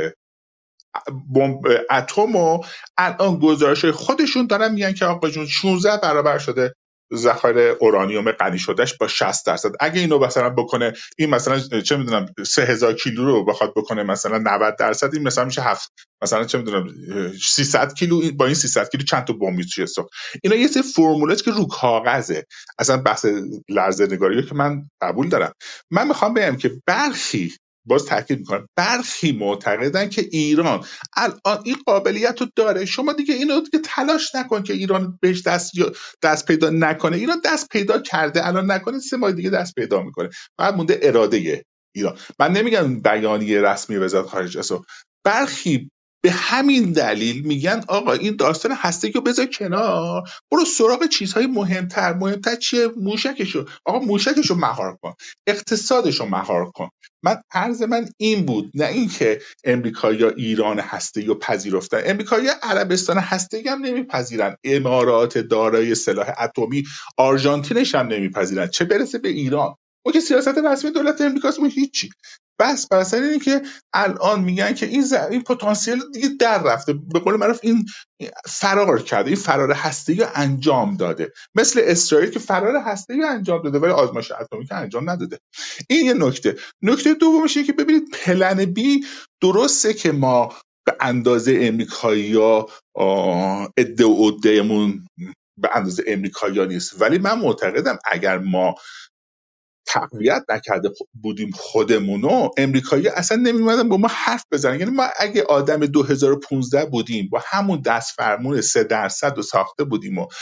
بمب اتمو الان گزارش‌های خودشون دارن میگن که آقا جون 16 برابر شده ذخایر اورانیوم غنی شدهش با 60%. اگه اینو مثلا بکنه، این مثلا چه میدونم 3000 کیلو رو بخواد بکنه مثلا 90%، این مثلا میشه 7 مثلا چه میدونم 300 کیلو. با این 300 کیلو چند تا بمب میشه ساخت. اینا یه سری فرمولاست که رو کاغذه. اصلا بحث لرزه‌نگاری که من قبول دارم. من میخوام بگم که برخی، باز تاکید میکنم، برخی معتقدن که ایران الان این قابلیت رو داره. شما دیگه اینو دیگه تلاش نکن که ایران بهش دست پیدا نکنه. ایران دست پیدا کرده، الان نکنه 3 ماه دیگه دست پیدا میکنه. بعد مونده اراده ایران. من نمیگم بیانیه رسمی وزارت خارجه است. برخی به همین دلیل میگن آقا این داستان هسته‌ای رو بذار کنار، برو سراغ چیزهای مهمتر چیه؟ موشکشو. آقا موشکشو مهار کن، اقتصادشو مهار کن. عرض من این بود، نه اینکه امریکا یا ایران هسته‌ای رو پذیرفتن. امریکا یا عربستان هسته‌ای هم نمیپذیرن، امارات دارای سلاح اتمی، آرژانتینش هم نمیپذیرن، چه برسه به ایران. اون که سیاست رسمی دولت امریکاست، هیچی. بس برسر اینه که الان میگن که این پتانسیل دیگه در رفته، به قول معروف این فرار کرده، این فرار هسته‌ای رو انجام داده، مثل اسرائیل که فرار هسته‌ای رو انجام داده ولی آزمایش اتمی که انجام نداده. این یه نکته دومش اینه که ببینید پلن بی درسته که ما به اندازه امریکایی‌ها عده‌مون به اندازه امریکایی‌ها نیست، ولی من معتقدم اگر ما تقویت نکرده بودیم خودمونو، امریکایی اصلا نمی‌اومدن با ما حرف بزنن. یعنی ما اگه آدم 2015 بودیم با همون دست فرمون 3% رو ساخته بودیم و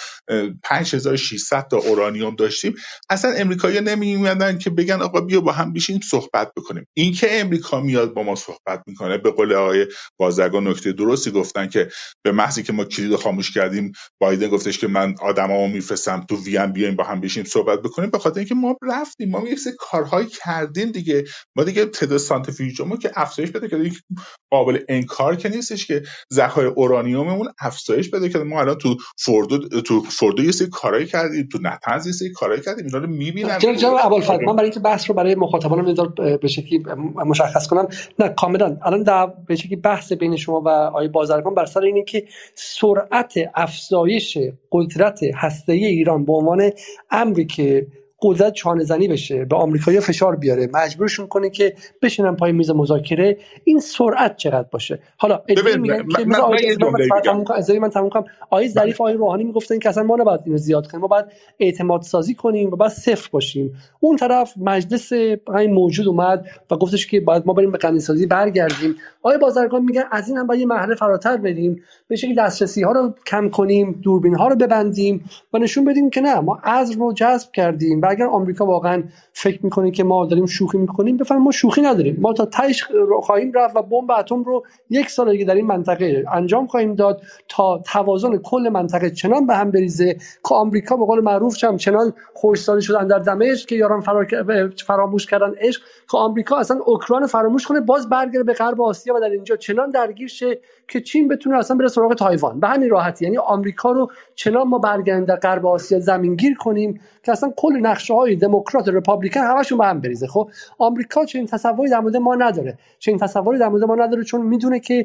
5600 تا اورانیوم داشتیم، اصلا امریکایی نمی‌اومدن که بگن آقا بیا با هم بشینیم صحبت بکنیم. این که امریکا میاد با ما صحبت میکنه، به قول آقای بازرگان نکته درستی گفتن که به محضی که ما کلید خاموش کردیم بایدن گفتش که من آدمامو میفرستم تو وین بیایم با هم بشینیم صحبت بکنیم، به خاطر اینکه ما رفتیم، ما یه سری کارهای کردیم دیگه. ما دیگه تعداد سانتریفیوژمون که افزایش پیدا کرده، قابل انکار که نیستش که ذخایر اورانیوممون افزایش پیدا کرده. ما الان تو فوردو یه سری کارهای کردیم، تو نتنز یه سری کارهای کردیم، اینا رو می‌بینم. جناب ابوالفضل، من برای اینکه بحث رو برای مخاطبانم به شکلی مشخص کنم، نه کاملا الان به شکلی بحث بین شما و آقای بازرگان بر سر اینه که سرعت افزایش قدرت هسته‌ای ایران به عنوان امری که قدرت چانه‌زنی بشه، به آمریکایی‌ها فشار بیاره، مجبورشون کنه که بشینن پای میز مذاکره، این سرعت چقدر باشه. حالا میگن که من تموم کنم. آقای ظریف، آقای روحانی میگفتن که اصلا ما نباید اینو زیاد کنیم، ما باید اعتماد سازی کنیم و بعد صفر باشیم. اون طرف مجلس همین موجود اومد و گفتش که باید ما بریم به غنی‌سازی برگردیم. آقای بازرگان میگن از این هم باید یه مرحله فراتر بریم، به شکلی دسترسی‌ها رو کم کنیم، دوربین‌ها رو ببندیم و نشون بدیم که نه، ما عزم رو جذب کردیم. اگر آمریکا واقعا فکر میکنه که ما داریم شوخی میکنیم، بفرمایید ما شوخی نداریم، ما تا تهش خواهیم رفت و بمب اتم رو 1 سال دیگه در این منطقه انجام خواهیم داد تا توازن کل منطقه چنان به هم بریزه که آمریکا به قول معروف چنان خوش‌سالی شدن در دمشق که یاران فراموش کردن عشق، که آمریکا اصلا اوکراین فراموش کنه، باز برگره به غرب آسیا و در اینجا چنان درگیر شه که چین بتونه اصلا بره سراغ تایوان. به همین راحتی، یعنی آمریکا رو چنان ما برگردیم در غرب آسیا زمینگیر کنیم که اصلا کل نقشه‌های دموکرات و رپابلیکن همشون به هم بریزه. خب آمریکا چنین تصوری در مورد ما نداره، چون میدونه که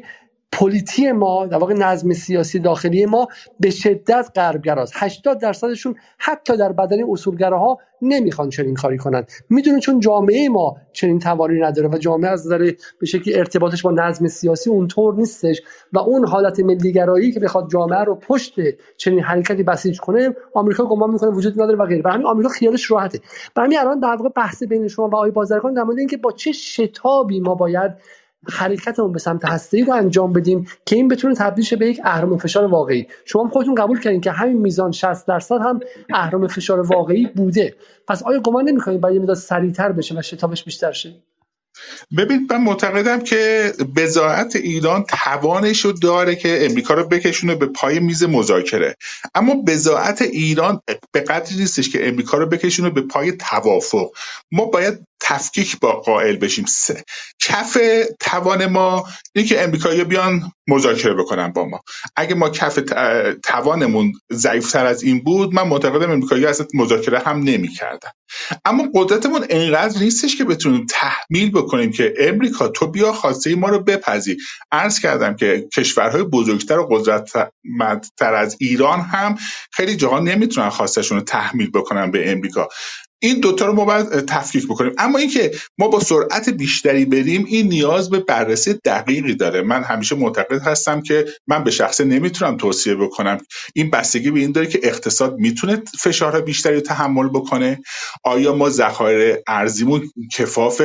پلیتی ما، در واقع نظم سیاسی داخلی ما به شدت غربگراست. 80%شون حتی در بدن اصولگراها نمیخوان چنین کاری کنن، میدونن چون جامعه ما چنین توانی نداره و جامعه از نظر به شکلی ارتباطش با نظم سیاسی اونطور نیستش و اون حالت ملیگرایی که بخواد جامعه رو پشت چنین حرکتی بسیج کنه آمریکا گمان میکنه وجود نداره و غیره. برای همین آمریکا خیالش راحته. برای همین الان در واقع بحث بین شما و آقای بازرگان در مورد اینکه با چه شتابی ما باید حرکتمون به سمت هسته‌ای رو انجام بدیم که این بتونه تبدیل شه به یک اهرم فشار واقعی. شما خودتون قبول کردین که همین میزان 60% هم اهرم فشار واقعی بوده. پس آیا گمان نمی‌کنید باید یه مقدار سریعتر بشه و شتابش بیشتر شه؟ ببین من معتقدم که بضاعت ایران توانش رو داره که امریکا رو بکشونه به پای میز مذاکره، اما بضاعت ایران به قدری نیستش که امریکا رو بکشونه به پای توافق. ما باید تفکیک با قائل بشیم. کف توان ما اینه که امریکایی‌ها بیان مذاکره بکنن با ما. اگه ما کف توانمون ضعیف‌تر از این بود، من معتقدم امریکایی‌ها اصلا مذاکره هم نمی‌کردن. اما قدرتمون اینقدر نیستش که بتونیم تحمیل بکنیم که امریکا تو بیا خواسته ما رو بپذیر. عرض کردم که کشورهای بزرگتر و قدرتمندتر از ایران هم خیلی جاها نمیتونن خواستشون رو تحمیل بکنن به امریکا. این دوتا رو ما باید تفکیک بکنیم. اما اینکه ما با سرعت بیشتری بریم این نیاز به بررسی دقیقی داره. من همیشه معتقد هستم که من به شخصه نمیتونم توصیه بکنم. این بستگی به این داره که اقتصاد میتونه فشارهای بیشتری رو تحمل بکنه. آیا ما ذخایر ارزیمون کفاف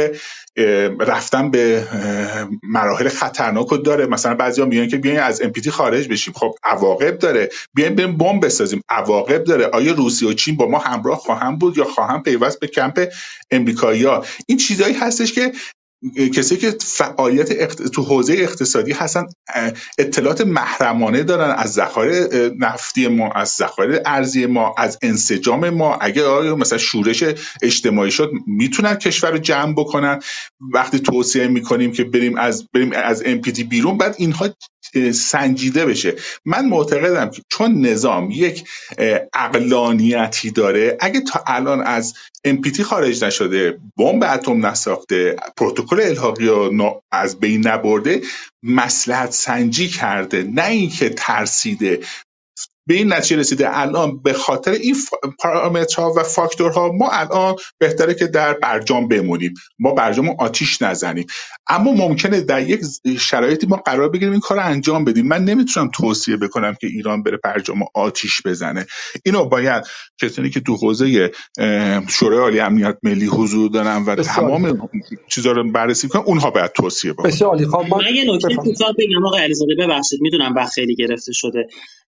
رفتن به مراحل خطرناک رو داره؟ مثلا بعضیا میگن که بیاین از NPT خارج بشیم، خب عواقب داره. بیاین بریم بمب بسازیم، عواقب داره. آیا روسیه و چین با ما همراه خواهند بود یا خواهند پیوست به کمپ امریکایی‌ها؟ این چیزایی هستش که کسایی که فعالیت تو حوزه اقتصادی هستن اطلاعات محرمانه دارن از ذخایر نفتی ما، از ذخایر ارزی ما، از انسجام ما. اگه مثلا شورش اجتماعی شد میتونن کشور رو جمع بکنن. وقتی توصیه میکنیم که بریم از NPT بیرون، بعد اینها سنجیده بشه. من معتقدم که چون نظام یک عقلانیتی داره، اگه تا الان از NPT خارج نشده، بمب اتم نساخته، پروتکل الحاقی رو از بین نبرده، مصلحت سنجی کرده، نه اینکه ترسیده، به این نتیجه رسیده الان به خاطر این پارامترها و فاکتورها ما الان بهتره که در برجام بمونیم، ما برجامو آتیش نزنیم. اما ممکنه در یک شرایطی ما قرار بگیریم این کارو انجام بدیم. من نمیتونم توصیه بکنم که ایران بره برجامو آتیش بزنه. اینو باید کسانی که تو حوزه شورای عالی امنیت ملی حضور دارن و تمام چیزا رو بررسی کنن، اونها باید توصیه بکنن. بسیار عالی. خب من یه نکته کوتاه بگم آقای علیزاده، ببخشید میدونم وقت خیلی گرفته شده.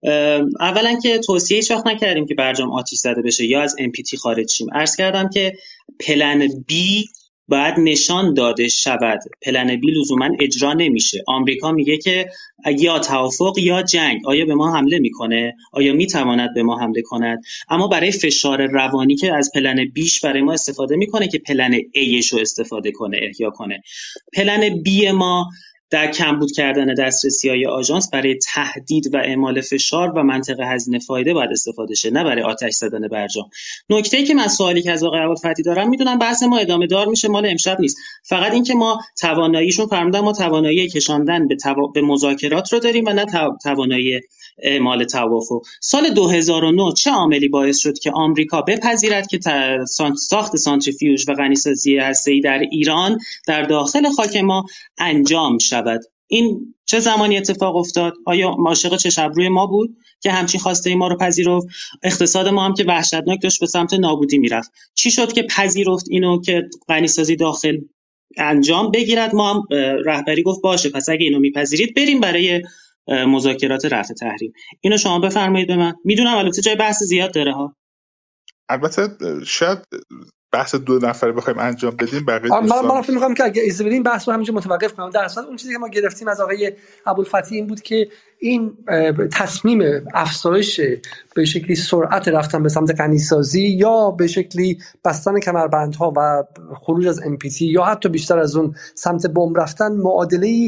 اولا که توصیه هیچ وقت نکردیم که برجام آتش زده بشه یا از NPT خارج شیم. عرض کردم که پلن بی باید نشان داده شود. پلن بی لزوما اجرا نمیشه. آمریکا میگه که یا توافق یا جنگ. آیا به ما حمله میکنه؟ آیا میتواند به ما حمله کند؟ اما برای فشار روانی که از پلن بیش برای ما استفاده میکنه که پلن ایش رو استفاده کنه، احیا کنه. پلن بی ما در کمبود کردن دسترسی‌های آژانس برای تهدید و اعمال فشار و منطق هزینه فایده باید استفاده شه، نه برای آتش زدن برجام. نکته‌ای که من سوالی که از آقای ابوالفتحی دارم، میدونم بحث ما ادامه دار میشه، مال امشب نیست. فقط این که ما تواناییشون فرمودن ما توانایی کشاندن به مذاکرات رو داریم و نه توانایی اعمال توافق. سال 2009 چه عاملی باعث شد که آمریکا بپذیرد که ساخت سانتریفیوژ و غنیسازی هسته‌ای در ایران در داخل خاک ما انجام شود؟ این چه زمانی اتفاق افتاد؟ آیا عاشق چه شب روی ما بود که همچین خواسته ما رو پذیرفت؟ اقتصاد ما هم که وحشتناک داشت به سمت نابودی میرفت. چی شد که پذیرفت اینو که غنیسازی داخل انجام بگیرد؟ ما هم رهبری گفت باشه پس اگه اینو میپذیرید بریم برای مذاکرات رفع تحریم. اینو شما بفرمایید به من. میدونم البته جای بحث زیاد داره ها. البته شاید بحث دو نفره بخوایم انجام بدیم بقیه من فکر می‌کنم که اگه اجازه بدین بحث رو همینجا متوقف کنم. در اصل اون چیزی که ما گرفتیم از آقای ابوالفتحی این بود که این تصمیم افزایش به شکلی سرعت رفتن به سمت غنیسازی یا به شکلی بستن کمربندها و خروج از NPT یا حتی بیشتر از اون سمت بمب رفتن معادله‌ای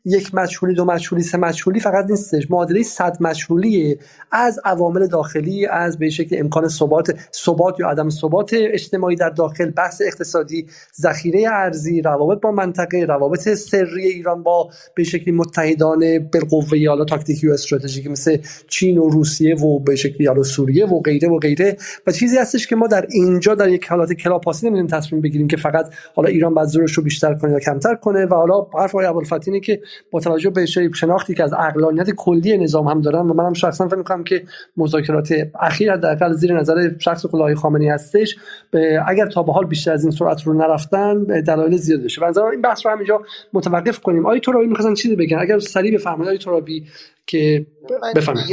یک مجهولی، دو مجهولی، سه مجهولی فقط نیستش، معادله 100 مجهولی از عوامل داخلی، از به شکل امکان ثبات یا عدم ثبات اجتماعی در داخل، بحث اقتصادی، ذخیره ارزی، روابط با منطقه، روابط سری ایران با به شکلی متحدان بالقوه یا تاکتیکی و استراتژیکی مثل چین و روسیه و به شکلی یا سوریه و غیره و غیره. و چیزی هستش که ما در اینجا در یک حالت کلاپاسی نمی‌تونیم تصمیم بگیریم که فقط حالا ایران باید زورش رو بیشتر کنه یا کمتر کنه. و حالا حرف آقای ابوالفتح اینه که با توجه به شناختی که از عقلانیت کلی نظام هم دارن و منم شخصا فکر می‌کنم که مذاکرات اخیر حداقل زیر نظر شخص خدای خامنه‌ای هستش، اگر تا به حال بیشتر از این سرعت رو نرفتن دلایل زیاد داشته. بنظرم این بحث رو همینجا متوقف کنیم. آقای ترابی می‌خواستن چیزی بگن، اگر سریع بفرمایید آقای ترابی که بفهمید.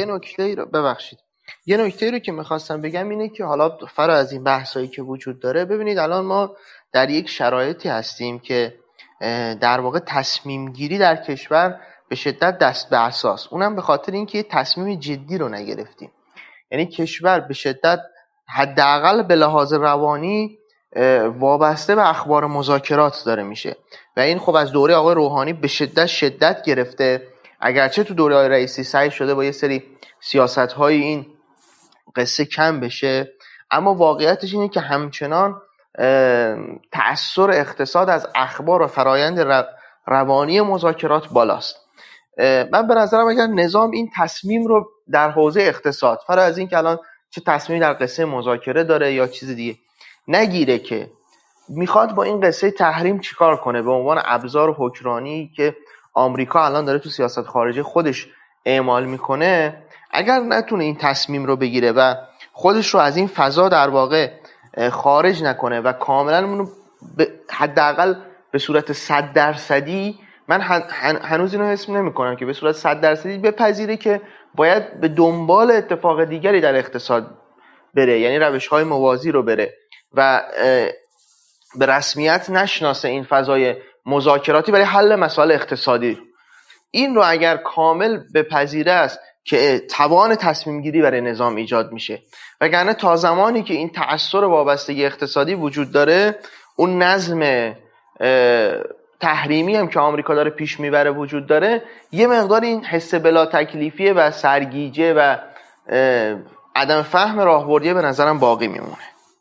یه نکته رو که میخواستم بگم اینه که حالا فرا از این بحثایی که وجود داره، ببینید الان ما در یک شرایطی هستیم که در واقع تصمیم گیری در کشور به شدت دست به اساس، اونم به خاطر اینکه تصمیم جدی رو نگرفتیم. یعنی کشور به شدت حداقل به لحاظ روانی وابسته به اخبار مذاکرات داره میشه و این خب از دوره آقای روحانی به شدت گرفته، اگرچه تو دوره آقای رئیسی سعی شده با یه سری سیاست‌های این قصه کم بشه، اما واقعیتش اینه که همچنان تأثیر اقتصاد از اخبار و فرایند روانی مذاکرات بالاست. من به نظرم اگر نظام این تصمیم رو در حوزه اقتصاد، فرض از این که الان چه تصمیمی در قصه مذاکره داره یا چیز دیگه، نگیره که میخواد با این قصه تحریم چیکار کنه به عنوان ابزار حکمرانی که آمریکا الان داره تو سیاست خارجی خودش اعمال میکنه، اگر نتونه این تصمیم رو بگیره و خودش رو از این فضا در واقع خارج نکنه و کاملا اونو حداقل به صورت 100%، من هنوز اینو حس نمی‌کنم که به صورت 100% بپذیره که باید به دنبال اتفاق دیگری در اقتصاد بره، یعنی روش‌های موازی رو بره و به رسمیت نشناسه این فضای مذاکراتی برای حل مسائل اقتصادی. این رو اگر کامل بپذیره است که توان تصمیم گیری برای نظام ایجاد میشه، وگرنه تا زمانی که این تأثیر وابستگی اقتصادی وجود داره، اون نظم تحریمی هم که آمریکا داره پیش میبره وجود داره، یه مقدار این حس بلا تکلیفیه و سرگیجه و عدم فهم راهبردیه به نظرم باقی میمونه.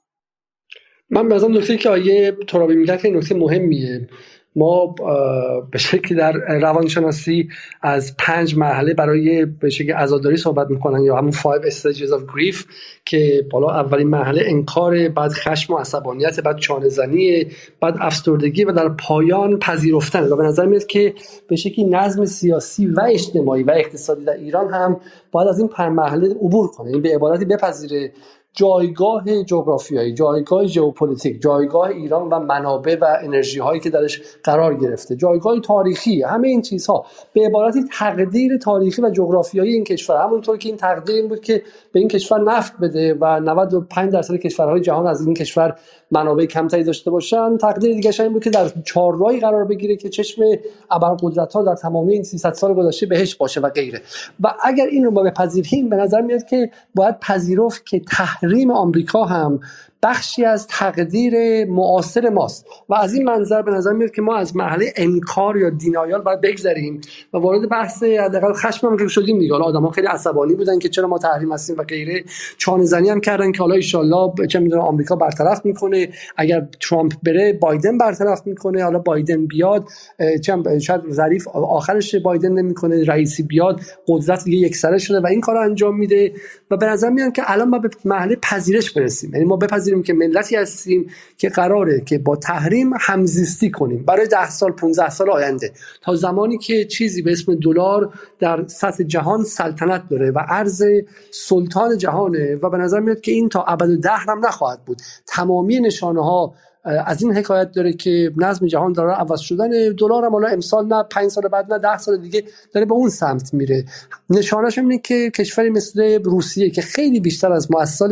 من به نکته که آیه ترابی میگن که نکته مهمیه. ما به شکلی در روانشناسی از 5 مرحله برای به شکلی عزاداری صحبت میکنن یا همون 5 stages of grief که بالا اولین مرحله انکار، بعد خشم و عصبانیت، بعد چانه‌زنی، بعد افسردگی و در پایان پذیرفتن. و به نظر میاد که به شکلی نظم سیاسی و اجتماعی و اقتصادی در ایران هم باید از این 5 مرحله عبور کنه، این به عبارتی بپذیره جایگاه جغرافیایی، جایگاه ژئوپلیتیک، جایگاه ایران و منابع و انرژی هایی که درش قرار گرفته، جایگاه تاریخی، همه این چیزها به عبارتی تقدیر تاریخی و جغرافیایی این کشور، همونطور که این تقدیر این بود که به این کشور نفت بده و 95% کشورهای جهان از این کشور منابع کمتری داشته باشن، تقدیر دیگه این بود که در چهارراهی قرار بگیره که چشم ابرقدرت‌ها در تمامی این 300 سال گذشته بهش باشه و غیره. و اگر این رو ما بپذیریم، به نظر میاد که باید پذیرفت که تحریم آمریکا هم بخشی از تقدیر معاصر ماست و از این منظر به نظر میاد که ما از مرحله انکار یا دینایال باید بگذریم و وارد بحث حداقل خشم هم که شدیم دیگه. حالا آدم‌ها خیلی عصبانی بودن که چرا ما تحریم هستیم و غیره، چانه‌زنی هم کردن که حالا ان شاءالله چه میدونم آمریکا برطرف میکنه، اگر ترامپ بره بایدن برطرف میکنه، حالا بایدن بیاد شاید ظریف آخرش بایدن نمیکنه، رئیسی بیاد قدرت دیگه یکسره شده و این کارو انجام میده. و به نظر میاد که الان ما به مرحله پذیرش برسیم، یعنی ما بپذیریم که ملتی هستیم که قراره که با تحریم همزیستی کنیم برای 10 سال 15 سال آینده، تا زمانی که چیزی به اسم دلار در سطح جهان سلطنت داره و ارز سلطان جهانه. و به نظر میاد که این تا ابدالدهر هم نخواهد بود. تمامی نشانه ها از این حکایت داره که نظم جهان داره عوض شدن، دلار هم حالا امسال نه 5 سال بعد نه 10 سال دیگه داره به اون سمت میره. نشانش اینه که کشوری مثل روسیه که خیلی بیشتر از ما از سال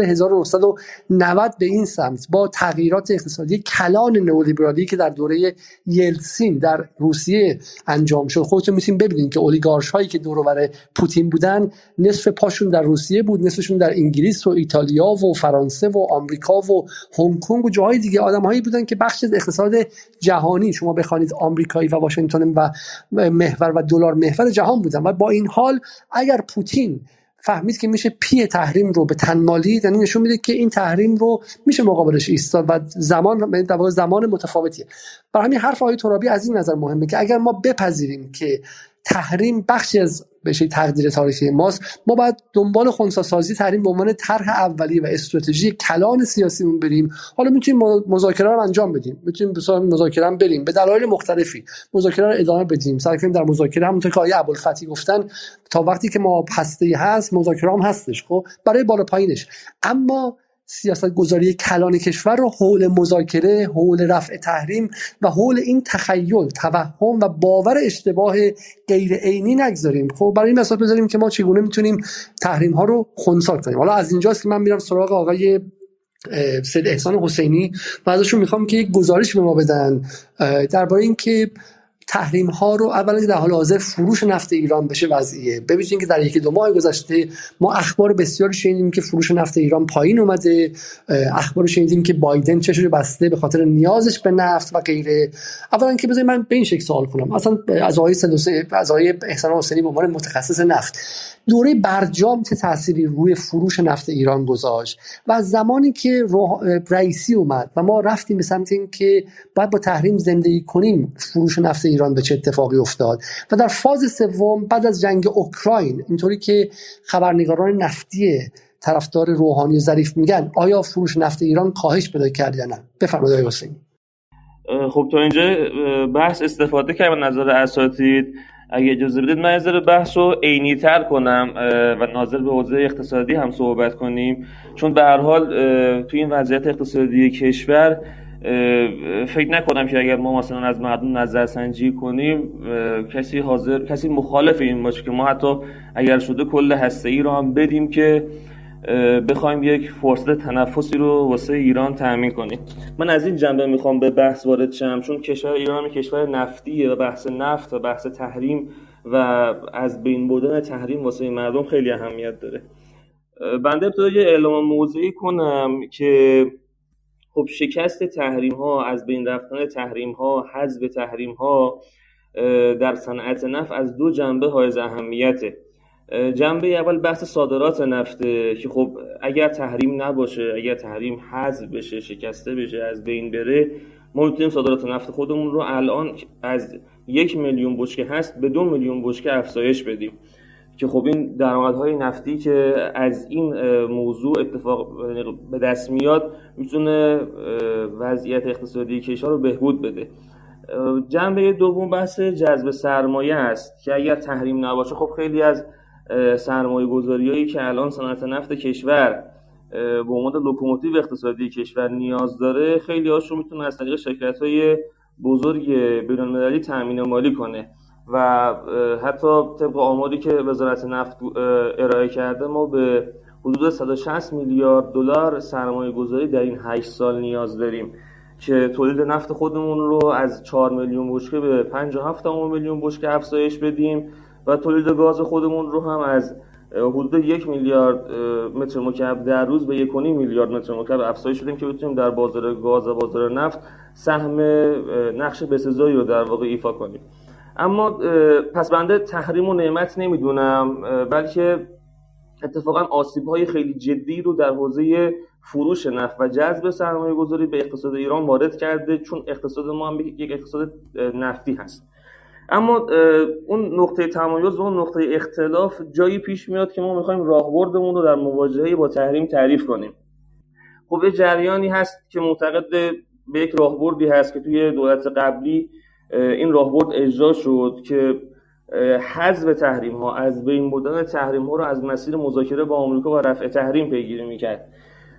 1990 به این سمت با تغییرات اقتصادی کلان نئولیبرالی که در دوره یلتسین در روسیه انجام شد، خودتون میتونید ببینید که اولیگارش هایی که دور و بر پوتین بودن نصف پاشون در روسیه بود، نصفشون در انگلیس و ایتالیا و فرانسه و آمریکا و هنگ کنگ و جاهای دیگه، آدم‌های بودن که بخش از اقتصاد جهانی، شما بخوانید آمریکایی و واشنگتن و محور و دلار محور جهان بودن. و با این حال اگر پوتین فهمید که میشه پی تحریم رو به تن مالید، یعنی نشون میده که این تحریم رو میشه مقابلش ایستاد و زمان متفاوتیه. برای همین حرف آقای ترابی از این نظر مهمه که اگر ما بپذیریم که تحریم بخشی از بشه تقدیر تاریخی ماست، ما باید دنبال خنثی‌سازی تحریم به عنوان طرح اولیه و استراتژی کلان سیاسیمون بریم. حالا میتونیم مذاکره رو انجام بدیم، میتونیم به صورت مذاکره هم بریم، به دلایل مختلفی مذاکره رو ادامه بدیم، سعی کنیم در مذاکره همونطور که آقای ابوالفتحی گفتن تا وقتی که ما هسته‌ای هست مذاکره هم هستش، خب برای بالا پایینش. اما سیاست گذاری کلان کشور رو حول مذاکره، حول رفع تحریم و حول این تخیل، توهم و باور اشتباه غیر عینی نگذاریم. خب برای این مثال بذاریم که ما چگونه میتونیم تحریم ها رو خنثی کنیم. حالا از اینجاست که من میرم سراغ آقای سید احسان حسینی و ازشون میخوام که یک گزارش به ما بدن درباره این که تحریم ها رو اولا در حال حاضر فروش نفت ایران بشه وضعیه. ببینید که در یکی دو ماه گذشته ما اخبار بسیاری شنیدیم که فروش نفت ایران پایین اومده، اخبار شنیدیم که بایدن چشش بسته به خاطر نیازش به نفت و غیره. اولا که بذارید من به این شکل سوال کنم، اصلا از آقای احسان حسینی به عنوان متخصص نفت، دوره برجام چه تأثیری روی فروش نفت ایران گذاشت و زمانی که رئیسی اومد و ما رفتیم به سمت این که باید با تحریم زندگی کنیم، فروش نفت ایران به چه اتفاقی افتاد؟ و در فاز سوم بعد از جنگ اوکراین، اینطوری که خبرنگاران نفتی طرفدار روحانی و ظریف میگن، آیا فروش نفت ایران کاهش پیدا کرد یا نه؟ بفرمایید آقای حسینی. خب تا اینجا بحث استفاده کردم نظر اساتید. اگه اجازه بدید من از بحث رو عینی‌تر کنم و ناظر به حوزه اقتصادی هم صحبت کنیم، چون به هر حال توی این وضعیت اقتصادی کشور فکر نکنم که اگر ما مثلا از مردم نظرسنجی کنیم کسی مخالف این باشه که ما حتی اگر شده کل هسته‌ای رو هم بدیم که بخوایم یک فرصت تنفسی رو واسه ایران تامین کنیم. من از این جنبه میخوام به بحث وارد شم، چون کشور ایران کشور نفتیه و بحث نفت و بحث تحریم و از بین بردن تحریم واسه مردم خیلی اهمیت داره. بنده ابتدا یه اعلام موضعی کنم که خب شکست تحریم ها، از بین رفتن تحریم ها، حذف تحریم ها در صنعت نفت از دو جنبه حائز اهمیته. جنبه اول بحث صادرات نفته که خب اگر تحریم نباشه، اگر تحریم حذف بشه، شکسته بشه، از بین بره، ما میتونیم صادرات نفت خودمون رو الان از 1 میلیون بشکه هست به 2 میلیون بشکه افزایش بدیم که خب این درآمدهای نفتی که از این موضوع اتفاق به دست میاد میتونه وضعیت اقتصادی کشور رو بهبود بده. جنبه دوم بحث جذب سرمایه است که اگر تحریم نباشه خب خیلی از سرمایه گذاریایی که الان صنعت نفت کشور به عنوان لوکوموتیو اقتصادی کشور نیاز داره، خیلی هاشون میتونه از طریق شرکت‌های بزرگ بین‌المللی تامین مالی کنه و حتی طبق آماری که وزارت نفت ارائه کرده ما به حدود 160 میلیارد دلار سرمایه گذاری در این 8 سال نیاز داریم که تولید نفت خودمون رو از 4 میلیون بشکه به 5.7 میلیون بشکه افزایش بدیم و تولید گاز خودمون رو هم از حدود 1 میلیارد متر مکعب در روز به 1.5 میلیارد متر مکعب افزایش بدیم که بتونیم در بازار گاز و بازار نفت سهم نقش بسزایی رو در واقع ایفا کنیم. اما پس بنده تحریم و نعمت نمیدونم، بلکه اتفاقا آسیب‌های خیلی جدی رو در حوزه فروش نفت و جذب سرمایه‌گذاری به اقتصاد ایران وارد کرده، چون اقتصاد ما هم یک اقتصاد نفتی هست. اما اون نقطه تمایز و اون نقطه اختلاف جایی پیش میاد که ما می‌خوایم راهبردمون رو در مواجهه با تحریم تعریف کنیم. خب یه جریانی هست که معتقد به یک راهبردی هست که توی دولت قبلی این راهبرد اجرا شد که حذف تحریم ها، از بین بردن تحریم ها رو از مسیر مذاکره با آمریکا و رفع تحریم پیگیری میکرد.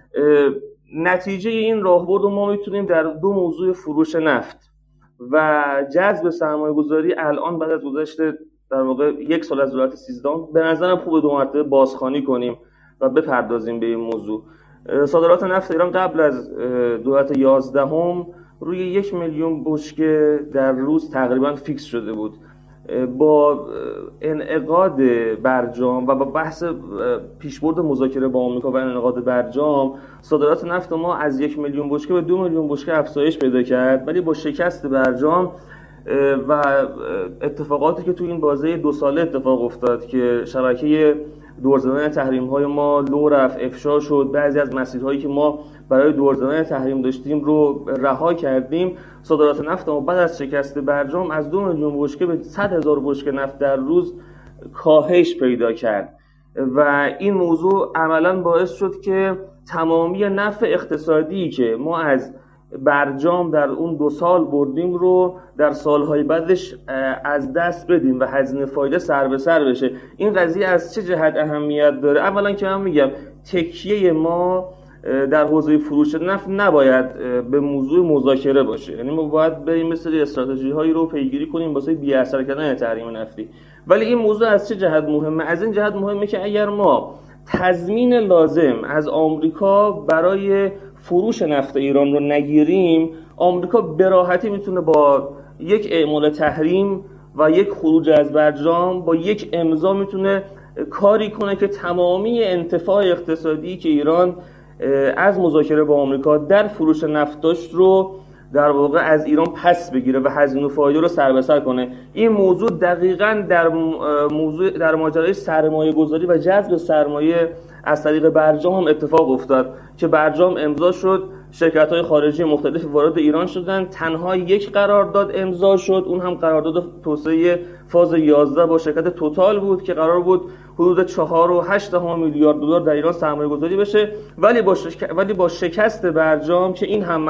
نتیجه این راهبرد رو ما میتونیم در دو موضوع فروش نفت و جذب سرمایه گذاری الان بعد از گذشت در واقع 1 سال از دولت 13 به نظرم خوب 2 مرتبه بازخوانی کنیم و بپردازیم به این موضوع. صادرات نفت ایران قبل از دولت 11 روی 1 میلیون بشکه در روز تقریبا فیکس شده بود. با انعقاد برجام و با بحث پیشبرد مذاکره با آمریکا و انعقاد برجام، صادرات نفت ما از 1 میلیون بشکه به 2 میلیون بشکه افزایش پیدا کرد. ولی با شکست برجام و اتفاقاتی که تو این بازه 2 ساله اتفاق افتاد که شبکه دور زدن تحریم‌های ما لو رفت، افشا شد، بعضی از مسیرهایی که ما برای دور زدن تحریم داشتیم رو رها کردیم، صادرات نفت ما بعد از شکست برجام از 2 میلیون بشکه به 100,000 بشکه نفت در روز کاهش پیدا کرد و این موضوع عملاً باعث شد که تمامی نفع اقتصادی که ما از برجام در اون 2 سال بردیم رو در سالهای بعدش از دست بدیم و هزینه فایده سر به سر بشه. این قضیه از چه جهت اهمیت داره؟ اولا که من میگم تکیه ما در حوزه فروش نفت نباید به موضوع مذاکره باشه، یعنی ما باید بریم مثل استراتژی هایی رو پیگیری کنیم واسه بی اثر کردن تحریم نفتی. ولی این موضوع از چه جهت مهمه؟ از این جهت مهمه که اگر ما تضمین لازم از آمریکا برای فروش نفت ایران رو نگیریم، آمریکا به راحتی میتونه با یک اعمال تحریم و یک خروج از برجام با یک امضا میتونه کاری کنه که تمامی انتفاع اقتصادی که ایران از مذاکره با آمریکا در فروش نفت داشت رو در واقع از ایران پس بگیره و هزینه و فایده رو سر به سر کنه. این موضوع دقیقاً در ماجرای سرمایه گذاری و جذب سرمایه از طریق برجام هم اتفاق افتاد که برجام امضا شد، شرکت‌های خارجی مختلفی وارد ایران شدن، تنها یک قرارداد امضا شد، اون هم قرارداد توسعه فاز 11 با شرکت توتال بود که قرار بود حدود 4.8 میلیارد دلار در ایران سرمایه گذاری بشه. ولی با شکست برجام که این هم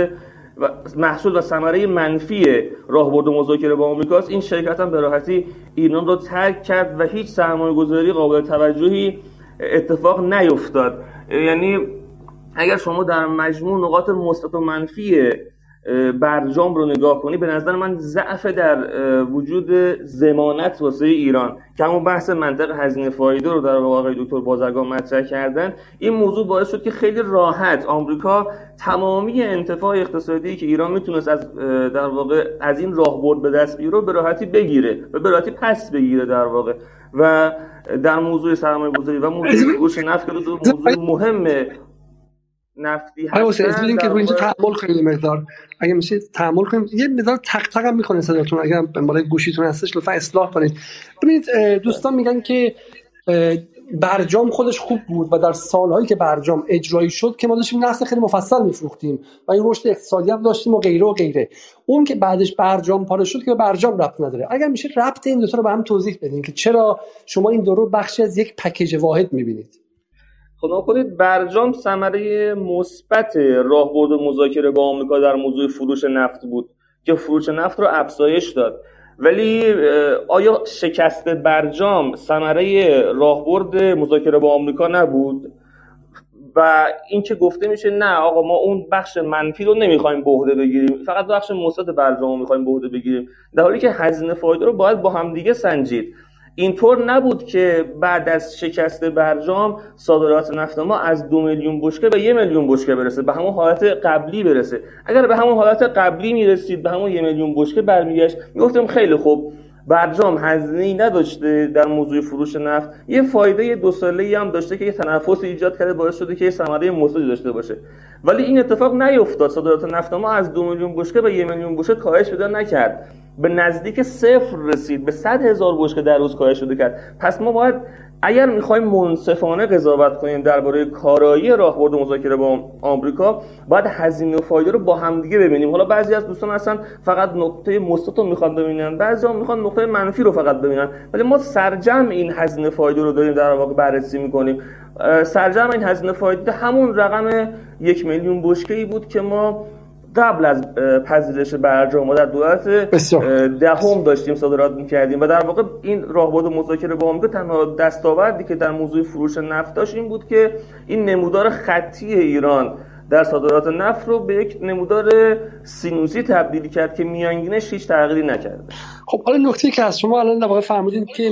محصول و ثمره منفی راهبرد مذاکره با آمریکاست، این شرکت هم به راحتی ایران رو ترک کرد و هیچ سرمایه گذاری قابل توجهی اتفاق نیفتاد. یعنی اگر شما در مجموع نقاط مثبت و منفی برجام رو نگاه کنی، به نظر من ضعف در وجود ضمانت واسه ایران که همون بحث منطق هزینه فایده رو در واقع آقای دکتر بازرگان مطرح کردن، این موضوع باعث شد که خیلی راحت آمریکا تمامی انتفاع اقتصادی که ایران میتونست در واقع از این راهبرد به دست بیاره به راحتی بگیره و به راحتی پس بگیره در واقع. و در موضوع سرمایه‌گذاری و موضوع فروش نفت که موضوع مهمه نفتی هست. از که روی اینجا تحمل کنیم مقدار، اگه میشه تحمل کنیم، یه مقدار تق تق هم میکنه صداتون، اگر بالای گوشیتون هستش لطفا اصلاح کنید. ببینید دوستان میگن که برجام خودش خوب بود و در سالهایی که برجام اجرایی شد که ما داشتیم نفت خیلی مفصل میفروختیم و این رشد اقتصادی هم داشتیم و غیره و غیره. اون که بعدش برجام پاره شد که به برجام ربط نداره. اگر میشه ربط این دو تا رو به هم توضیح بدین که چرا شما این دو رو بخشی از یک پکیج واحد میبینید؟ خب کنید برجام ثمره مثبت راهبرد مذاکره با آمریکا در موضوع فروش نفت بود که فروش نفت رو افزایش داد. ولی آیا شکست برجام ثمره راهبرد مذاکره با آمریکا نبود؟ و این که گفته میشه نه آقا ما اون بخش منفی رو نمیخوایم به عهده بگیریم، فقط بخش مثبت برجام رو میخوایم به عهده بگیریم، در حالی که هزینه فایده رو باید با هم دیگه سنجید. اینطور نبود که بعد از شکست برجام صادرات نفت ما از 2 میلیون بشکه به 1 میلیون بشکه برسه، به همون حالت قبلی برسه. اگر به همون حالت قبلی میرسید، به همون 1 میلیون بشکه برمیگشت، میگفتیم خیلی خوب برجام هزینه‌ای نداشته در موضوع فروش نفت، یه فایده 2 ساله‌ای هم داشته که یه تنفس ایجاد کرده باعث شده که یه ثمره مثبتی داشته باشه. ولی این اتفاق نیفتاد. صادرات نفت ما از 2 میلیون بشکه به 1 میلیون بشکه کاهش پیدا نکرد، به نزدیک 0 رسید، به 100,000 بشکه در روز کاهش پیدا کرد. پس ما باید اگر می‌خوایم منصفانه قضاوت کنیم درباره کارایی راهبرد مذاکره با آمریکا، باید هزینه و فایده رو با هم دیگه ببینیم. حالا بعضی از دوستان هستن فقط نقطه مثبت رو می‌خوان ببینن، بعضی‌ها می‌خوان نقطه منفی رو فقط ببینن، ولی ما سرجم این هزینه فایده رو داریم در واقع بررسی می‌کنیم. سرجم این هزینه فایده همون رقم 1 میلیون بشکه‌ای بود که ما قبل از پذیرش برجام در دولت دهم داشتیم صادرات می‌کردیم و در واقع این راهبرد مذاکره با آمریکا تنها دستاوردی که در موضوع فروش نفت داشت این بود که این نمودار خطی ایران در صادرات نفت رو به یک نمودار سینوسی تبدیل کرد که میانگینش هیچ تغییری نکرده. خب حالا نکته‌ای که از شما الان در واقع فهمیدید که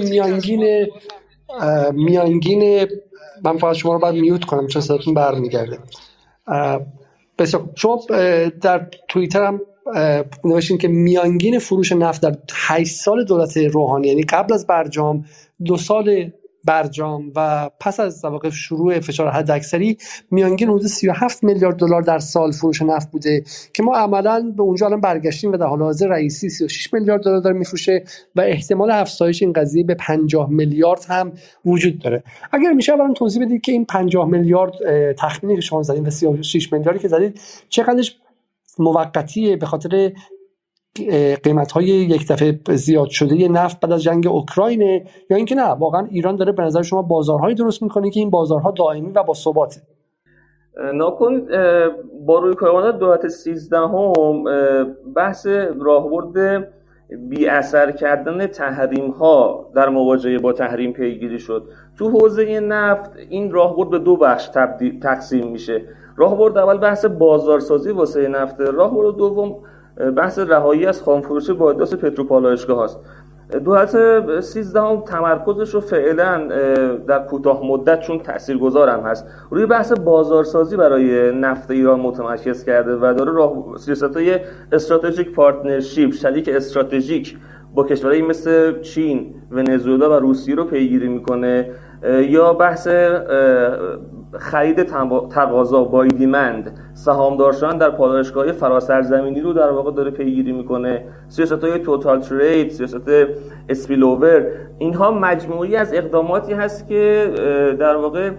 میانگین من فقط شما رو باید میوت کنم چون صداتون برمیگرده. بسیار شما در توییتر هم نوشتیم که میانگین فروش نفت در 8 سال دولت روحانی، یعنی قبل از برجام، 2 سال برجام و پس از در واقع شروع فشار حداکثری، میانگین حدود 37 میلیارد دلار در سال فروش نفت بوده که ما عملاً به اونجا الان برگشتیم و در حال حاضر رئیسی 36 میلیارد دلار داره میفروشه و احتمال افزایش این قضیه به 50 میلیارد هم وجود داره. اگر میشه برام توضیح بدید که این 50 میلیارد تخمینی که شما زدید و 36 میلیاردی که زدید چقدرش موقتیه به خاطر قیمت‌های یک دفعه زیاد شده نفت بعد از جنگ اوکراین، یا اینکه نه واقعا ایران داره به نظر شما بازارهایی درست میکنه که این بازارها دائمی و با ثباته؟ ناکنید با روی کار دولت 13 بحث راهبرد بی اثر کردن تحریم ها در مواجهه با تحریم پیگیری شد. تو حوزه نفت این راهبرد به 2 بخش تقسیم میشه. راهبرد اول بحث بازارسازی واسه نفت، راهبرد دوم بحث رهایی از خامفروشی واردات پتروپالایشگاه هست. دولت 13 تمرکزش رو فعلا در کوتاه مدت، چون تاثیرگذارم هست، روی بحث بازارسازی برای نفت ایران متمرکز کرده و داره سیاست‌های استراتژیک پارتنرشیپ، شریک استراتژیک با کشورهایی مثل چین، ونزوئلا و روسیه رو پیگیری میکنه، یا بحث خرید تقاضا بای دیمند، سهامدار شدن در پالایشگاه‌های فراسرزمینی رو در واقع داره پیگیری میکنه. سیاست‌های توتال ترید، سیاست اسپیلوور، اینها مجموعی از اقداماتی هست که در واقع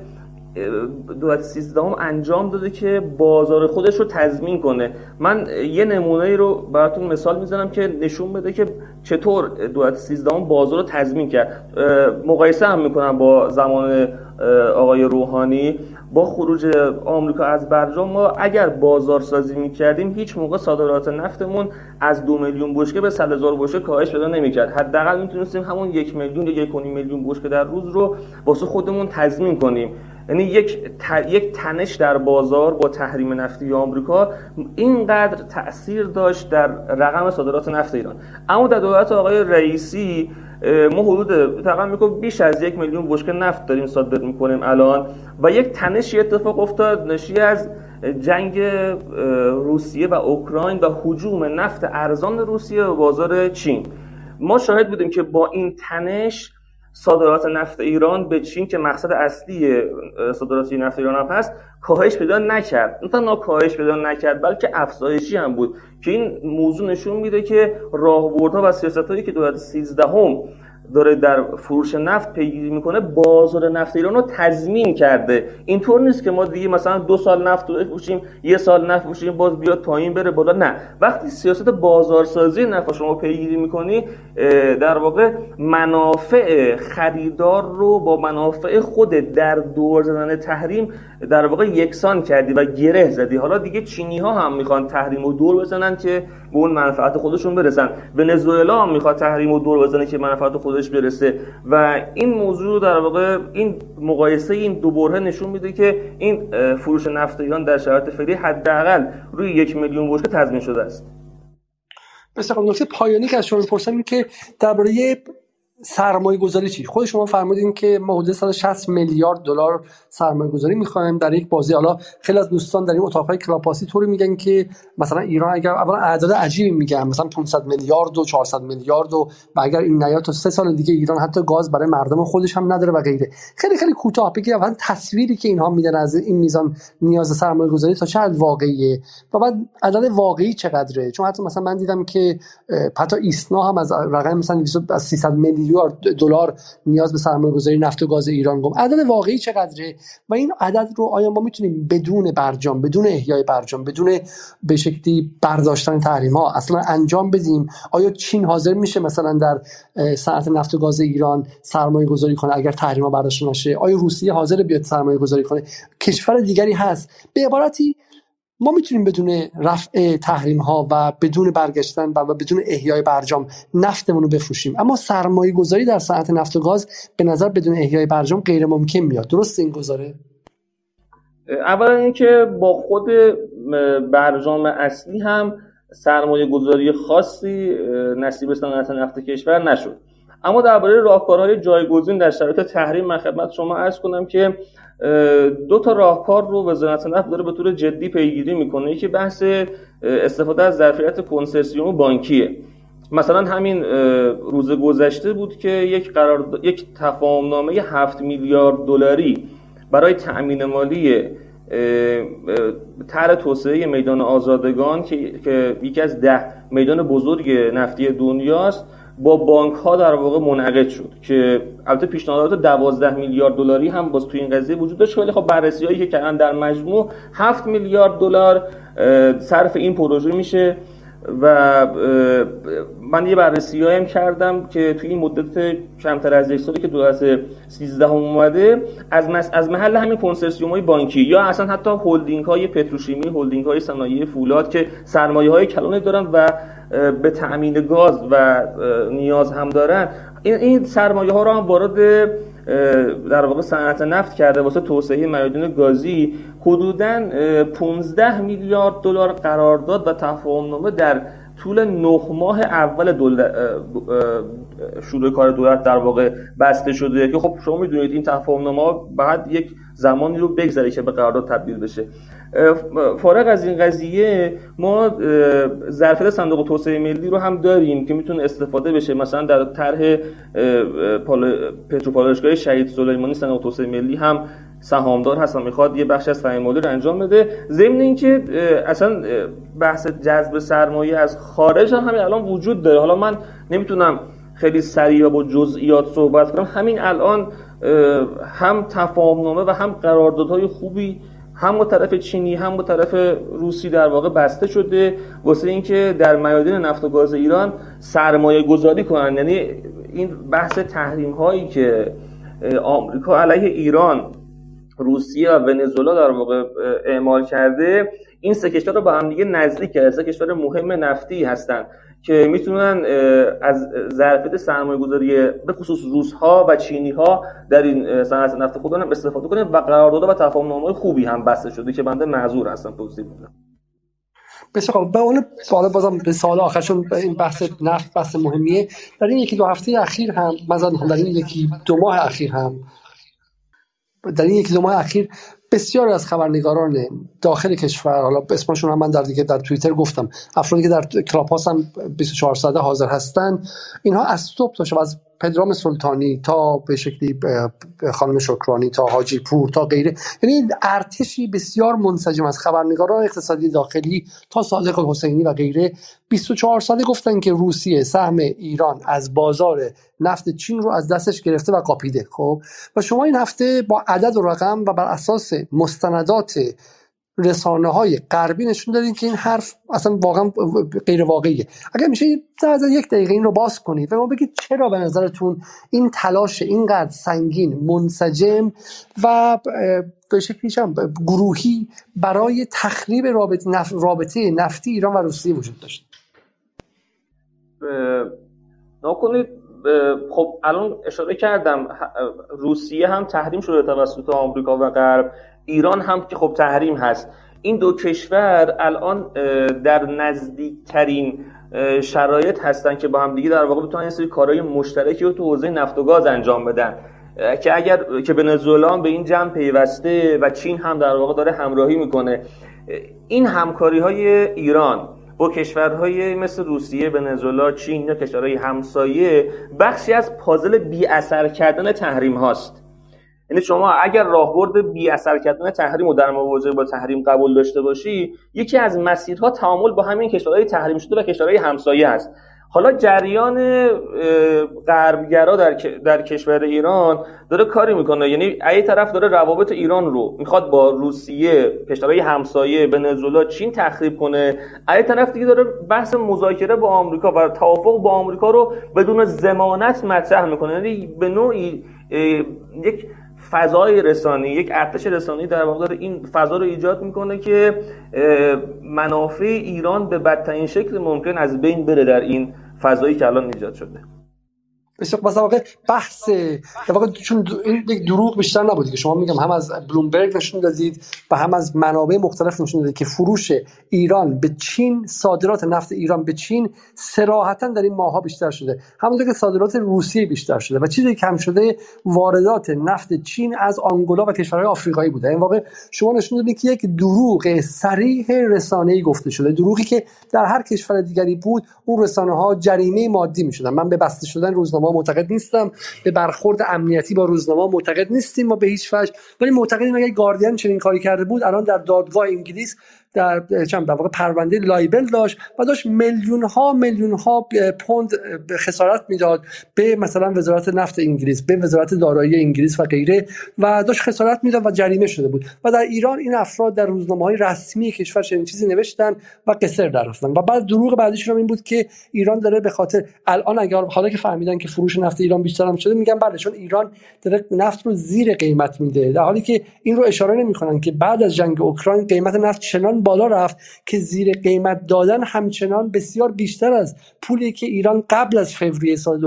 دولت 13 انجام داده که بازار خودش رو تضمین کنه. من یه نمونه رو براتون مثال میزنم که نشون بده که چطور دولت 13 بازار رو تضمین کرد. مقایسه هم میکنم با زمان آقای روحانی. با خروج آمریکا از برجام ما اگر بازارسازی میکردیم هیچ موقع صادرات نفتمون از 2 میلیون بشکه به 100,000 بشکه کاهش پیدا نمیکرد. حداقل میتونستیم همون 1 میلیون یا 1.5 میلیون بشکه در روز رو واسه خودمون تضمین کنیم. یعنی یک تنش در بازار با تحریم نفتی آمریکا اینقدر تأثیر داشت در رقم صادرات نفت ایران. اما در دولت آقای رئیسی ما حدود تقریبا بیش از 1 میلیون بشکه نفت داریم صادر میکنیم الان و یک تنشی اتفاق افتاد ناشی از جنگ روسیه و اوکراین و هجوم نفت ارزان روسیه به بازار چین. ما شاهد بودیم که با این تنش صادرات نفت ایران به چین که مقصد اصلی صادرات نفت ایران هم هست کاهش پیدا نکرد. نه تنها کاهش پیدا نکرد بلکه افزایشی هم بود که این موضوع نشون میده که راهبردها و سیاستایی که دولت 13 داره در فروش نفت پیگیری میکنه بازار نفت ایران رو تضمین کرده. اینطور نیست که ما دیگه مثلا 2 سال نفت رو بفروشیم، 1 سال نفت بفروشیم باز بیاد پایین بره بالا. نه، وقتی سیاست بازارسازی نفت شما پیگیری میکنی در واقع منافع خریدار رو با منافع خود در دور زدن تحریم در واقع یکسان کردی و گره زدی. حالا دیگه چینی ها هم میخوان تحریم رو دور بزنن که به اون منفعت خودشون برسن، ونزوئلا هم میخواد تحریم رو دور بزنه که منفعت خودش برسه و این موضوع در واقع این مقایسه این دو بره نشون میده که این فروش نفت ایران در شرایط فعلی حداقل روی 1 میلیون بشکه تضمین شده است. بسیار نکته پایانی که از شما می‌پرسم این که درباره سرمایه گذاری چی؟ خود شما فرمودین که ما حدود 160 میلیارد دلار سرمایه گذاری می‌خوایم در یک بازی. حالا خیلی از دوستان در این اتاق‌های کلاپاسی طوری میگن که مثلا ایران اگر اولا اعداد عجیبی میگن، مثلا 500 میلیارد و 400 میلیارد و اگر این نیاد تا 3 سال دیگه ایران حتی گاز برای مردم خودش هم نداره و غیره. خیلی خیلی کوتاه بگید اول تصویری که اینها میدن از این میزان نیاز سرمایه گذاری تا چه حد واقعیه و بعد عدد واقعی چقدره؟ چون حتی مثلا من دیدم که حتی ایسنا هم از رقم مثلا 300 میلیارد دلار نیاز به سرمایه‌گذاری نفت و گاز ایران گفت. عدد واقعی چقدره و این عدد رو آیا ما میتونیم بدون برجام، بدون احیای برجام، بدون به شکلی برداشتن تحریم‌ها اصلا انجام بدیم؟ آیا چین حاضر میشه مثلا در صنعت نفت و گاز ایران سرمایه‌گذاری کنه اگر تحریم‌ها برداشته نشه؟ آیا روسیه حاضر بیاد سرمایه‌گذاری کنه؟ کشور دیگری هست؟ به عبارتی ما میتونیم بدون رفع تحریم ها و بدون برگشتن و بدون احیای برجام نفتمون رو بفروشیم، اما سرمایه گذاری در صنعت نفت و گاز به نظر بدون احیای برجام غیر ممکن میاد. درست این گزاره؟ اولا اینکه با خود برجام اصلی هم سرمایه گذاری خاصی نصیب صنعت نفت کشور نشد. اما درباره راهکارهای جایگزین در شرایط تحریم من خدمت شما عرض کنم که 2 تا راهکار رو وزارت نفت داره به طور جدی پیگیری میکنه. یکی بحث استفاده از ظرفیت کنسرسیوم بانکیه. مثلا همین روز گذشته بود که یک تفاهمنامه 7 میلیارد دلاری برای تأمین مالی طرح توسعه میدان آزادگان که یکی از 10 میدان بزرگ نفتی دنیاست با بانک ها در واقع منعقد شد که البته پیشنهادات 12 میلیارد دلاری هم باز توی این قضیه وجود داشت، ولی خب بررسی‌هایی که کردن در مجموع 7 میلیارد دلار صرف این پروژه میشه و من یه بررسی‌هایی هم کردم که توی این مدت کمتر از 1 سالی که دولت 13 اومده از محل همین کنسرسیوم‌های بانکی یا اصلا حتی هلدینگ‌های پتروشیمی، هلدینگ‌های صنایع فولاد که سرمایه‌های کلانی دارن و به تأمین گاز و نیاز هم دارن، این سرمایه‌ها رو هم وارد در واقع صنعت نفت کرده واسه توسعه میادین گازی. حدوداً 15 میلیارد دلار قرارداد و تفاهمنامه در طول 9 ماه اول شروع کار دولت در واقع بسته شده که خب شما میدونید این تفاهمنامه‌ها بعد یک زمانی رو بگذره که به قرارداد تبدیل بشه. فارغ از این قضیه ما ظرفیت صندوق توسعه ملی رو هم داریم که میتونه استفاده بشه. مثلا در طرح پتروپالایشگاه شهید سلیمانی صندوق توسعه ملی هم سهامدار هستن، میخواد یه بخش از تامین مالی رو انجام بده. ضمن اینکه اصلا بحث جذب سرمایه از خارج هم همین الان وجود داره. حالا من نمیتونم خیلی سریع و با جزئیات صحبت کنم، همین الان هم تفاهمنامه و هم قراردادهای خوبی هم با طرف چینی هم با طرف روسی در واقع بسته شده واسه اینکه در میادین نفت و گاز ایران سرمایه گذاری کنن. یعنی این بحث تحریم هایی که آمریکا علیه ایران، روسیه و ونزوئلا در واقع اعمال کرده، این 3 کشور رو با هم دیگه نزدیک کرده. 3 کشور مهم نفتی هستن که میتونن از ظرفیت سرمایه‌گذاری به خصوص روس‌ها و چینی‌ها در این صنعت نفت خودمون هم استفاده کنن و قرارداد و تفاهم‌نامه‌های خوبی هم بسته شده که بنده معذور هستم توضیح بدم. بسیار به اون سوال بازم به سوال آخرشون این بحث نفت بحث مهمیه. در این 1-2 هفته اخیر هم مثلا در این 1-2 ماه اخیر هم در این 1-2 ماه اخیر بسیار از خبرنگاران داخل کشور، حالا اسمشون هم من در توییتر گفتم، افرادی که در کلاب هاوس هم 24 ساعته حاضر هستن، اینها از صبح تا شب، از پدرام سلطانی تا به شکلی خانم شکرانی تا حاجی پور تا غیره، یعنی ارتشی بسیار منسجم از خبرنگاران اقتصادی داخلی تا صادق حسینی و غیره 24 ساله گفتن که روسیه سهم ایران از بازار نفت چین رو از دستش گرفته و قاپیده. خب و شما این هفته با عدد و رقم و بر اساس مستندات رسانه‌های غربی نشون دادین که این حرف اصلا واقعا غیر واقعیه. اگر میشه 1 دقیقه این رو باز کنید و ما بگید چرا به نظرتون این تلاش اینقدر سنگین، منسجم و به شکلی گروهی برای تخریب رابطه نفتی ایران و روسیه وجود داشت؟ نکنید خب الان اشاره کردم روسیه هم تحریم شده توسط آمریکا و غرب، ایران هم که خب تحریم هست. این 2 کشور الان در نزدیکترین شرایط هستن که با هم دیگه در واقع بتونن این سری کارهای مشترکی رو تو حوزه نفت و گاز انجام بدن که اگر که ونزوئلا به این جمع پیوسته و چین هم در واقع داره همراهی میکنه. این همکاری‌های ایران با کشورهای مثل روسیه، ونزوئلا، چین یا کشورهای همسایه بخشی از پازل بی اثر کردن تحریم هاست. یعنی شما اگر راهبرد بی اثر کردن تحریم رو در مواجهه با تحریم قبول داشته باشی، یکی از مسیرها تعامل با همین کشورهای تحریم شده و کشورهای همسایه هست. حالا جریان غربگرا در کشور ایران داره کاری میکنه، یعنی یک طرف داره روابط ایران رو میخواد با روسیه، کشورهای همسایه، ونزوئلا، چین تخریب کنه، یک طرف دیگه داره بحث مذاکره با آمریکا و توافق با آمریکا رو بدون ضمانت مطرح میکنه. یعنی به نوعی یک فضای رسانی، یک ارتش رسانی در واقع این فضا رو ایجاد میکنه که منافع ایران به بدترین شکل ممکن از بین بره در این فضایی که الان ایجاد شده. بسیار واقع بحث در واقع چون این یک دروغ بیشتر نبودی که شما میگم هم از بلومبرگ نشون دادید و هم از منابع مختلف نشون دادید که فروش ایران به چین، صادرات نفت ایران به چین صراحتاً در این ماه‌ها بیشتر شده، همونطور که صادرات روسیه بیشتر شده و چیزی کم شده واردات نفت چین از آنگولا و کشورهای آفریقایی بوده. این واقع شما نشون دادید که یک دروغ صریح رسانه‌ای گفته شده، دروغی که در هر کشور دیگری بود اون رسانه‌ها جریمه مادی می‌شدن. من به بسته شدن روزنامه معتقد نیستم، به برخورد امنیتی با روزنامه معتقد نیستیم ما به هیچ وجه، ولی معتقدیم اگه گاردین چنین کاری کرده بود الان در دادگاه انگلیس در واقع پرونده لایبل داشت و داشت میلیون ها پوند خسارت میداد به مثلا وزارت نفت انگلیس، به وزارت دارایی انگلیس و غیره، و داشت خسارت میداد و جریمه شده بود. و در ایران این افراد در روزنامه‌های رسمی کشور چنین چیزی نوشتن و قصر درآوردن. و بعد دروغ بعدیشون این بود که ایران داره به خاطر الان اگر حالا که فهمیدن که فروش نفت ایران بیشتر هم شده، میگن بله چون ایران داره نفت رو زیر قیمت میده، در حالی که این رو اشاره نمیکنن که بعد از جنگ اوکراین قیمت نفت چنان بالا رفت که زیر قیمت دادن همچنان بسیار بیشتر از پولی که ایران قبل از فوریه سال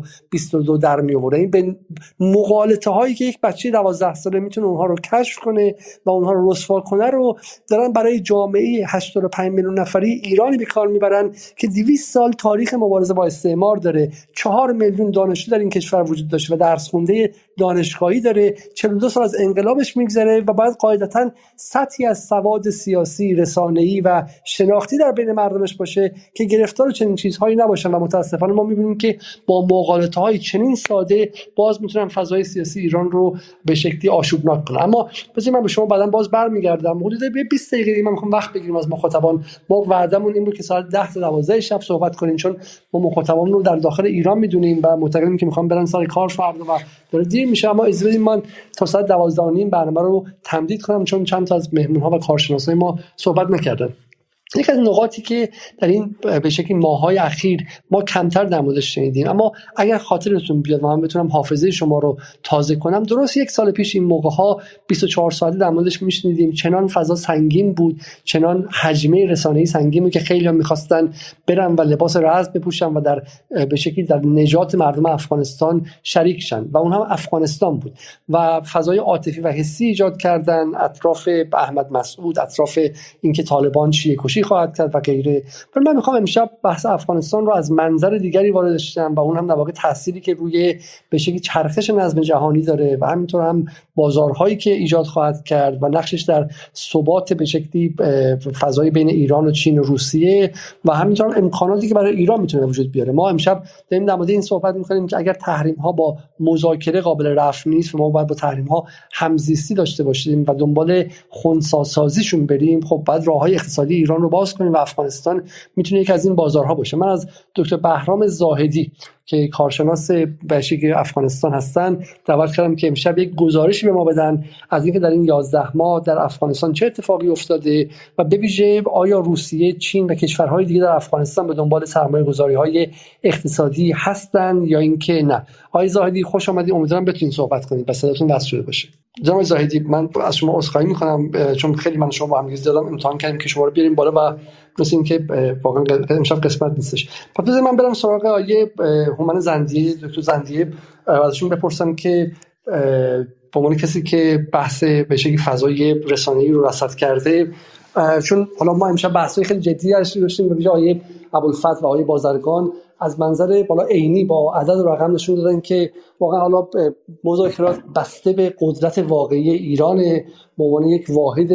2022 در می آورد. این به مغالطه هایی که یک بچه 12 ساله میتونه اونها رو کشف کنه و اونها رو رسوا کنه رو دارن برای جامعه 85 میلیون نفری ایرانی به کار میبرن که 200 سال تاریخ مبارزه با استعمار داره، 4 میلیون دانشجو در این کشور وجود داشته و درس خونده دانشگاهی داره، 42 سال از انقلابش میگذره و باید قاعدتاً سطحی از سواد سیاسی، رسانه‌ای و شناختی در بین مردمش باشه که گرفتار چنین چیزهایی نباشن. و متاسفانه ما می‌بینیم که با مغالطه‌های چنین ساده باز میتونن فضای سیاسی ایران رو به شکلی آشوبناک کنن. اما بذارید من به شما بعداً باز برمیگردم. حدود 20 دقیقه من می‌خوام وقت بگیریم از مخاطبان. ما وعدمون این بود که ساعت 10 تا 12 شب صحبت کنیم، چون ما مخاطبان رو در داخل ایران می‌دونیم و معتقدیم که می‌خوام برن سر کار فردا و داره دیر میشه. اما اجازه بدید من تا ساعت 12:30 برنامه رو تمدید کنم، چون چند تا از مهمون‌ها و کارشناسای ما صحبت نکردن. یک از نقاطی که در این به شکلی ماه‌های اخیر ما کمتر در موردش شنیدیم، اما اگر خاطرتون بیاد و من بتونم حافظه شما رو تازه کنم، درست 1 سال پیش این موقع‌ها 24 ساعته در موردش میشنیدیم. چنان فضا سنگین بود، چنان حجمه رسانه‌ای سنگین بود که خیلی‌ها می‌خواستن برن و لباس رزم بپوشن و در به شکلی در نجات مردم افغانستان شریک شن و اون هم افغانستان بود و فضای عاطفی و حسی ایجاد کردن اطراف احمد مسعود، اطراف اینکه طالبان شیعه‌کشی خواهد کرد و غیره. ولی من میخوام امشب بحث افغانستان رو از منظر دیگری واردش کنم و اون هم در واقع تأثیری که روی به شکلی چرخش نظم جهانی داره و همینطور هم بازارهایی که ایجاد خواهد کرد و نقشش در ثبات به شکلی فضای بین ایران و چین و روسیه و همینطور هم امکاناتی که برای ایران میتونه وجود بیاره. ما امشب داریم در مورد این صحبت میکنیم که اگر تحریم ها با مذاکره قابل رفع نیست و ما باید با تحریم ها همزیستی داشته باشیم و دنبال خنثی‌سازیشون بریم، خب بعد راههای اقتصادی ایران رو باز کنیم و افغانستان میتونه یک از این بازارها باشه. من از دکتر بهرام زاهدی که کارشناس بشری افغانستان هستن دعوت کردم که امشب یک گزارشی به ما بدن از اینکه در این 11 ماه در افغانستان چه اتفاقی افتاده و به ویژه آیا روسیه، چین و کشورهای دیگه در افغانستان به دنبال سرمایه‌گذاری‌های اقتصادی هستن یا اینکه نه. آقای زاهدی خوش آمدید، امیدوارم بتونید صحبت کنید و صداتون وصل شده باشه. جناب زاهدی من از شما عذرخواهی می‌کنم چون خیلی من شما با هم دادم امتحان کردیم که شما رو بیاریم بالا و مثل اینکه واقعا امشب قسمت نیستش. پس من برم سراغ آیه هومن زندیه، دکتر زندیه، ازشون بپرسم که به عنوان کسی که بحث به شکلی فضای رسانه‌ای رو رصد کرده، چون حالا ما امشب بحث‌های خیلی جدی داشتیم به ویژه آیه ابوالفضل و آیه بازرگان از منظر بالا عینی با عدد و رقم نشون دادن که واقعا حالا مذاکرات بسته به قدرت واقعی ایران به عنوان یک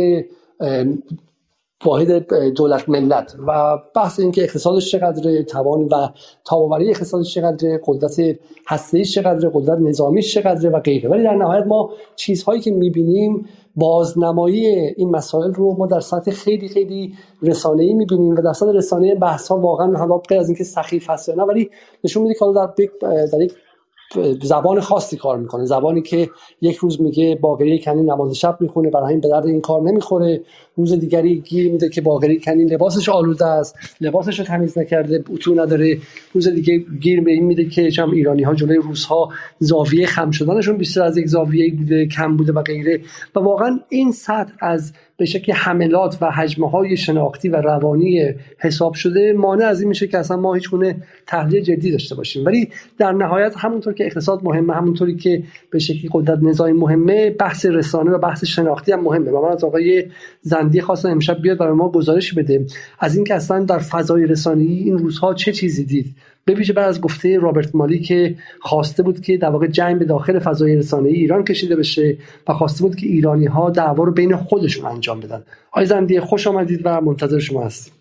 واحد دولت ملت و بحث این که اقتصادش چقدره، توان و تاب‌آوری اقتصادش چقدره، قدرت هسته‌ایش چقدره، قدرت نظامیش چقدره و غیره. ولی در نهایت ما چیزهایی که می‌بینیم بازنمایی این مسائل رو ما در سطح خیلی خیلی رسانه‌ای می‌بینیم و در سطح رسانه‌ای بحث‌ها واقعا حالا غیر از اینکه سخیف هست یا نه ولی نشون میده که حالا در یک زبان خاصی کار میکنه، زبانی که یک روز میگه باقری کنی نماز شب میخونه برای همین به درد این کار نمیخوره، روز دیگری گیر میده که باقری کنی لباسش آلوده است، لباسش رو تمیز نکرده، اتو نداره، روز دیگه گیر به این میده که چم ایرانی‌ها جلوی روس‌ها زاویه خم شدنشون بیشتر از یک زاویه‌ای بوده، کم بوده و غیره. و واقعا این سطح از به شکلی حملات و هجمه‌های شناختی و روانی حساب شده مانع از این میشه که اصلا ما هیچ گونه تحلیل جدی داشته باشیم. ولی در نهایت همونطور که اقتصاد مهمه، همونطوری که به شکلی قدرت نظامی مهمه، بحث رسانه و بحث شناختی هم مهمه. و من از آقای زندی خواستم امشب بیاد برای ما گزارش بده از اینکه اصلا در فضای رسانه‌ای این روزها چه چیزی دید، به ویژه بعد از گفته رابرت مالی که خواسته بود که در واقع جنگ به داخل فضای رسانه‌ای ایران کشیده بشه و خواسته بود که ایرانی‌ها دعوا رو بین خودشون انجام بدن. آقای زندی خوش آمدید و منتظر شما هستیم.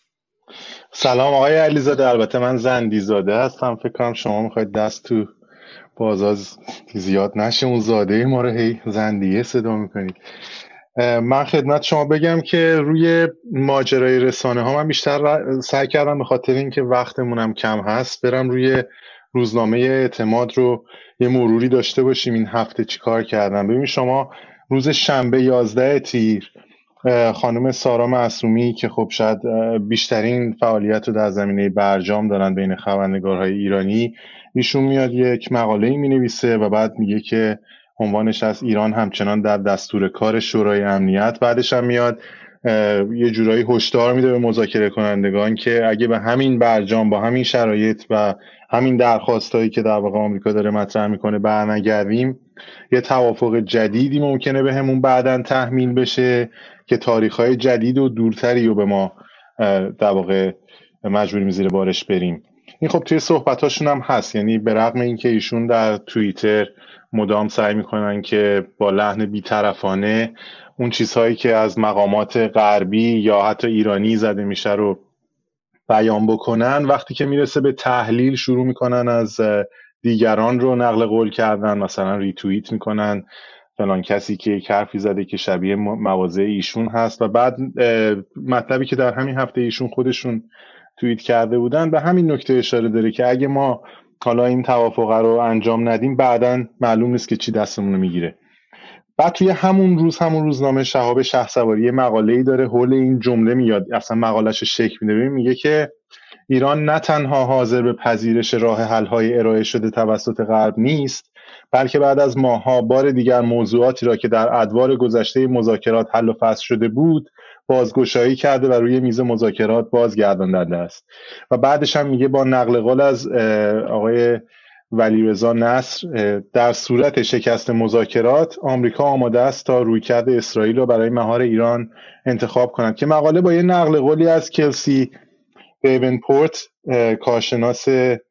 سلام آقای علیزاده. البته من زندی زاده هستم، فکر کنم شما میخواید دست تو بازاز زیاد نشه، اون زاده ما رو هی زندیه صدا میکنید. من خدمت شما بگم که روی ماجرای رسانه ها من بیشتر سعی کردم به خاطر اینکه وقتمونم کم هست برم روی روزنامه اعتماد رو یه مروری داشته باشیم این هفته چی کار کردم. ببین شما روز شنبه 11 تیر خانم سارا معصومی که خب شاید بیشترین فعالیت رو در زمینه برجام دارن بین خبرنگارهای ایرانی، ایشون میاد یک مقاله‌ای مینویسه و بعد میگه که عنوانش از ایران همچنان در دستور کار شورای امنیت. بعدش هم میاد یه جورایی هشدار میده به مذاکره کنندگان که اگه به همین برجام با همین شرایط و همین درخواستایی که در واقع آمریکا داره مطرح میکنه برنگردیم، یه توافق جدیدی ممکنه به همون بعدن تحمیل بشه که تاریخ‌های جدید و دورتری رو به ما در واقع مجبور زیر بارش بریم. این خب توی صحبتاشون هم هست، یعنی به رغم اینکه ایشون در توییتر مدام سعی میکنن که با لحن بی‌طرفانه اون چیزهایی که از مقامات غربی یا حتی ایرانی زده میشه رو بیان بکنن، وقتی که میرسه به تحلیل شروع میکنن از دیگران رو نقل قول کردن، مثلا ریتوییت میکنن فلان کسی که یک حرفی زده که شبیه مواضع ایشون هست و بعد مطلبی که در همین هفته ایشون خودشون توییت کرده بودن به همین نکته اشاره داره که اگه ما حالا این توافق رو انجام ندیم بعداً معلوم نیست که چی دستمون رو میگیره. بعد توی همون روزنامه شهاب شهسواری مقاله‌ای داره حول این جمله میاد، اصلا مقاله‌شو شکل میده، میگه که ایران نه تنها حاضر به پذیرش راه حل‌های ارائه شده توسط غرب نیست، بلکه بعد از ماه‌ها بار دیگر موضوعاتی را که در ادوار گذشته مذاکرات حل و فصل شده بود بازگشایی کرده و روی میز مذاکرات بازگردانده است. و بعدش هم میگه با نقل قول از آقای ولیرضا نصر، در صورت شکست مذاکرات آمریکا آماده است تا رویکرد اسرائیل را برای مهار ایران انتخاب کند، که مقاله با یه نقل قولی از کلسی دیونپورت کارشناس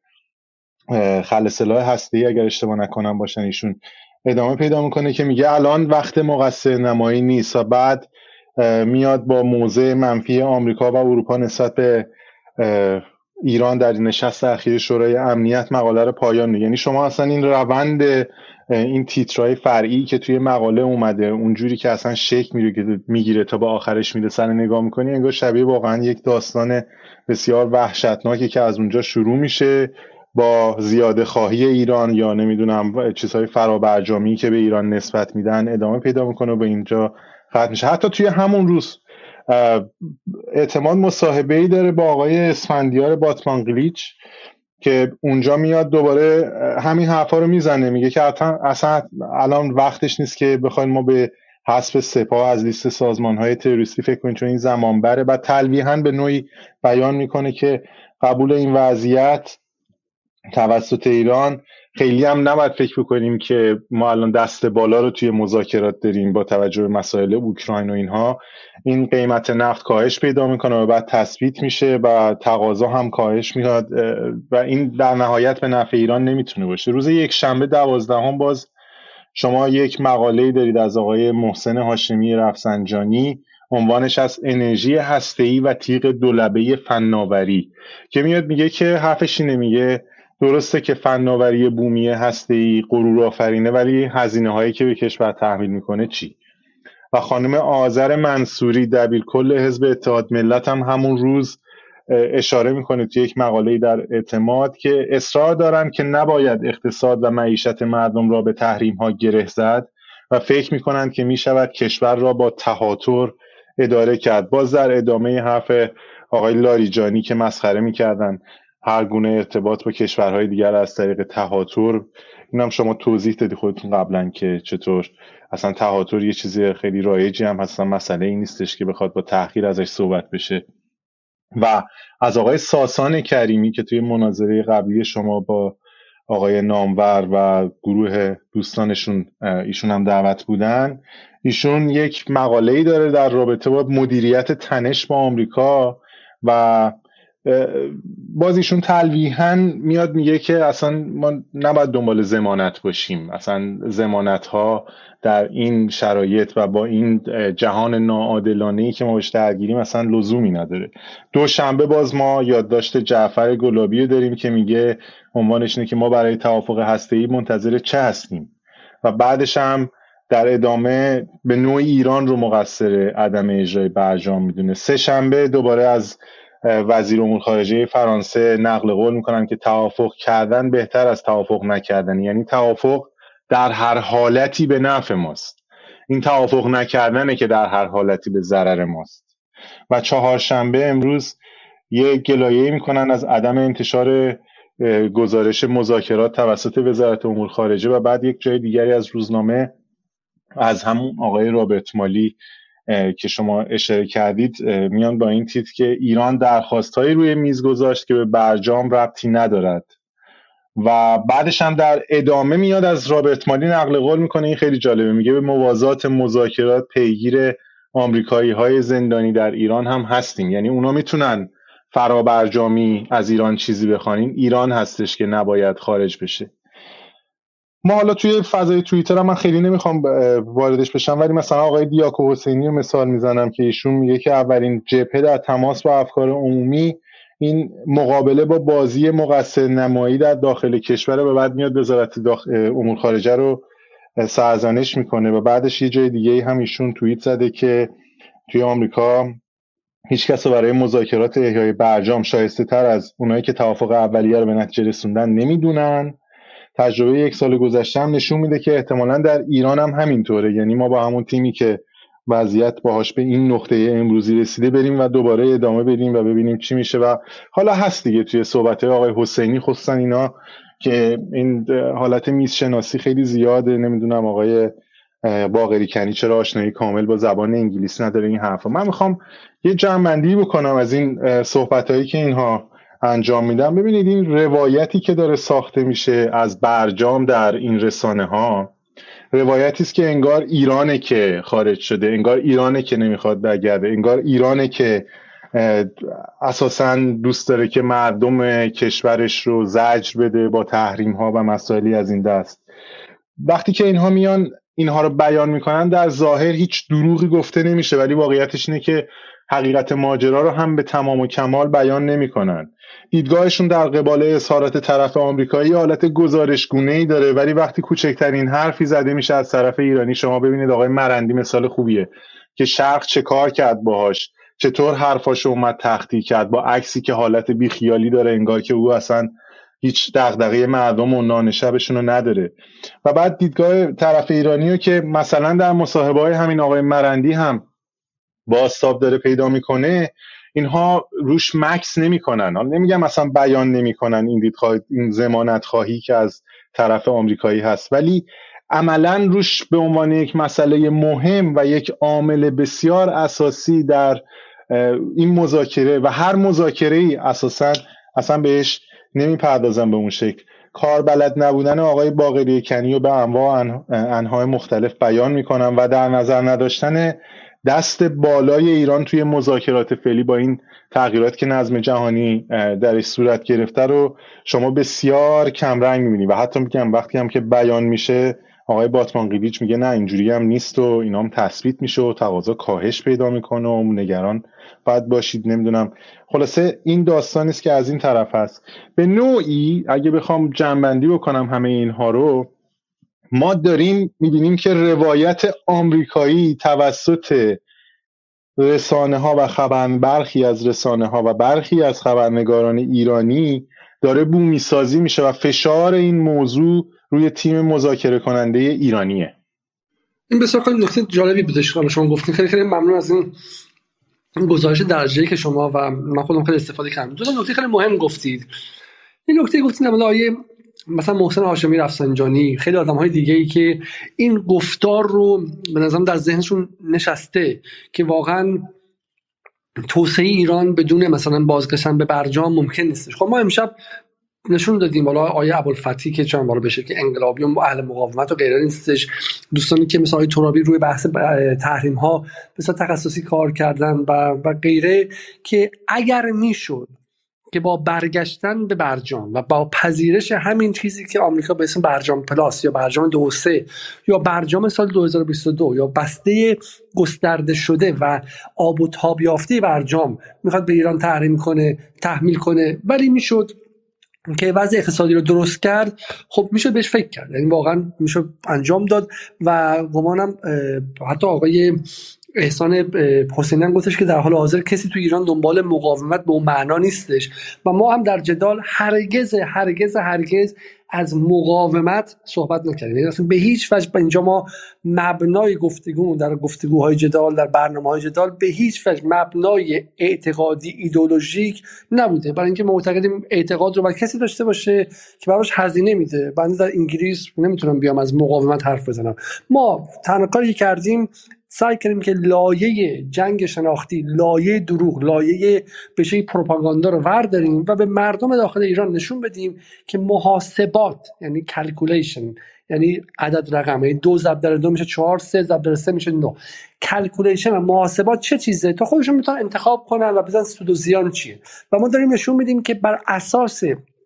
خل سلاح هسته‌ای اگر اشتباه نکنم باشن ایشون ادامه پیدا میکنه که میگه الان وقت مقصر نمایی نیست و بعد میاد با موضع منفی آمریکا و اروپا نسبت به ایران در نشست اخیر شورای امنیت مقاله رو پایان میده. یعنی شما اصلا این روند این تیترهای فرعی که توی مقاله اومده اونجوری که اصلا شکل میگیره تا به آخرش میرسه نگاه میکنی انگار شبیه واقعا یک داستان بسیار وحشتناکی که از اونجا شروع میشه با زیاده خواهی ایران یا نمیدونم چیزهای فرابرجامی که به ایران نسبت میدن ادامه پیدا میکنه و به اینجا ختم میشه. حتی توی همون روز اعتماد مصاحبه‌ای داره با آقای اسفندیار باتمانگلیچ که اونجا میاد دوباره همین حرفا رو میزنه، میگه که اصلا الان وقتش نیست که بخوایم ما به حذف سپاه از لیست سازمان‌های تروریستی فکر کنیم چون این زمان بره. بعد تلویحاً به نوعی بیان میکنه که قبول این وضعیت توسط ایران خیلی هم نباید فکر بکنیم که ما الان دست بالا رو توی مذاکرات داریم با توجه به مسائل اوکراین و اینها. این قیمت نفت کاهش پیدا میکنه و بعد تثبیت میشه و تقاضا هم کاهش میاد و این در نهایت به نفع ایران نمیتونه باشه. روز یک شنبه 12 باز شما یک مقاله‌ای دارید از آقای محسن هاشمی رفسنجانی، عنوانش از انرژی هسته‌ای و تیغ دولبه فناوری، که میاد میگه که حرفش اینه، میگه درسته که فناوری بومی هسته‌ای غرور آفرینه ولی هزینه هایی که به کشور تحمیل میکنه چی؟ و خانم آذر منصوری دبیرکل حزب اتحاد ملت هم همون روز اشاره میکنه توی یک مقاله‌ای در اعتماد که اصرار دارن که نباید اقتصاد و معیشت مردم را به تحریم ها گره زد و فکر میکنن که میشود کشور را با تهاتر اداره کرد. باز در ادامه حرف آقای لاریجانی که مسخره میکردن هر گونه ارتباط با کشورهای دیگر از طریق تهاتر. اینم شما توضیح دادی خودتون قبلا که چطور اصلا تهاتر یه چیزی خیلی رایجی هم هستن، مسئله این نیستش که بخواد با تأخیر ازش صحبت بشه. و از آقای ساسان کریمی که توی مناظره قبلی شما با آقای نامور و گروه دوستانشون ایشون هم دعوت بودن، ایشون یک مقاله‌ای داره در رابطه با مدیریت تنش با آمریکا و باز ایشون تلویحاً میاد میگه که اصلا ما نباید دنبال ضمانت باشیم، اصلا ضمانت ها در این شرایط و با این جهان ناعادلانه‌ای که ما باش درگیریم اصلا لزومی نداره. دوشنبه باز ما یادداشت جعفر گلابی داریم که میگه عنوانش اینه که ما برای توافق هسته‌ای منتظر چه هستیم و بعدش هم در ادامه به نوعی ایران رو مقصر عدم اجرای برجام میدونه. سه شنبه دوباره از وزیر امور خارجه فرانسه نقل قول میکنن که توافق کردن بهتر از توافق نکردن، یعنی توافق در هر حالتی به نفع ماست، این توافق نکردنه که در هر حالتی به ضرر ماست. و چهارشنبه امروز یه گلایه میکنن از عدم انتشار گزارش مذاکرات توسط وزارت امور خارجه و بعد یک جای دیگری از روزنامه از همون آقای رابرت مالی که شما اشاره کردید میان با این تیتر که ایران درخواست‌هایی روی میز گذاشت که به برجام ربطی ندارد و بعدش هم در ادامه میاد از رابرت مالی نقل قول میکنه. این خیلی جالبه، میگه به موازات مذاکرات پیگیر آمریکایی‌های زندانی در ایران هم هستیم، یعنی اونا میتونن فرابرجامی از ایران چیزی بخوانین، ایران هستش که نباید خارج بشه. ما حالا توی فضای توییتر هم من خیلی نمیخوام واردش بشم، ولی مثلا آقای دیاکو حسینی رو مثال میزنم که ایشون میگه که اولین جبهه در تماس با افکار عمومی این مقابله با بازی مقصر نمایی در داخل کشور و بعد میاد وزارت امور خارجه رو سرزنش میکنه و بعدش یه جای دیگه هم ایشون توییت زده که توی آمریکا هیچ کس رو برای مذاکرات احیای برجام شایسته تر از اونایی که توافق اولیه رو به نتیجه رسوندن نمیدونن. تجربه یک سال گذشته هم نشون میده که احتمالاً در ایران هم همینطوره، یعنی ما با همون تیمی که وضعیت باهاش به این نقطه امروزی رسیده بریم و دوباره ادامه بدیم و ببینیم چی میشه. و حالا هست دیگه توی صحبت‌های آقای حسینی خصوصا اینا که این حالت میزشناسی خیلی زیاده، نمیدونم آقای باقری کنی چرا آشنایی کامل با زبان انگلیسی نداره، این حرفا. من میخوام یه جمع‌بندی بکنم از این صحبتایی که اینها انجام میدم. ببینید این روایتی که داره ساخته میشه از برجام در این رسانه ها روایتی است که انگار ایرانه که خارج شده، انگار ایرانه که نمیخواد برگرده، انگار ایرانه که اساساً دوست داره که مردم کشورش رو زجر بده با تحریم ها و مسائلی از این دست. وقتی که اینها میان اینها رو بیان میکنن در ظاهر هیچ دروغی گفته نمیشه، ولی واقعیتش اینه که حقیقت ماجرا رو هم به تمام و کمال بیان نمیکنن. دیدگاهشون در قبال اظهارات طرف آمریکایی حالت گزارشگونه‌ای داره، ولی وقتی کوچکترین حرفی زده میشه از طرف ایرانی، شما ببینید آقای مرندی مثال خوبیه که شرق چه کار کرد باهاش، چطور حرفاشو اومد تخطی کرد با عکسی که حالت بیخیالی داره، انگار که او اصلا هیچ دغدغه مردم و نان شبشون رو نداره. و بعد دیدگاه طرف ایرانیو که مثلا در مصاحبه‌های همین آقای مرندی هم بازتاب داره پیدا میکنه، اینها روش مکس نمیکنن. حالا نمیگم مثلا بیان نمیکنن این ضمانت خواهی که از طرف آمریکایی هست، ولی عملا روش به عنوان یک مسئله مهم و یک عامل بسیار اساسی در این مذاکره و هر مذاکره‌ای اصلا بهش نمیپردازن به اون شکل. کار بلد نبودن آقای باقری کنی رو به انواع انواع مختلف بیان میکنن و در نظر نداشتن دست بالای ایران توی مذاکرات فعلی با این تغییرات که نظم جهانی درش صورت گرفته رو شما بسیار کمرنگ می‌بینید. و حتی میگم وقتی هم که بیان میشه آقای باتمان قیلیچ میگه نه اینجوری هم نیست و اینا هم تثبیت میشه و تقاضا کاهش پیدا میکنه و نگران باید باشید. نمیدونم، خلاصه این داستانی است که از این طرف هست. به نوعی اگه بخوام جمع‌بندی بکنم همه اینها رو، ما داریم میبینیم که روایت آمریکایی توسط رسانه ها و برخی از رسانه ها و برخی از خبرنگاران ایرانی داره بومی سازی میشه و فشار این موضوع روی تیم مذاکره کننده ایرانیه. این بسیار خیلی نکته جالبی بودش که شما گفتین. خیلی خیلی ممنون از این گزارش درجه‌ای که شما و من خودم خیلی استفاده کردم. دو تا نکته خیلی مهم گفتید. این نکته گفتید در مورد مثلا محسن هاشمی رفسنجانی، خیلی آدم‌های دیگه‌ای که این گفتار رو به نظرم در ذهنشون نشسته که واقعا توسعه ایران بدون مثلا بازگشتن به برجام ممکن نیستش. خب ما امشب نشون دادیم، بالا آیه ابوالفتحی که چند بار بشه که انقلابی و اهل مقاومت و غیره نیستش، دوستانی که مثلا ترابی روی بحث تحریم ها مثلا تخصصی کار کردن و غیره، که اگر میشد که با برگشتن به برجام و با پذیرش همین چیزی که آمریکا به اسم برجام پلاس یا برجام 2.3 یا برجام سال 2022 یا بسته گسترده شده و آب و تاب یافته برجام میخواد به ایران تحمیل کنه، ولی میشد که وضع اقتصادی رو درست کرد، خب میشه بهش فکر کرد، یعنی واقعا میشه انجام داد. و گمانم حتی آقای احسان حسینی هم گفتش که در حال حاضر کسی تو ایران دنبال مقاومت به اون معنا نیستش و ما هم در جدال هرگز از مقاومت صحبت نکردیم. یعنی اصلا به هیچ وجه اینجا ما مبنای گفتگو در گفتگوهای جدال، در برنامه‌های جدال، به هیچ وجه مبنای اعتقادی ایدئولوژیک نبوده، برای اینکه معتقدیم اعتقاد رو باید کسی داشته باشه که براش هزینه میده. بنده در انگلیس نمیتونم بیام از مقاومت حرف بزنم. ما تنها کاری کردیم سعی کردیم که لایه جنگ شناختی، لایه دروغ، لایه بشه پروپاگاندا رو ورداریم و به مردم داخل ایران نشون بدیم که محاسبات، یعنی کلکولیشن، یعنی عدد رقم، یعنی 2 ضرب در 2 میشه 4، 3 ضرب در 3 میشه 9. کلکولیشن و محاسبات چه چیزه تا خودشون میتونن انتخاب کنن و بزنن سود و زیان چیه. و ما داریم نشون میدیم که بر اساس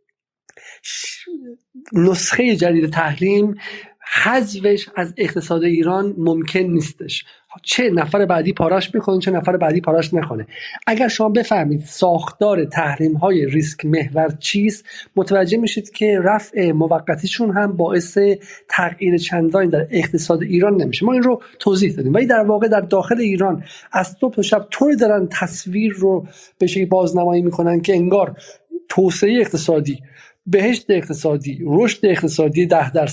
نسخه جدید تحریم حذفش از اقتصاد ایران ممکن نیستش. چه نفر بعدی پاراش میکنه، چه نفر بعدی پاراش نکنه. اگر شما بفهمید ساختار تحریم های ریسک محور چیست، متوجه میشید که رفع موقتیشون هم باعث تغییر چندانی در اقتصاد ایران نمیشه. ما این رو توضیح دادیم، ولی در واقع در داخل ایران از صبح تا شب طوری دارن تصویر رو به شکلی بازنمایی میکنن که انگار توسعه اقتصادی، بهشت اقتصادی، رشد اقتصادی 10%،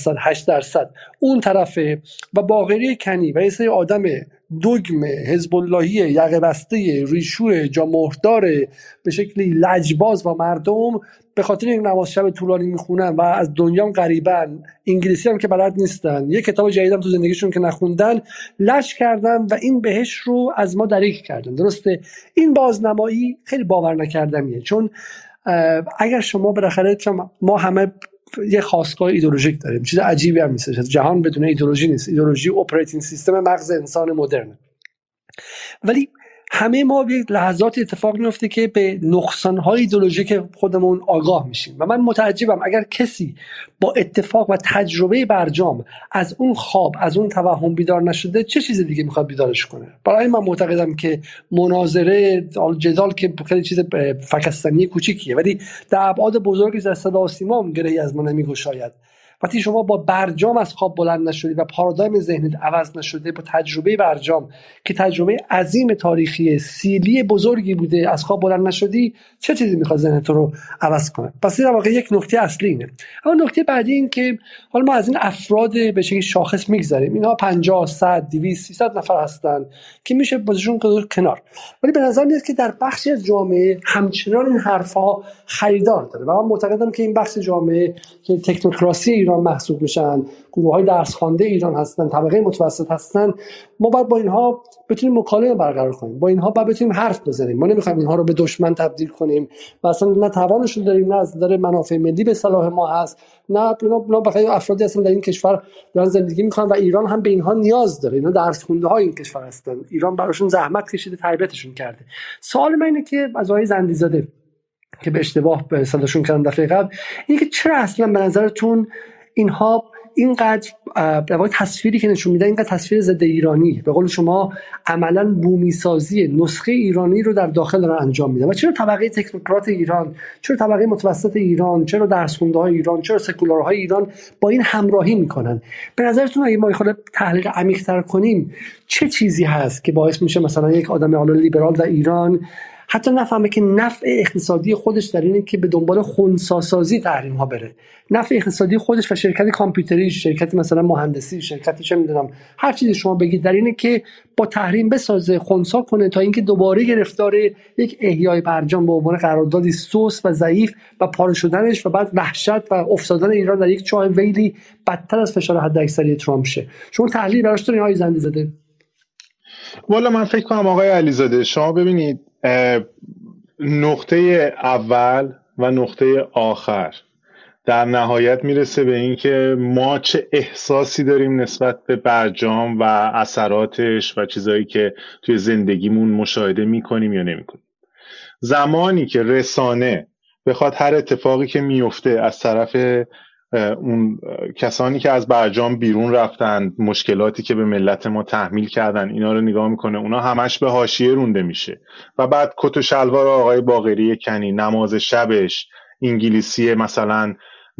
8% اون طرفه و باقری کنی و یه سری آدم دوگم حزب اللهی یقه بسته ریشو جا مهردار به شکلی لجباز و مردم به خاطر یک نماز شب طولانی میخونن و از دنیا غریبن، انگلیسی هم که بلد نیستن، یک کتاب جدیدم تو زندگیشون که نخوندن، لج کردن و این بهشت رو از ما دریغ کردن. درسته این بازنمایی خیلی باور نکردنیه، چون اگر شما بالاخره ما همه یه خاستگاه ایدئولوژیک داریم، چیز عجیبی هم نیست، جهان بدون ایدئولوژی نیست، ایدئولوژی اپراتینگ سیستم مغز انسان مدرن، ولی همه ما به لحظات اتفاق میفته که به نقصان‌های ایدئولوژیک خودمون آگاه میشیم و من متعجبم اگر کسی با اتفاق و تجربه برجام از اون خواب، از اون توهم بیدار نشده، چه چیز دیگه میخواد بیدارش کنه؟ برای من معتقدم که مناظره، جدال که خیلی چیز فکستنی کوچیکیه، ولی در ابعاد بزرگی در صدا و سیما هم گرهی از ما نمیگشاید. وقتی شما با برجام از خواب بلند نشدید و پارادایم ذهنیت عوض نشده، با تجربه برجام که تجربه عظیم تاریخی سیلی بزرگی بوده از خواب بلند نشدی، چه چیزی میخواد ذهنت رو عوض کنه؟ پس این واقعا یک نکته اصلی اینه. اما نکته بعدی این که حالا ما از این افراد به شکلی شاخص میگذاریم، اینها 50 100 200 300 نفر هستن که میشه بازشون کنار، ولی به نظر میاد که در بخشی از جامعه همچنان این حرفا خریدار داره و من معتقدم که این بخش جامعه که تکنوکراسی ایران محسوب میشن، گروه‌های درس خوانده ایران هستن، طبقه متوسط هستن، ما باید با اینها بتونیم مکالمه برقرار کنیم، با اینها باید بتونیم حرف بزنیم. ما نمیخوایم اینها رو به دشمن تبدیل کنیم و اصلا نه توانشون داریم، نه از نظر منافع ملی به صلاح ما هست، نه اینا بخاطر افرادی هستن در این کشور دارن زندگی میکنن و ایران هم به اینها نیاز داره. اینا درس خونده های این کشور هستن، ایران براشون زحمت کشیده، تربیتشون کرده. سوال من اینه که از آقای زندیزاده که به اشتباه به صداشون کردن دفعه قبل، اینه که چرا اصلا به نظرتون اینها اینقدر در واقع تصویری که نشون میدن اینقدر تصویر ضد ایرانی، به قول شما عملاً بومی سازی نسخه ایرانی رو در داخل دارن انجام میدن؟ و چرا طبقه تکنوکرات ایران، چرا طبقه متوسط ایران، چرا درس خونده های ایران، چرا سکولارهای ایران با این همراهی میکنن؟ به نظرتون اگه ما خود تحلیل عمیق‌تر کنیم چه چیزی هست که باعث میشه مثلا یک آدم لیبرال در ایران حتی نفهمه که نفع اقتصادی خودش در اینه که به دنبال خنثی‌سازی تحریم ها بره. نفع اقتصادی خودش و شرکت کامپیوتری، شرکت مثلا مهندسی، شرکتی چه میدونم هر چیزی شما بگید در اینه که با تحریم بسازه، خنثی کنه تا اینکه دوباره گرفتار یک احیای برجام به عنوان قراردادی سوس و ضعیف و پاره شدنش و بعد وحشت و افتادن ایران در یک چاه ویلی بدتر از فشار حداکثری ترامپ شه. شما تحلیل براش دارین آقای زندی‌زاده؟ والا من فکر کنم آقای علیزاده شما ببینید نقطه اول و نقطه آخر در نهایت میرسه به این که ما چه احساسی داریم نسبت به برجام و اثراتش و چیزایی که توی زندگیمون مشاهده میکنیم یا نمیکنیم. زمانی که رسانه بخواد هر اتفاقی که میفته از طرف اون کسانی که از برجام بیرون رفتن، مشکلاتی که به ملت ما تحمیل کردن، اینا رو نگاه میکنه، اونا همش به حاشیه رونده میشه و بعد کت و شلوار آقای باقری کنی، نماز شبش، انگلیسی مثلا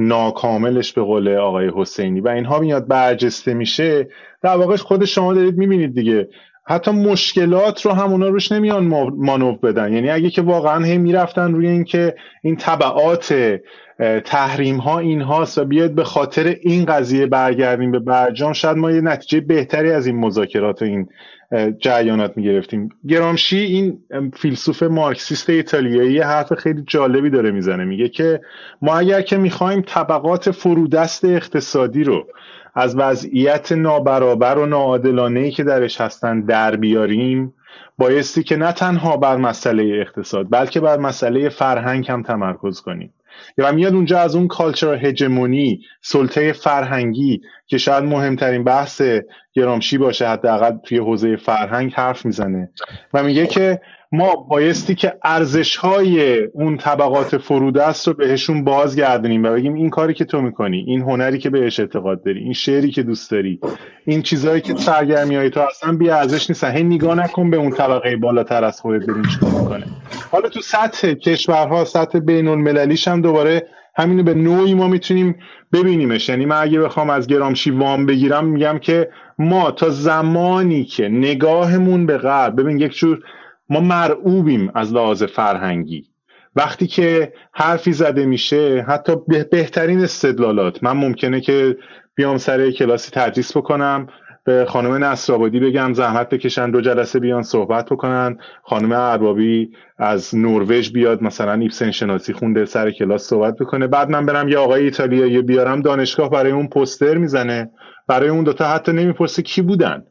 ناکاملش به قول آقای حسینی و اینها میاد برجسته میشه، در واقع خود شما دارید میبینید دیگه حتی مشکلات رو هم اونا روش نمیان مانور بدن. یعنی اگه که واقعا هی میرفتن روی این که این تبعات تحریم ها این هاست و بیاد به خاطر این قضیه برگردیم به برجام، شاید ما یه نتیجه بهتری از این مذاکرات و این جریانات میگرفتیم. گرامشی، این فیلسوف مارکسیست ایتالیایی، حرف خیلی جالبی داره میزنه، میگه که ما اگر که میخوایم طبقات فرودست اقتصادی رو از وضعیت نابرابر و ناعادلانه‌ای که درش هستن در بیاریم، بایستی که نه تنها بر مسئله اقتصاد بلکه بر مسئله فرهنگ هم تمرکز کنیم. و میاد اونجا از اون کالچرال هژمونی، سلطه فرهنگی که شاید مهمترین بحث گرامشی باشه حداقل توی حوزه فرهنگ، حرف میزنه و میگه که ما بایستی که ارزش‌های اون طبقات فرودست رو بهشون بازگردونیم و بگیم این کاری که تو میکنی، این هنری که بهش اعتقاد داری، این شعری که دوست داری، این چیزایی که سرگرمی‌های تو اصلا بی ارزش نیستن، هی نگاه نکن به اون طبقه بالاتر از خودت ببین چیکار میکنه. حالا تو سطح کشورها، سطح بین‌المللیش هم دوباره همینو به نوعی ما میتونیم ببینیمش. یعنی من اگه بخوام از گرامشی وام بگیرم میگم که ما تا زمانی که نگاهمون به غرب، ببین یک جور ما مرعوبیم از لحاظ فرهنگی، وقتی که حرفی زده میشه حتی بهترین استدلالات، من ممکنه که بیام سر کلاسی تدریس بکنم، به خانم نصرآبادی بگم زحمت بکشن 2 جلسه بیان صحبت بکنن، خانم اربابی از نروژ بیاد مثلا ایبسن شناسی خونده سر کلاس صحبت بکنه، بعد من برم یه آقای ایتالیایی بیارم دانشگاه برای اون پوستر میزنه، برای اون دوتا حتی نمیپرسه کی بودن.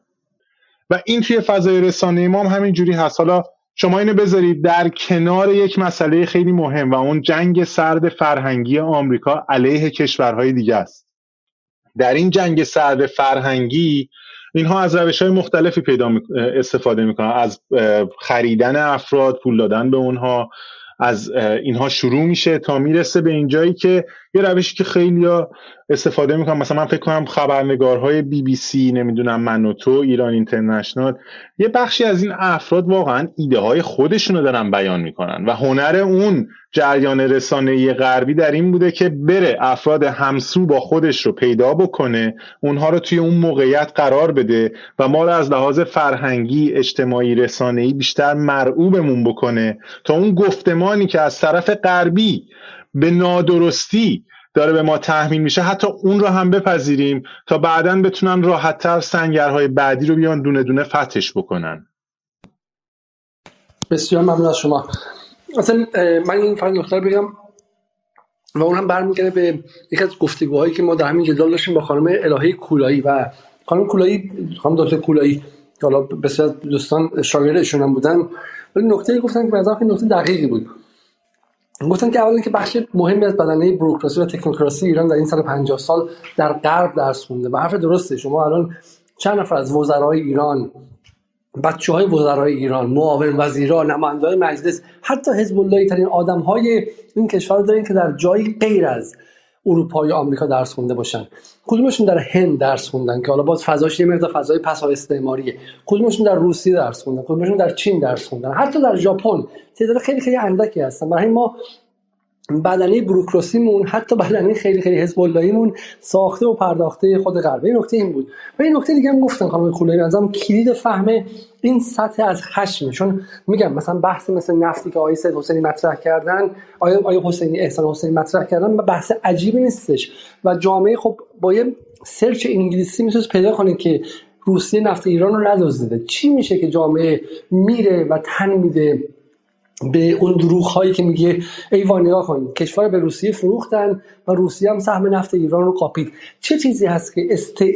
و این توی فضای رسانه ما هم همین جوری هست. حالا شما اینو بذارید در کنار یک مسئله خیلی مهم و اون جنگ سرد فرهنگی آمریکا علیه کشورهای دیگه است. در این جنگ سرد فرهنگی اینها از روش‌های مختلفی استفاده میکنن، از خریدن افراد، پول دادن به اونها، از اینها شروع میشه تا میرسه به اینجایی که یه روشی که خیلی‌ها استفاده میکنن، مثلا من فکر کنم خبرنگارهای BBC، نمیدونم من و تو، ایران اینترنشنال، یه بخشی از این افراد واقعا ایده های خودشونو دارن بیان میکنن و هنر اون جریان رسانه‌ای غربی در این بوده که بره افراد همسو با خودش رو پیدا بکنه، اونها رو توی اون موقعیت قرار بده و ما رو از لحاظ فرهنگی، اجتماعی، رسانه‌ای بیشتر مرعوبمون بکنه تا اون گفتمانی که از طرف غربی به نادرستی داره به ما تحمیل میشه حتی اون رو هم بپذیریم تا بعداً بتونن راحت‌تر سنگرهای بعدی رو بیان دونه دونه فتحش بکنن. بسیار ممنون از شما. اصلا من این فقط نکته بگم و اون هم برمیگرده به یک از گفتگوهایی که ما در همین جدال داشتیم با خانم الهه کولایی و خانم کولایی، خانم دکتر کولایی که حالا بسیار دوستان شاگردشون هم بودن، ولی نکته‌ای گفتن که به نظر من نکته دقیقی بود. گفتن که اولا که بخش مهمی از بدنه بوروکراسی و تکنوکراسی ایران در این 150 سال در غرب درس خونده و حرف درسته. شما الان چند نفر از وزرای ایران، بچه‌های وزرای ایران، معاون وزیران، نمایندگان مجلس، حتی حزب اللهی ترین آدم‌های این کشور دارین که در جایی غیر از اروپا یا آمریکا درس خونده باشن. کدومشون در هند درس خوندن که حالا باز فضاش یه مقدار فضای پسا استعماریه، کدومشون در روسیه درس خوندن، کدومشون در چین درس خوندن، حتی در ژاپن تعداد خیلی خیلی اندکی هستن. برای ما بدنه بوروکراسیمون، حتی بدنه خیلی خیلی حزب اللهیمون ساخته و پرداخته خود غرب. این نکته این بود. و این نکته دیگه هم گفتن خانم کولایی، بنظرم کلید فهم این سطح از خشمه. چون میگم مثلا بحث مثل نفتی که آقای سید حسینی مطرح کردن، آقای حسینی احسان حسینی مطرح کردن، بحث عجیبی نیستش و جامعه خب با یه سرچ انگلیسی میتونه پیدا کنه که روسیه نفت ایران رو ندزدیده. چی میشه که جامعه میره و تن میده به اون دروغ هایی که میگه ای وای نگاه کن کشور به روسیه فروختن و روسیه هم سهم نفت ایران رو کاپید؟ چه چیزی هست که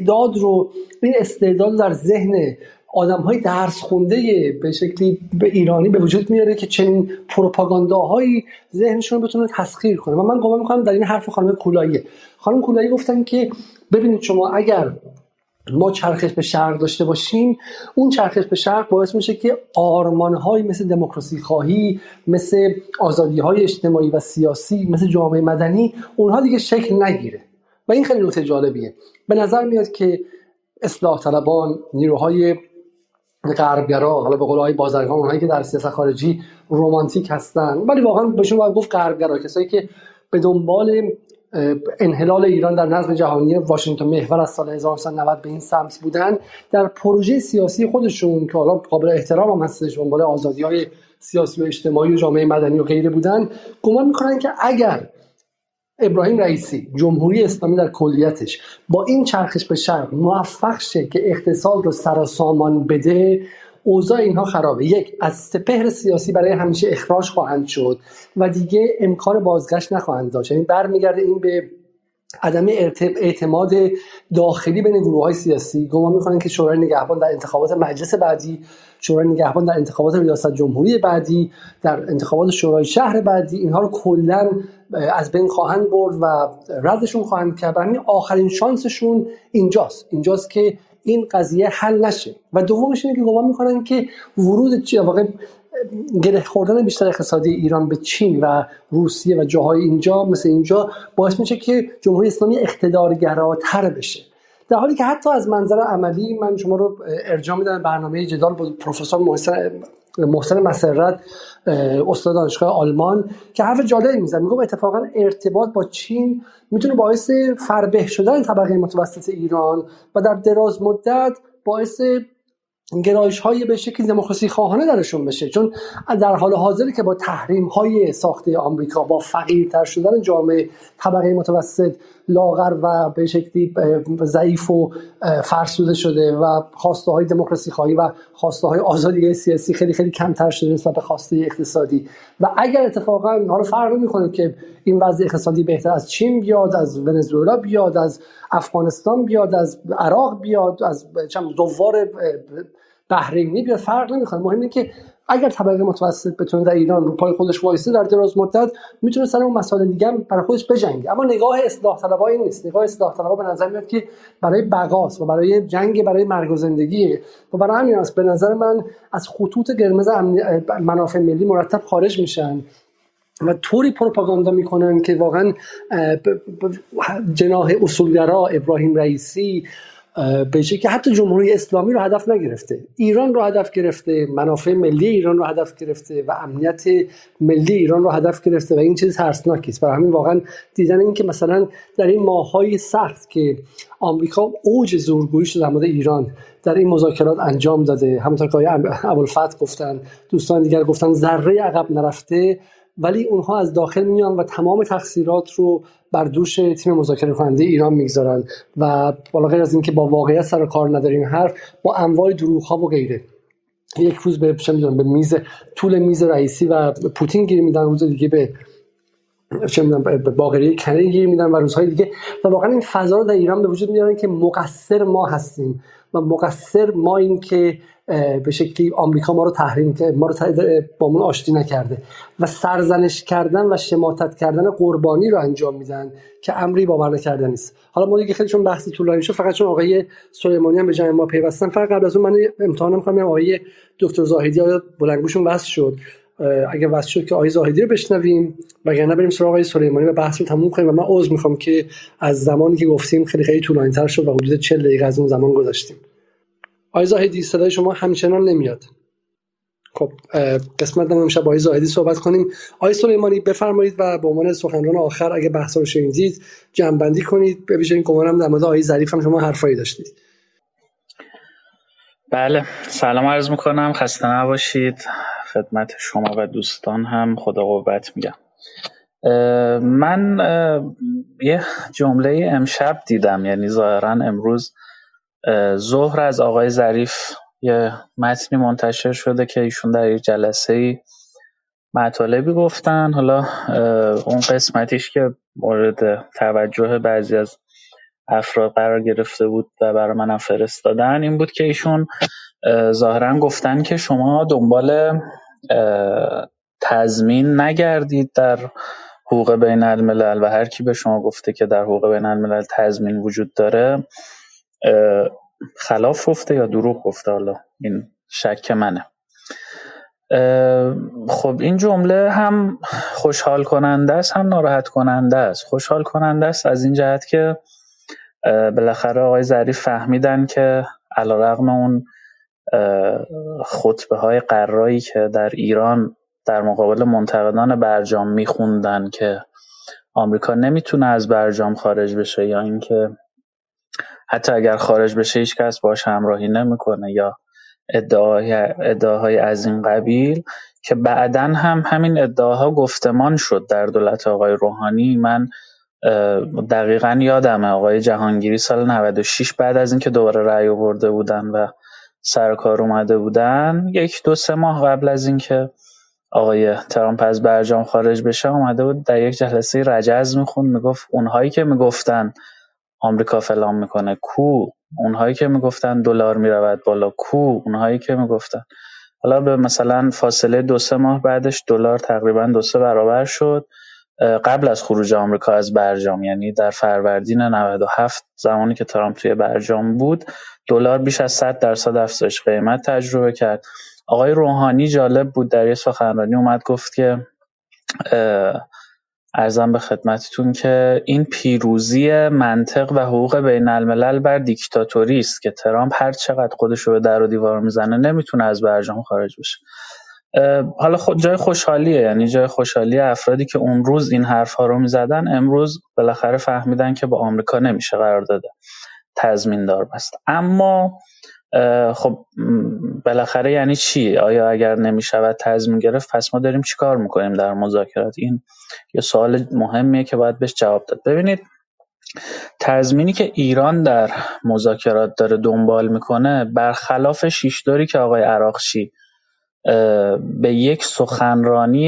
این استعداد در ذهن آدم‌های درس خونده به شکلی به ایرانی به وجود میاره که چنین پروپاگانداهایی ذهنشون رو بتونه تسخیر کنه؟ و من گمان می‌کنم در این حرف خانم کولایی گفتن که ببینید شما اگر ما چرخش به شرق داشته باشیم، اون چرخش به شرق باعث میشه که آرمان‌هایی مثل دموکراسی خواهی، مثل آزادی‌های اجتماعی و سیاسی، مثل جامعه مدنی، اونها دیگه شکل نگیره. و این خیلی نکته جالبیه. به نظر میاد که اصلاح طلبان، نیروهای غربگرا، حالا به قول آقای بازرگان، اونهایی که در سیاست خارجی رمانتیک هستن، ولی واقعا بهشون باید گفت غربگرا، کسایی که به دنبال انحلال ایران در نظم جهانی واشنگتن محور از سال 1990 به این سمت بودن، در پروژه سیاسی خودشون که حالا قابل احترام هم هستش، دنبال آزادی‌های سیاسی و اجتماعی و جامعه مدنی و غیره بودن، گمان می‌کنن که اگر ابراهیم رئیسی، جمهوری اسلامی در کلیتش، با این چرخش به شرق موفق شه که اقتصاد رو سر و سامان بده، اوضاع اینها خرابه. یک، از سپهر سیاسی برای همیشه اخراج خواهند شد و دیگه امکان بازگشت نخواهند داشت. یعنی برمیگرده این به عدم اعتماد داخلی بین گروه‌های سیاسی. گمان می‌کنن که شورای نگهبان در انتخابات مجلس بعدی، شورای نگهبان در انتخابات ریاست جمهوری بعدی، در انتخابات شورای شهر بعدی، اینها رو کلاً از بین خواهند برد و ردشون خواهند کرد. همین آخرین شانسشون اینجاست که این قضیه حل نشه. و دومش اینه که گمان می‌کنن که ورود واقعا گره خوردن بیشتر اقتصادی ایران به چین و روسیه و جاهای اینجا مثل اینجا باعث میشه که جمهوری اسلامی اقتدارگراتر بشه، در حالی که حتی از منظر عملی من شما رو ارجاع میدم برنامه جدال با پروفسور محسن مسرت، استاد دانشگاه آلمان، که حرف جالبی میزنه. میگه اتفاقا ارتباط با چین میتونه باعث فربه شدن طبقه متوسط ایران و در دراز مدت باعث گرایش‌های به شکل دموکراسی خواهانه درشون بشه، چون در حال حاضری که با تحریم‌های ساخته آمریکا، با فقیرتر شدن جامعه، طبقه متوسط لاغر و به شکلی ضعیف و فرسوده شده و خواسته‌های دموکراسی خواهی و خواسته‌های آزادی سیاسی خیلی خیلی کمتر شده نسبت به خواسته اقتصادی. و اگر اتفاقا حالا فرق می‌کنه که این وضع اقتصادی بهتر از چین بیاد، از ونزوئلا بیاد، از افغانستان بیاد، از عراق بیاد، از دوار بحرینی بیاد، فرق نمی‌کنه. مهم اینه که اگر طبقه متوسط بتونه در ایران رو پای خودش وایسه، در دراز مدت میتونه سر اون مسائل دیگه هم برای خودش بجنگه. اما نگاه اصلاح طلبا این نیست. نگاه اصلاح طلبا به نظر میاد که برای بقاست و برای جنگ برای مرگ و زندگیه و برای همین است به نظر من از خطوط قرمز منافع ملی مرتب خارج میشن و طوری پروپاگاندا میکنن که واقعا جناح اصولگرا ابراهیم رئیسی بشه که حتی جمهوری اسلامی رو هدف نگرفته، ایران رو هدف گرفته، منافع ملی ایران رو هدف گرفته و امنیت ملی ایران رو هدف گرفته و این چیز ترسناکی است. برای همین واقعا دیدن این که مثلا در این ماه‌های سخت که آمریکا اوج زورگوییش در مورد ایران در این مذاکرات انجام داده، همونطور که آقای ابوالفتح گفتن، دوستان دیگر گفتن، ذره عقب نرفته، ولی اونها از داخل میان و تمام تقصیرات رو بر دوش تیم مذاکره کننده ایران میگذارن و بالا غیر از این که با واقعیت سر کار نداریم حرف، با انواع دروغ‌ها و غیره. یک روز به طول میز رئیسی و پوتین گیر میدن، روز دیگه به باقری کنی گیر میدن و روزهای دیگه، و واقعا این فضا رو در ایران به وجود میارن که مقصر ما هستیم و مقصر ما این که به شکلی آمریکا ما رو تحریم کرد، ما رو با من آشتی نکرده و سرزنش کردن و شماتت کردن قربانی رو انجام میدن که امری باور نکردنی نیست. حالا ما دیگه خیلی چون بحث طولانی شد، فقط چون آقای سلیمانی هم به جمع ما پیوستن، فقط قبل از اون من امتحانم می‌خوام آقای دکتر زاهدی بلندگوشون وصل شد، اگه وصل شد که آقای زاهدی رو بشنویم، وگرنه بریم سراغ آقای سلیمانی و بحث رو تموم کنیم. و من عذر می‌خوام که از زمانی که گفتیم خیلی خیلی طولانی‌تر شد و حدود 40 دقیقه از اون زمان گذاشتیم. آقای زاهدی صدای شما همچنان نمیاد. خب خب قسمت ما امشب با آقای زاهدی صحبت کنیم. آقای سلیمانی بفرمایید و به عنوان سخنران آخر اگه بحث رو شنیدید جمع‌بندی کنید. به ویژه این گمانم در مورد آقای ظریف هم شما حرفایی داشتید. بله، سلام عرض میکنم، خسته نباشید. خدمت شما و دوستان هم خدا قوت میگم. من یه جمله امشب دیدم، یعنی ظاهرا امروز ظهر از آقای ظریف یه متنی منتشر شده که ایشون در یک جلسه‌ای مطالبی گفتن. حالا اون قسمتیش که مورد توجه بعضی از افراد قرار گرفته بود و برای منم فرستادن این بود که ایشون ظاهرا گفتن که شما دنبال تضمین نگردید در حقوق بین الملل و هر کی به شما گفته که در حقوق بین الملل تضمین وجود داره خلاف گفته یا دروغ گفته. حالا این شک منه. خب این جمله هم خوشحال کننده است هم ناراحت کننده است. خوشحال کننده است از این جهت که بالاخره آقای ظریف فهمیدن که علیرغم اون خطبه های قرایی که در ایران در مقابل منتقدان برجام میخوندن که آمریکا نمیتونه از برجام خارج بشه یا اینکه حتی اگر خارج بشه هیچ کس باش همراهی نمیکنه یا ادعاهای از این قبیل که بعداً هم همین ادعاها گفتمان شد در دولت آقای روحانی. من دقیقاً یادمه آقای جهانگیری سال 96 بعد از اینکه دوباره رأی آورده بودن و سر کار اومده بودن، 1-2-3 ماه قبل از اینکه آقای ترامپ از برجام خارج بشه اومده بود در یک جلسه رجز میخوند، میگفت اونهایی که میگفتن آمریکا فلان میکنه کو، اونهایی که میگفتن دلار میرود بالا کو، اونهایی که میگفتن. حالا به مثلا فاصله 2-3 ماه بعدش دلار تقریبا 2-3 برابر شد. قبل از خروج آمریکا از برجام، یعنی در فروردین 97 زمانی که ترامپ توی برجام بود، دلار بیش از 100% افزایش قیمت تجربه کرد. آقای روحانی جالب بود در یه سخنرانی اومد گفت که عرضم به خدمتتون که این پیروزی منطق و حقوق بین الملل بر دیکتاتوری است که ترامپ هر چقدر خودش رو به در و دیوار میزنه نمیتونه از برجام خارج بشه. حالا جای خوشحالیه، یعنی جای خوشحالی افرادی که اون روز این حرفا رو میزدن امروز بالاخره فهمیدن که با آمریکا نمیشه قرارداد تضمین دار بست. اما خب بالاخره یعنی چی؟ آیا اگر نمیشود تضمین گرفت پس ما داریم چیکار میکنیم در مذاکرات؟ این یه سوال مهمیه که باید بهش جواب داد. ببینید، تضمینی که ایران در مذاکرات داره دنبال میکنه برخلاف شیشداری که آقای عراقچی به یک سخنرانی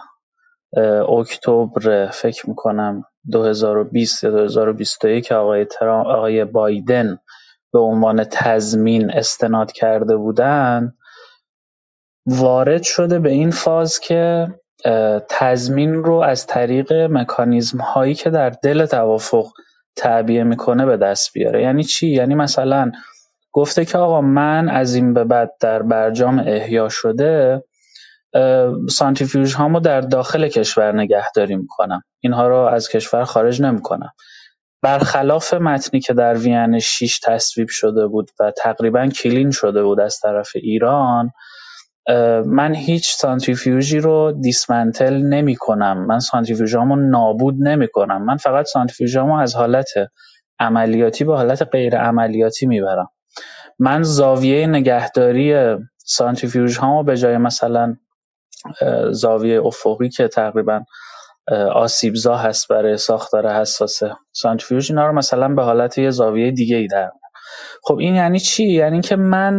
اکتبر فکر میکنم 2020 یا 2021 که آقای بایدن به عنوان تضمین استناد کرده بودن، وارد شده به این فاز که تضمین رو از طریق مکانیزم هایی که در دل توافق تعبیه میکنه به دست بیاره. یعنی چی؟ یعنی مثلا گفته که آقا من از این به بعد در برجام احیا شده سانتریفیوژ هامو در داخل کشور نگهداری میکنم، اینها رو از کشور خارج نمیکنم. برخلاف متنی که در وین 6 تصویب شده بود و تقریبا کلین شده بود از طرف ایران، من هیچ سانتریفیوژی رو دیسمنتل نمی کنم، من سانتریفیوژامو نابود نمی کنم، من فقط سانتریفیوژامو از حالت عملیاتی به حالت غیر عملیاتی میبرم. من زاویه نگهداری سانتریفیوژ هامو به جای مثلا زاویه افقی که تقریبا آسیبزا هست برای ساختار حساس سانتریفیوژ، اینا رو مثلا به حالت یه زاویه دیگه ای در. خب این یعنی چی؟ یعنی که من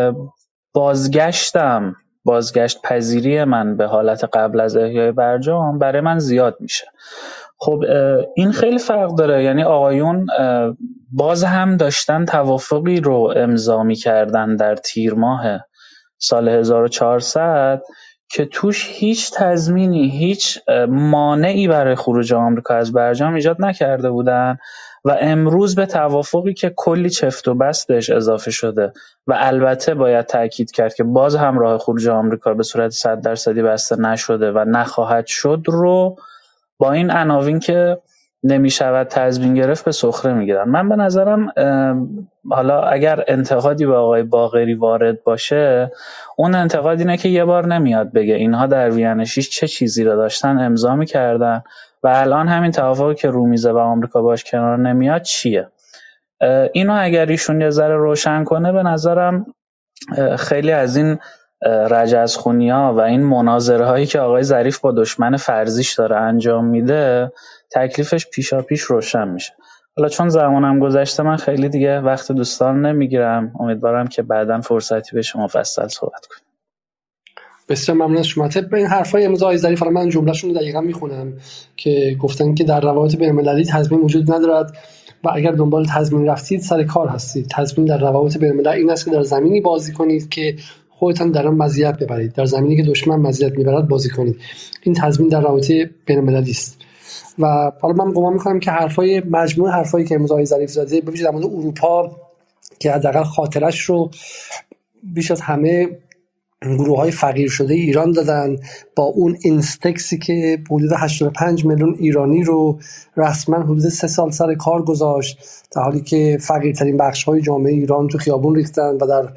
بازگشت پذیری من به حالت قبل از احیای برجام برای من زیاد میشه. خب این خیلی فرق داره. یعنی آقایون باز هم داشتن توافقی رو امضا می‌کردن در تیر ماه سال 1400 که توش هیچ تضمینی، هیچ مانعی برای خروج آمریکا از برجام ایجاد نکرده بودن و امروز به توافقی که کلی چفت و بست بهش اضافه شده و البته باید تأکید کرد که باز هم راه خروج آمریکا به صورت 100% بسته نشده و نخواهد شد رو با این عناوین که نمیشود تضمین گرفت به سخره میگیرن. من به نظرم حالا اگر انتقادی به آقای باقری وارد باشه، اون انتقاد اینه که یه بار نمیاد بگه اینها در وین 6 چه چیزی رو داشتن امضا میکردن و الان همین توافقی که رو میزه و آمریکا باش کنار نمیاد چیه. اینو اگر ایشون یه ذره روشن کنه، به نظرم خیلی از این رجزخونی‌ها و این مناظره هایی که آقای ظریف با دشمن فرضیش داره انجام میده تکلیفش پیشاپیش روشن میشه. حالا چون زمانم گذشته، من خیلی دیگه وقت دوستان نمیگیرم. امیدوارم که بعداً فرصتی بشه مفصل صحبت کنیم. بسیار ممنون از شما. طبق این حرفای امروز آقای ظریف، من جمله‌شون رو دقیقاً میخونم که گفتن که در روابط بین‌المللی تضمین وجود ندارد و اگر دنبال تضمین رفتید سر کار هستید. تضمین در روابط بین‌المللی این است که در زمینی بازی کنید که خودتان در آن مزیت ببرید، در زمینی که دشمن مزیت میبرد بازی کنید. این تضمین در روابط بین‌المللی است. و حالا من گمان می‌کنم که مجموعه حرفایی که امروز آقای ظریف زده، به ویژه در مورد اروپا که حداقل خاطرش رو بیش از همه گروه‌های فقیر شده ایران دادن، با اون اینستکسی که حدود 85 میلیون ایرانی رو رسما حدود 3 سال سر کار گذاشت، در حالی که فقیرترین بخش‌های جامعه ایران تو خیابون ریختن و در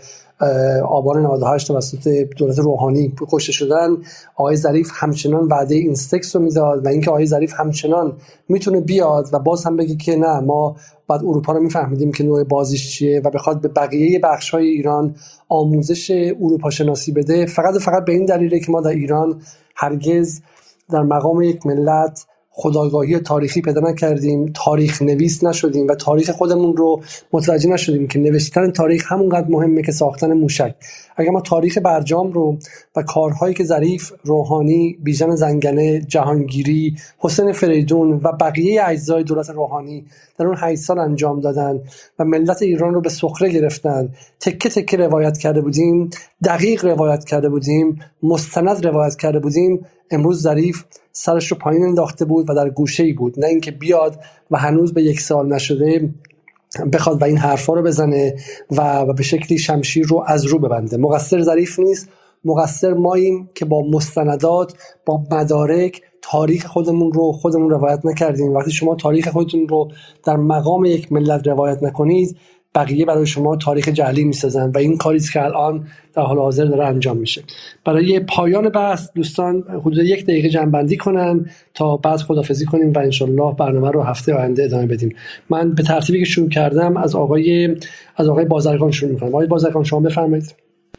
آبان 98 توسط دولت روحانی کشته شدن. آقای ظریف همچنان وعده اینستکس رو میداد و اینکه آقای ظریف همچنان میتونه بیاد و باز هم بگه که نه، ما بعد اروپا رو میفهمیدیم که نوع بازیش چیه و بخواد به بقیه بخش‌های ایران آموزش اروپا شناسی بده، فقط به این دلیله که ما در ایران هرگز در مقام یک ملت خودآگاهی تاریخی پیدا نکردیم، تاریخ نویس نشدیم و تاریخ خودمون رو متوجه نشدیم که نوشتن تاریخ همونقدر مهمه که ساختن موشک. اگر ما تاریخ برجام رو و کارهایی که ظریف، روحانی، بیژن زنگنه، جهانگیری، حسین فریدون و بقیه اجزای دولت روحانی در اون 8 سال انجام دادن و ملت ایران رو به سخره گرفتن، تکه تکه روایت کرده بودیم، دقیق روایت کرده بودیم، مستند روایت کرده بودیم، امروز ظریف سرش رو پایین انداخته بود و در گوشه‌ای بود، نه اینکه بیاد و هنوز به 1 سال نشده بخواد و این حرفا رو بزنه و به شکلی شمشیر رو از رو ببنده. مقصر ظریف نیست، مقصر ماییم که با مستندات، با مدارک تاریخ خودمون روایت نکردیم. وقتی شما تاریخ خودتون رو در مقام یک ملت روایت نکنید، بقیه برای شما تاریخ جعلی میسازن و این کاری است که الان در حال حاضر داره انجام میشه. برای پایان بحث دوستان حدود 1 دقیقه جمع‌بندی کنن تا بعد خداحافظی کنیم و انشالله برنامه رو هفته آینده ادامه بدیم. من به ترتیبی که شروع کردم از آقای بازرگان شروع می‌کنم. آقای بازرگان شما بفرمایید.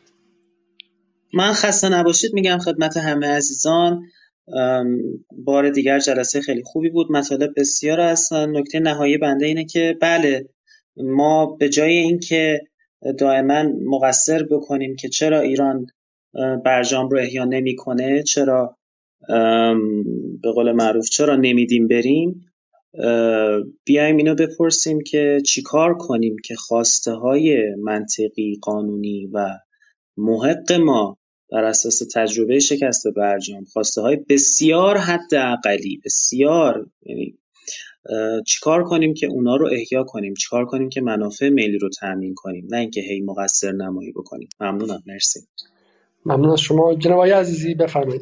من خسته نباشید میگم خدمت همه عزیزان. بار دیگر جلسه خیلی خوبی بود، مطالب بسیار هستن. نکته نهایی بنده اینه که بله، ما به جای اینکه دائما مقصر بکنیم که چرا ایران برجام رو احیا نمیکنه، چرا به قول معروف چرا نمیدیم بریم، بیایم اینو بپرسیم که چیکار کنیم که خواسته های منطقی، قانونی و محق ما بر اساس تجربه شکست برجام، خواسته های بسیار حداقلی، بسیار، یعنی چیکار کنیم که اونا رو احیا کنیم، چیکار کنیم که منافع ملی رو تامین کنیم، نه اینکه هی مقصر نمایی بکنیم. ممنونم. مرسی. ممنون از شما جناب آقای عزیزی، بفرمایید.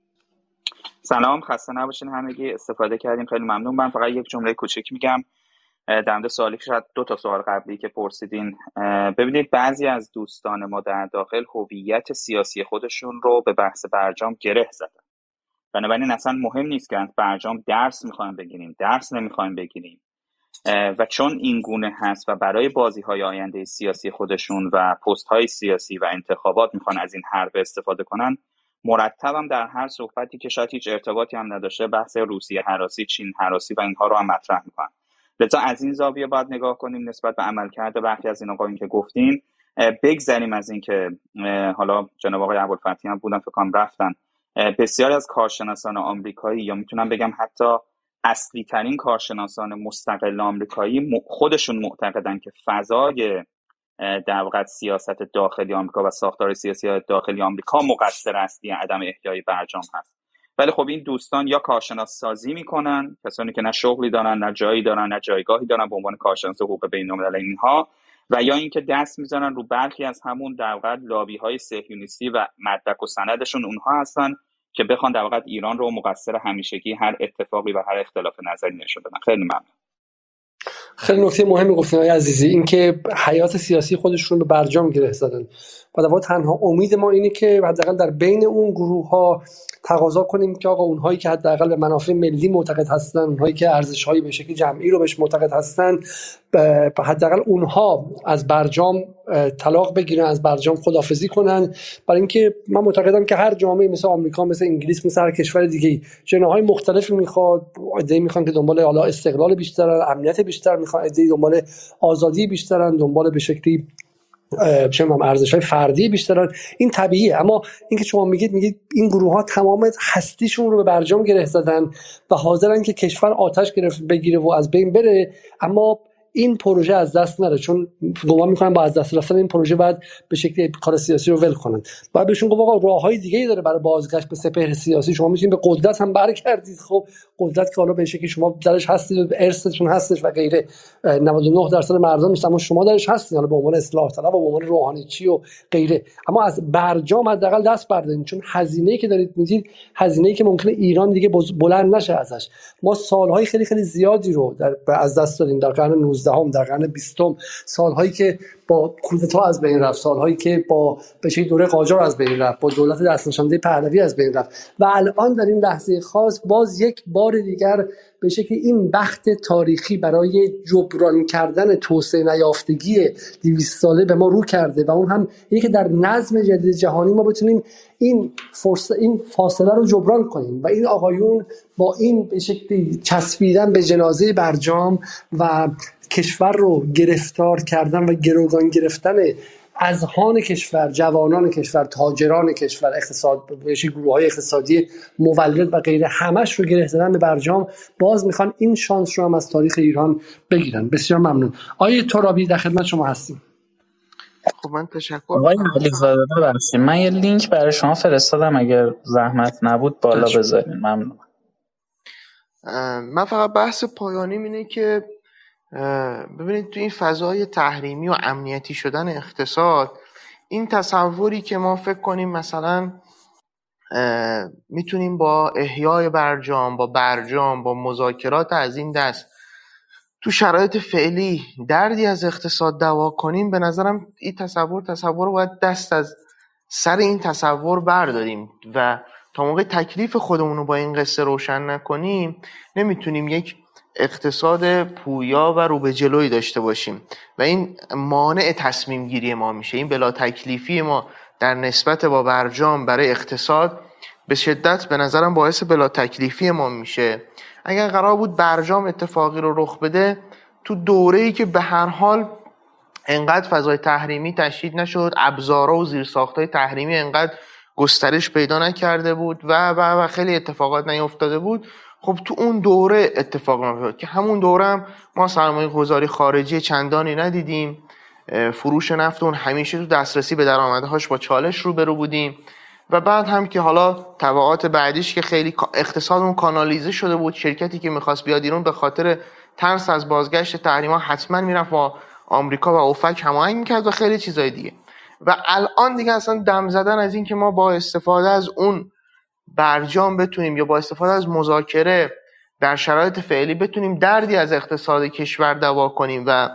سلام، خسته نباشین همگی. استفاده کردیم، خیلی ممنون. من فقط یک جمله کوچیک میگم در مورد سوالی که شاید 2 تا سوال قبلی که پرسیدین. ببینید بعضی از دوستان ما در داخل هویت سیاسی خودشون رو به بحث برجام گره زدن. بنابراین اصلا مهم نیست که از برجام درس میخوایم بگیریم، درس نمیخوایم بگیریم و چون این گونه هست و برای بازی‌های آینده سیاسی خودشون و پست‌های سیاسی و انتخابات میخوان از این حرف استفاده کنن، مرتبم در هر صحبتی که شاید هیچ ارتباطی هم نداشته بحث روسیه هراسی، چین هراسی و اینها رو هم مطرح میکنن. لذا از این زاویه باید نگاه کنیم نسبت به عملکرد برخی از این آقایون که گفتین. بگذریم از این که حالا جناب آقای ابوالفتحی هم بودن، فکر کنم رفتن، بسیاری از کارشناسان آمریکایی یا میتونم بگم حتی اصلی ترین کارشناسان مستقل آمریکایی خودشون معتقدن که فضای در واقع سیاست داخلی آمریکا و ساختار سیاسی داخلی آمریکا مقصر اصلی عدم احیای برجام هست. ولی خب این دوستان یا کارشناس سازی میکنن، کسانی که نه شغلی دارن، نه جایی دارن، نه جایگاهی دارن به عنوان کارشناس حقوق بین‌الملل اینها، و یا اینکه دست میزنن رو برخی از همون در واقع لابی‌های صهیونیستی و مدرک و سندشون اونها هستن که بخوان در واقع ایران رو مقصر همیشگی هر اتفاقی و هر اختلاف نظری نشون بدن. خیلی ممنون. خیلی نکته مهمی گفتین آقای عزیزی، این که حیات سیاسی خودشون به برجام گره زدن و در واقع تنها امید ما اینه که حداقل در بین اون گروه‌ها تقاضا کنیم که آقا اونهایی که حداقل به منافع ملی معتقد هستن، اونهایی که ارزش‌های به شکل جمعی رو بهش معتقد هستن، حداقل اونها از برجام طلاق بگیرن، از برجام خداحافظی کنن. برای اینکه من معتقدم که هر جامعه مثل آمریکا، مثل انگلیس، مثل هر کشور دیگه‌ای جناح‌های مختلفی میخواد. عده‌ای میخوان که دنبال حالا استقلال بیشترن، امنیت بیشتر میخوان، عده‌ای دنبال آزادی بیشترن، دنبال به شکلی ارزش‌های فردی بیشترن. این طبیعیه. اما اینکه شما میگید این گروه‌ها تمام هستیشون رو به برجام گره زدن و حاضرن که کشور آتش بگیره و از بین بره، اما این پروژه از دست نره، چون گمان میکنن با از دست رفتن این پروژه بعد به شکلی کار سیاسی رو ول کنن. بعد بهشون گفت آقا راههای دیگه‌ای داره برای بازگشت به سپهر سیاسی، شما میتونید به قدرت هم برگردید. خب قدرت که حالا به شکلی شما درش هستید، ارثتون هستش و غیره، 99% مردم نیست اما شما درش هستید، حالا به عنوان اصلاح طلب و به عنوان روحانیچی و غیره. اما از برجام حداقل دست بردارید، چون هزینه‌ای که دارید میدید هزینه‌ای که ممکنه ایران دیگه بلند نشه ازش. ما سالهای خیلی خیلی زیادی رو از دست دادیم در قرن 19 در قرن 20، سالهایی که با کودتا از بین رفت، سالهایی که با به شکلی دوره قاجار از بین رفت، با دولت دستنشانده پهلوی از بین رفت و الان در این لحظه خاص باز یک بار دیگر به شکلی این بخت تاریخی برای جبران کردن توسعه نیافتگی 200 ساله به ما رو کرده و اون هم اینه که در نظم جدید جهانی ما بتونیم این فاصله رو جبران کنیم و این آقایون با این به شکلی چسبیدن به جنازه برجام و کشور رو گرفتار کردن و گروگان گرفتن اذهان کشور، جوانان کشور، تاجران کشور، اقتصاد، گروه‌های اقتصادی مولد و غیره، همش رو گره زدن به برجام. باز میخوان این شانس رو هم از تاریخ ایران بگیرن. بسیار ممنون. آیه ترابی در خدمت شما هستیم. خب من تشکر آقای علیزاده ببخشید من یه لینک برای شما فرستادم، اگر زحمت نبود بالا بذارین. ممنون. من فقط بحث پایانیم اینه که ببینید تو این فضای تحریمی و امنیتی شدن اقتصاد، این تصوری که ما فکر کنیم مثلا میتونیم با احیای برجام، با مذاکرات از این دست تو شرایط فعلی دردی از اقتصاد دوا کنیم، به نظرم این تصور رو باید دست از سر این تصور برداریم و تا موقع تکلیف خودمون رو با این قصه روشن نکنیم نمیتونیم یک اقتصاد پویا و رو به جلوی داشته باشیم و این مانع تصمیم گیری ما میشه. این بلا تکلیفی ما در نسبت با برجام برای اقتصاد به شدت به نظرم باعث بلا تکلیفی ما میشه. اگر قرار بود برجام اتفاقی رو رخ بده تو دوره‌ای که به هر حال انقدر فضای تحریمی تشدید نشد، ابزارها و زیرساخت‌های تحریمی انقدر گسترش پیدا نکرده بود و خیلی اتفاقات نیفتاده بود، خب تو اون دوره اتفاق میفته که همون دوره هم ما سرمایه گذاری خارجی چندانی ندیدیم، فروش نفت اون همیشه تو دسترسی به درآمدهاش با چالش روبرو بودیم و بعد هم که حالا تبعات بعدیش که خیلی اقتصادمون کانالیزه شده بود، شرکتی که میخواست بیاد ایران به خاطر ترس از بازگشت تحریما حتما میرفت با آمریکا و اوپک هماهنگ میکرد و خیلی چیزای دیگه. و الان دیگه اصلا دم زدن از این که ما با استفاده از اون برجام بتونیم یا با استفاده از مذاکره در شرایط فعلی بتونیم دردی از اقتصاد کشور دوا کنیم و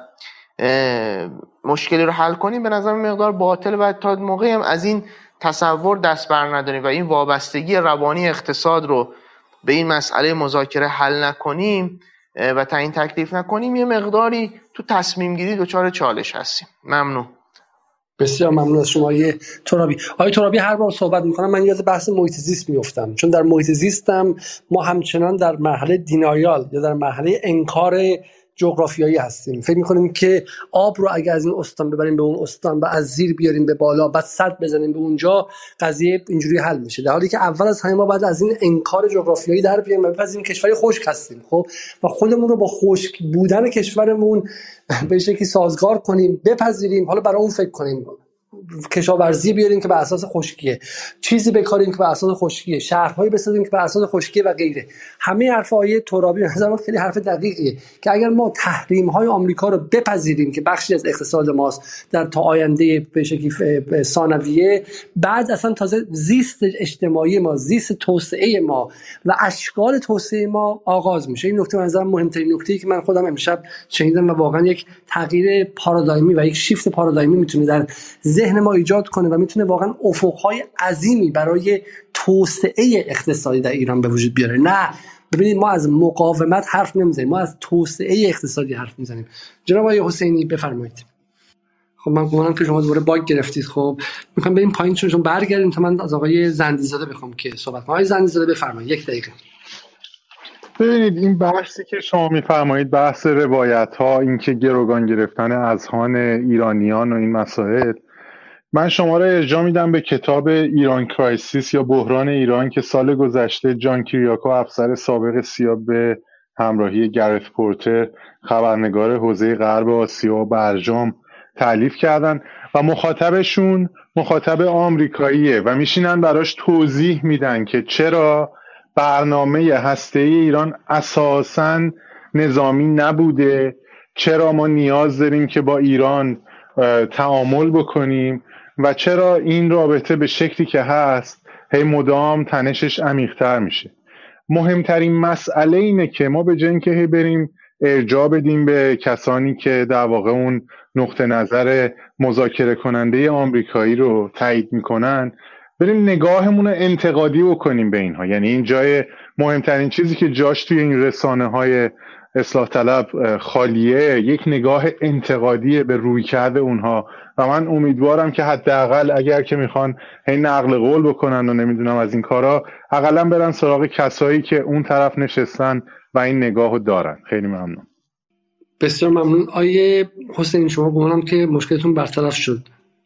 مشکلی رو حل کنیم، به نظر مقدار باطل و تا موقعی هم از این تصور دست بر نداریم و این وابستگی روانی اقتصاد رو به این مسئله مذاکره حل نکنیم و تعیین تکلیف نکنیم، یه مقداری تو تصمیم گیری دچار چالش هستیم. ممنون. بسیار ممنون از شما آقای ترابی. آقای ترابی هر بار صحبت میکنم من یاد بحث محیط زیست میافتم، چون در محیط زیستم ما همچنان در مرحله دینایال یا در مرحله انکار جغرافیایی هستیم. فکر میکنیم که آب رو اگه از این استان ببریم به اون استان و از زیر بیاریم به بالا بعد سد بزنیم به اونجا قضیه اینجوری حل میشه، در حالی که اول از همه ما بعد از این انکار جغرافیایی در بیایم و بپذیریم کشوری خشک هستیم خب و خودمون رو با خشک بودن کشورمون به شکلی سازگار کنیم، بپذیریم، حالا برای اون فکر کنیم. کشاورزی بیاریم که بر اساس خشکیه، چیزی بکاریم که بر اساس خشکیه، شهرهایی بسازیم که بر اساس خشکیه و غیره. همه حرف آیه ترابی به نظر من خیلی حرف دقیقیه که اگر ما تحریم‌های آمریکا رو بپذیریم که بخشی از اقتصاد ماست در تا آینده به شکلی ثانویه، بعد اصلا تازه زیست اجتماعی ما، زیست توسعه ما و اشکال توسعه ما آغاز میشه. این نکته به نظر مهمترین نکته‌ای که من خودم امشب شنیدم و واقعا یک تغییر پارادایمی و یک شیفت پارادایمی میتونه در ذهن ما ایجاد کنه و میتونه واقعا افق‌های عظیمی برای توسعه اقتصادی در ایران به وجود بیاره. نه ببینید، ما از مقاومت حرف نمیزنیم، ما از توسعه اقتصادی حرف میزنیم. جناب آقای حسینی بفرمایید. خب من گمانم که شما دوباره باگ گرفتید. خب میخوام بریم پایین چون برگردیم تا من از آقای زندیزاده بخوام که صحبت کنم. آقای زندیزاده بفرمایید، 1 دقیقه. ببینید این بحثی که شما میفرمایید، بحث روایت ها، این که گروگان گرفتن اذهان ایرانیان و این مسائل، من شما را ارجاع میدم به کتاب ایران کرایسیس یا بحران ایران که سال گذشته جان کیریاکو، افسر سابق سیا، به همراهی گرت پورتر، خبرنگار حوزه غرب آسیا و برجام تألیف کردن و مخاطبشون مخاطب آمریکاییه و میشینن براش توضیح میدن که چرا برنامه هسته‌ای ایران اساساً نظامی نبوده، چرا ما نیاز داریم که با ایران تعامل بکنیم و چرا این رابطه به شکلی که هست هی مدام تنشش عمیق‌تر میشه. مهمترین مسئله اینه که ما به جای اینکه هی بریم ارجاع بدیم به کسانی که در واقع اون نقطه نظر مذاکره کننده آمریکایی رو تایید میکنن، بریم نگاهمون رو انتقادی بکنیم به اینها. یعنی این جای مهمترین چیزی که جاش توی این رسانه‌های اصلاح طلب خالیه، یک نگاه انتقادی به رویکرد اونها و من امیدوارم که حداقل اگر که میخوان هی نقل قول بکنن و نمیدونم از این کارا، حداقل برن سراغ کسایی که اون طرف نشستن و این نگاهو دارن. خیلی ممنون. بسیار ممنون. آیه حسین شما گمانم که مشکلتون برطرف شد.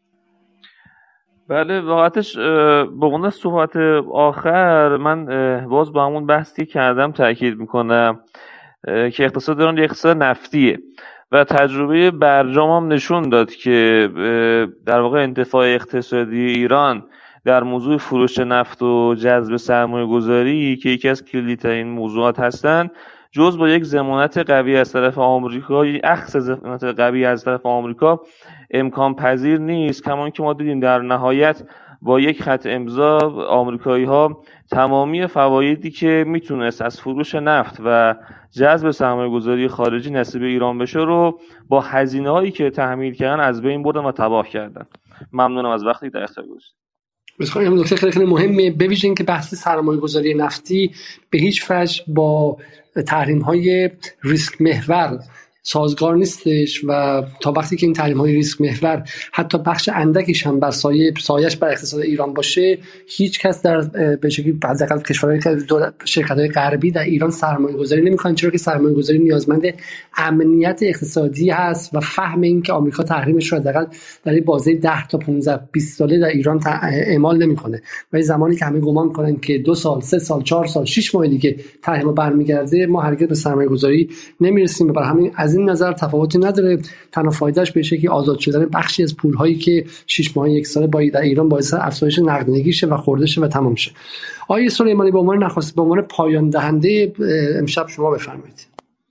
بله واقعتش به عنوان صحبت آخر من باز با همون بحثی کردم تاکید میکنم که اقتصاد ایران یک اقتصاد نفتیه و تجربه برجام هم نشون داد که در واقع انتفاع اقتصادی ایران در موضوع فروش نفت و جذب سرمایه گذاری که یکی از کلیدترین موضوعات هستند، جز با یک ضمانت قوی از طرف آمریکا، اخذ ضمانت قوی از طرف آمریکا امکان پذیر نیست. کما اینکه ما دیدیم در نهایت با یک خط امضا آمریکایی ها تمامی فوایدی که میتونست از فروش نفت و جذب سرمایه گذاری خارجی نصیب ایران بشه رو با هزینه هایی که تحمیل کردن از بین بردن و تباه کردن. ممنونم از وقتی در اختیار گذاشتید. بسیار این نکته خیلی مهمه، بویژه اینکه بحث سرمایه گذاری نفتی به هیچ وجه با تحریم های ریسک محور سازگار نیستش و تا وقتی که این تحریم‌های ریسک محور حتی بخش اندکیش هم بر سایش بر اقتصاد ایران باشه، هیچ کس در به شکلی حداقل کشورهای شرکت‌های غربی در ایران سرمایه‌گذاری نمی‌کنن، چرا که سرمایه‌گذاری نیازمند امنیت اقتصادی هست و فهم این که آمریکا تحریمش رو حداقل در بازه 10 تا 15 20 ساله در ایران اعمال نمی‌کنه و زمانی که همه گمان می‌کنن که 2 سال 3 سال 4 سال 6 ماه دیگه تحریم برمیگرده، ما هرگز به سرمایه‌گذاری نمی‌رسیم و برای همین از این نظر تفاوتی نداره. تنها فایدهش به شکلی آزاد شدن بخشی از پول‌هایی که 6 ماه 1 ساله در ایران باعث افزایش نقدینگی شه و خورده شه و تمام شه. آقای سلیمانی به عنوان نخست به عنوان پایان دهنده امشب شما بفرمایید.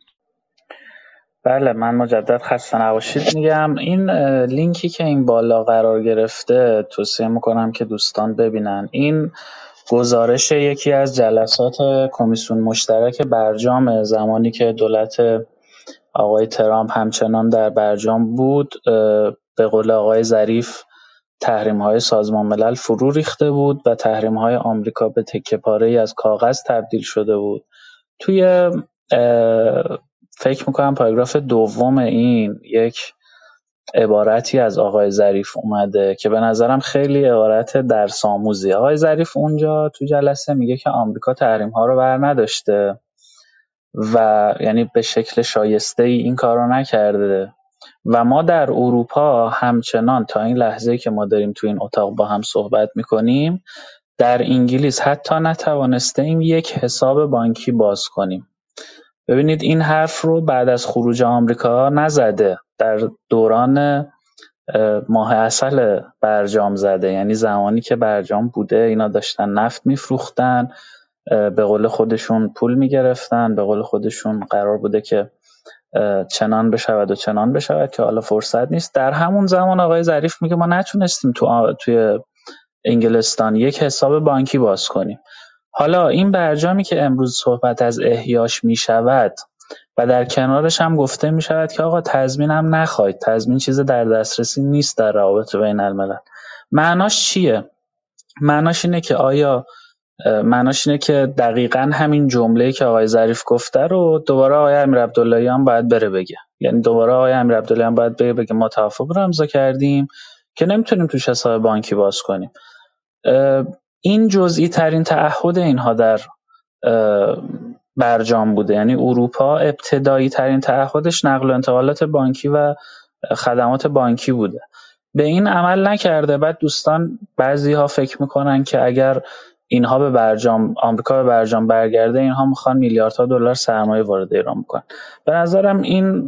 بله من مجدد خسته نباشید میگم. این لینکی که این بالا قرار گرفته توصیه میکنم که دوستان ببینن. این گزارش یکی از جلسات کمیسیون مشترک برجام زمانی که دولت آقای ترامپ همچنان در برجام بود. به قول آقای ظریف تحریم‌های سازمان ملل فرو ریخته بود و تحریم‌های آمریکا به تکه‌پاره‌ای از کاغذ تبدیل شده بود. توی فکر میکنم پاراگراف دوم این یک عبارتی از آقای ظریف اومده که به نظرم خیلی عبارت درس‌آموزی. آقای ظریف اونجا تو جلسه میگه که آمریکا تحریم‌ها رو بر نداشته و یعنی به شکل شایسته‌ای این کار رو نکرده و ما در اروپا همچنان تا این لحظه‌ای که ما داریم تو این اتاق با هم صحبت میکنیم در انگلیس حتی نتوانستیم یک حساب بانکی باز کنیم. ببینید این حرف رو بعد از خروج آمریکا نزده، در دوران ماه عسل برجام زده، یعنی زمانی که برجام بوده اینا داشتن نفت میفروختن، به قول خودشون پول میگرفتن، به قول خودشون قرار بوده که چنان بشود و چنان بشود که حالا فرصت نیست. در همون زمان آقای ظریف میگه ما نتونستیم توی انگلستان یک حساب بانکی باز کنیم. حالا این برجامی که امروز صحبت از احیاش میشود و در کنارش هم گفته میشود که آقا تضمین هم نخواید، تضمین چیز در دسترسی نیست در روابط بین الملل، معناش چیه؟ معناش اینه که دقیقاً همین جمله‌ای که آقای ظریف گفته رو دوباره آقای امیرعبداللهیان باید بره بگه. یعنی دوباره آقای امیرعبداللهیان باید بگه ما توافق رو امضا کردیم که نمیتونیم توش حساب بانکی باز کنیم. این جزئی ترین تعهد اینها در برجام بوده. یعنی اروپا ابتدایی ترین تعهدش نقل و انتقالات بانکی و خدمات بانکی بوده. به این عمل نکرده. بعد دوستان بعضی‌ها فکر میکنن که اگر اینها به برجام، آمریکا به برجام برگرده، اینها میخوان میلیاردها دلار سرمایه وارد ایران بکنن. به نظرم این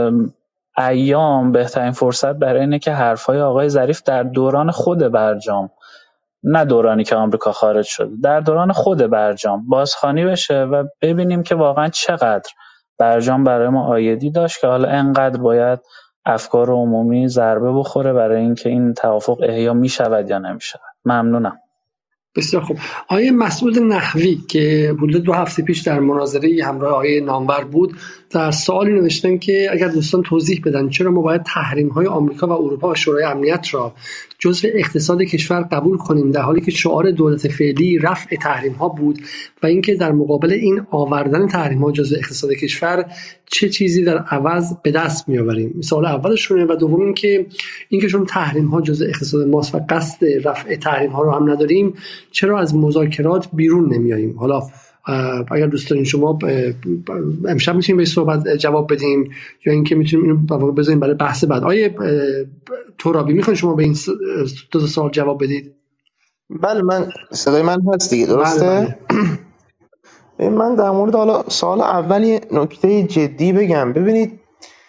ایام بهترین فرصت برای اینه که حرفای آقای ظریف در دوران خود برجام، نه دورانی که آمریکا خارج شده، در دوران خود برجام بازخوانی بشه و ببینیم که واقعا چقدر برجام برای ما عایدی داشت که حالا انقدر باید افکار عمومی ضربه بخوره برای اینکه این توافق احیا میشود یا نمیشود. ممنونم. بسیار خوب. آقای مسعود نحوی که حدود 2 هفته پیش در مناظره همراه آقای نامور بود، در سوالی نوشتن که اگر دوستان توضیح بدن چرا ما باید تحریم‌های آمریکا و اروپا و شورای امنیت را جزء اقتصاد کشور قبول کنیم، در حالی که شعار دولت فعلی رفع تحریم‌ها بود، و اینکه در مقابل این آوردن تحریم‌ها جزء اقتصاد کشور چه چیزی در عوض به دست می‌آوریم. سوال اولشونه. و دوم اینکه چون تحریم‌ها جزء اقتصاد ماست و قصد رفع تحریم‌ها رو هم نداریم، چرا از مذاکرات بیرون نمیاییم؟ حالا اگر دوست دارین شما امشب میتونیم به این صحبت جواب بدیم یا اینکه میتونیم اینو بذاریم برای بحث بعد. آیه ترابی میخواین شما به این 2 سوال جواب بدید؟ بله، من صدای من هست دیگه، درسته؟ بله. من در مورد حالا سوال اولی نکته جدی بگم. ببینید،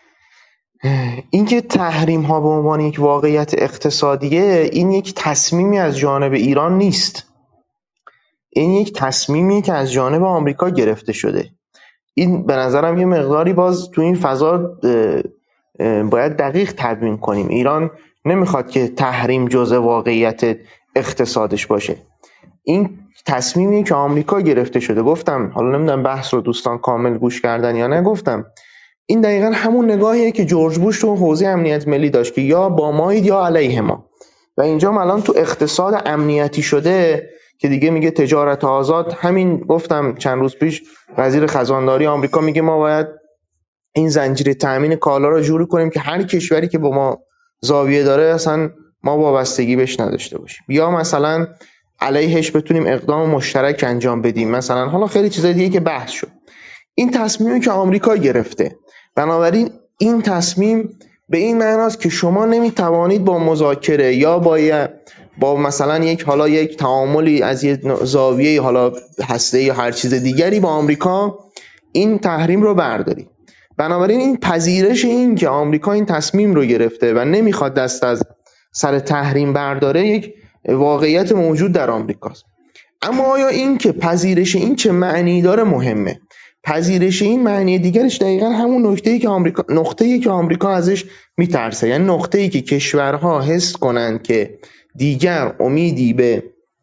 اینکه تحریم ها به عنوان یک واقعیت اقتصادیه، این یک تصمیمی از جانب ایران نیست. این یک تصمیمی که از جانب آمریکا گرفته شده. این به نظرم یه مقداری باز تو این فضا باید دقیق تبیین کنیم. ایران نمیخواد که تحریم جزء واقعیت اقتصادش باشه. این تصمیمی که آمریکا گرفته شده. گفتم، حالا نمیدونم بحث رو دوستان کامل گوش کردن یا نه، گفتم این دقیقاً همون نگاهیه که جورج بوش تو حوزه امنیت ملی داشت که یا با مایید یا علیه ما، و اینجا الان تو اقتصاد امنیتی شده که دیگه میگه تجارت آزاد. همین گفتم چند روز پیش وزیر خزانداری آمریکا میگه ما باید این زنجیره تامین کالا رو جوری کنیم که هر کشوری که با ما زاویه داره اصلا ما وابستگی بهش نداشته باشیم، یا مثلا علیهش بتونیم اقدام مشترک انجام بدیم. مثلا حالا خیلی چیزای دیگه که بحث شد. این تصمیمی که آمریکا گرفته، بنابراین این تصمیم به این معناست که شما نمیتوانید با مذاکره یا با مثلا یک تعاملی از یک زاویه حالا هسته یا هر چیز دیگری با آمریکا این تحریم رو برداری. بنابراین این پذیرش این که آمریکا این تصمیم رو گرفته و نمیخواد دست از سر تحریم برداره یک واقعیت موجود در آمریکاست. اما آیا این که پذیرش این چه معنی داره مهمه؟ پذیرش این معنی دیگرش دقیقاً همون نقطه‌ای که آمریکا ازش میترسه، یعنی نقطه‌ای که کشورها حس کنن که دیگر امیدی به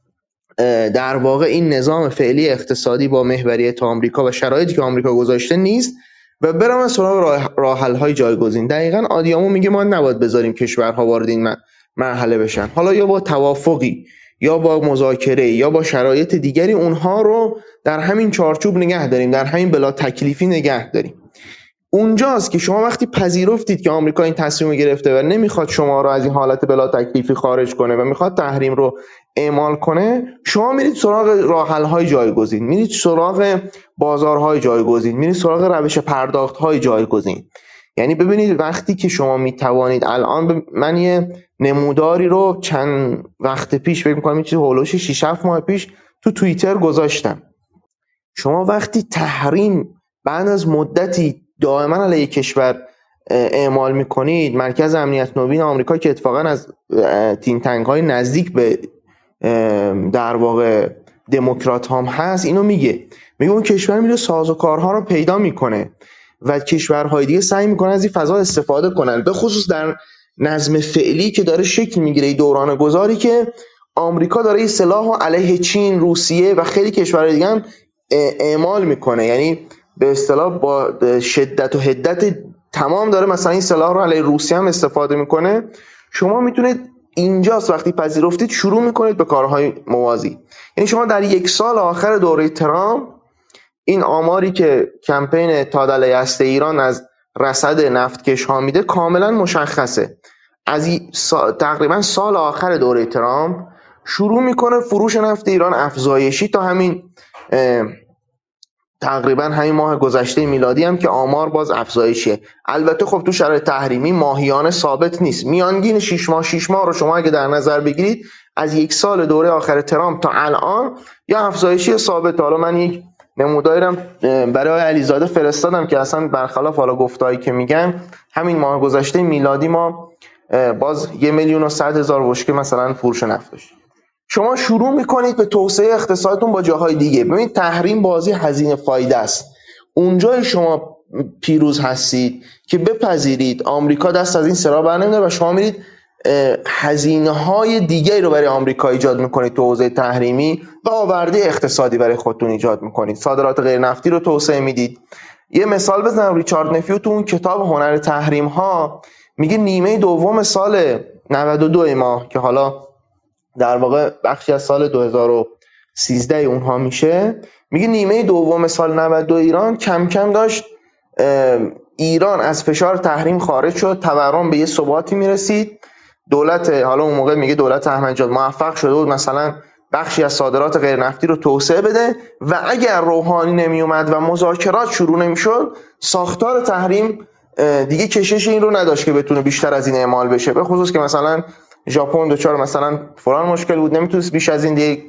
در واقع این نظام فعلی اقتصادی با محوریت آمریکا و شرایطی که آمریکا گذاشته نیست و برم از سراغ راه‌حل‌های جایگزین. دقیقاً آدیامو میگه ما نباید بذاریم کشورها وارد این مرحله بشن، حالا یا با توافقی یا با مذاکره یا با شرایط دیگری اونها رو در همین چارچوب نگه داریم، در همین بلا تکلیفی نگه داریم. اونجاست که شما وقتی پذیرفتید که آمریکا این تصمیم رو گرفته و نمیخواد شما رو از این حالت بلا تکلیفی خارج کنه و میخواد تحریم رو اعمال کنه، شما میرید سراغ راه‌حل‌های جایگزین، میرید سراغ بازارهای جایگزین، میرید سراغ روش پرداخت‌های جایگزین. یعنی ببینید وقتی که شما میتوانید، الان من یه نموداری رو چند وقت پیش فکر می‌کنم چیزی هولوش 6-7 ماه پیش تو توییتر گذاشتم. شما وقتی تحریم بعد از مدتی دائما علیه کشور اعمال میکنید، مرکز امنیت نوین آمریکا که اتفاقا از تین تنگ های نزدیک به در واقع دموکرات هم هست، اینو میگه اون کشور میره سازوکارها رو پیدا میکنه و کشورهای دیگه سعی میکنن از این فضا استفاده کنن، به خصوص در نظم فعلی که داره شکل میگیره، این دوران گذاری که آمریکا داره این سلاحو علیه چین، روسیه و خیلی کشورهای دیگه هم اعمال میکنه، یعنی به اصطلاح با شدت و حدت تمام داره مثلا این سلاح رو علیه روسیه هم استفاده میکنه. شما میتونید اینجاست وقتی پذیرفتید شروع میکنید به کارهای موازی. یعنی شما در یک سال آخر دوره ترامپ این آماری که کمپین تادلعه هسته ایران از رصد نفتکش ها میده کاملا مشخصه. از تقریبا سال آخر دوره ترامپ شروع میکنه فروش نفت ایران افزایشی تا همین تقریبا همین ماه گذشته میلادی هم که آمار باز افزایشیه. البته خب تو شرایط تحریمی ماهیانه ثابت نیست، میانگین 6 ماه رو شما اگه در نظر بگیرید از یک سال دوره آخر ترامپ تا الان یا افزایشی ثابت. حالا من یک نمودارم برای علیزاده فرستادم که اصلا برخلاف حالا گفتایی که میگن همین ماه گذشته میلادی ما باز 1,100,000 بشکه مثلا فروش نفت داشتیم. شما شروع میکنید به توسعه اقتصادتون با جاهای دیگه. ببینید تحریم بازی هزینه فایده است. اونجای شما پیروز هستید که بپذیرید آمریکا دست از این سرا برنمی‌داره و شما میرید هزینه‌های دیگه‌ای رو برای آمریکا ایجاد میکنید تو حوزه تحریمی و آورده اقتصادی برای خودتون ایجاد میکنید. صادرات غیر نفتی رو توسعه میدید. یه مثال بزنم، ریچارد نفیو تو اون کتاب هنر تحریم ها میگه نیمه دوم سال 92 ما که حالا در واقع بخشی از سال 2013 اونها میشه، میگه نیمه دوم سال 92 ایران کم کم داشت ایران از فشار تحریم خارج شد، تورم به یه ثباتی میرسید. دولت حالا اون موقع میگه دولت احمدی نژاد موفق شده بود مثلا بخشی از صادرات غیر نفتی رو توسعه بده و اگر روحانی نمی اومد و مذاکرات شروع نمیشد ساختار تحریم دیگه کشش این رو نداشت که بتونه بیشتر از این اعمال بشه، به خصوص که مثلا ژاپن دوچار مثلا فلان مشکل بود نمیتونست بیش از این دیگه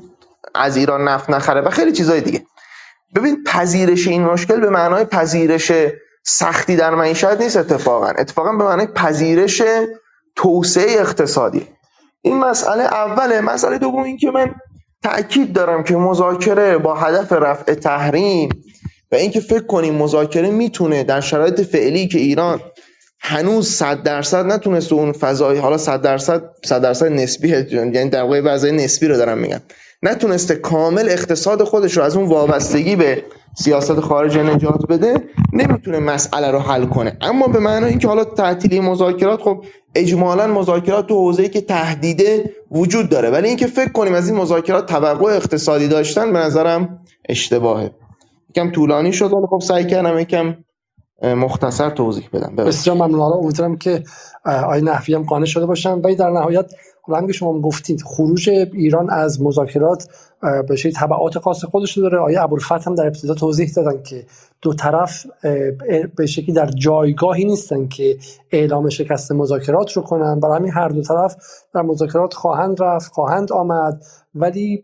از ایران نفت نخره و خیلی چیزای دیگه. ببین پذیرش این مشکل به معنای پذیرش سختی در معیشت نیست، اتفاقا به معنای پذیرش توسعه اقتصادی. این مسئله اوله. مسئله دوم این که من تأکید دارم که مذاکره با هدف رفع تحریم و اینکه فکر کنیم مذاکره میتونه در شرایط فعلی که ایران هنوز 100% نتونست اون فضای، حالا 100% نسبی، یعنی در واقع وضعیت نسبی رو دارم میگم، نتونسته کامل اقتصاد خودش رو از اون وابستگی به سیاست خارجی نجات بده، نمیتونه مسئله رو حل کنه. اما به معنای اینکه حالا تعطیلی مذاکرات، خب اجمالاً مذاکرات تو حوزه‌ای که تهدیده وجود داره، ولی اینکه فکر کنیم از این مذاکرات توقع اقتصادی داشتن به نظرم اشتباهه. یکم طولانی شد ولی خب سعی کردم یکم مختصر توضیح بدم. بسیار ممنون. حالا امیدوارم که آقای نحوی هم قانع شده باشن. ولی در نهایت همین که شما گفتید خروج ایران از مذاکرات به شکلی تبعات خاص خودش داره. آقای ابوالفتح هم در ابتدا توضیح دادن که دو طرف به شکلی در جایگاهی نیستن که اعلام شکست مذاکرات رو کنن، برای همین هر دو طرف در مذاکرات خواهند رفت، خواهند آمد، ولی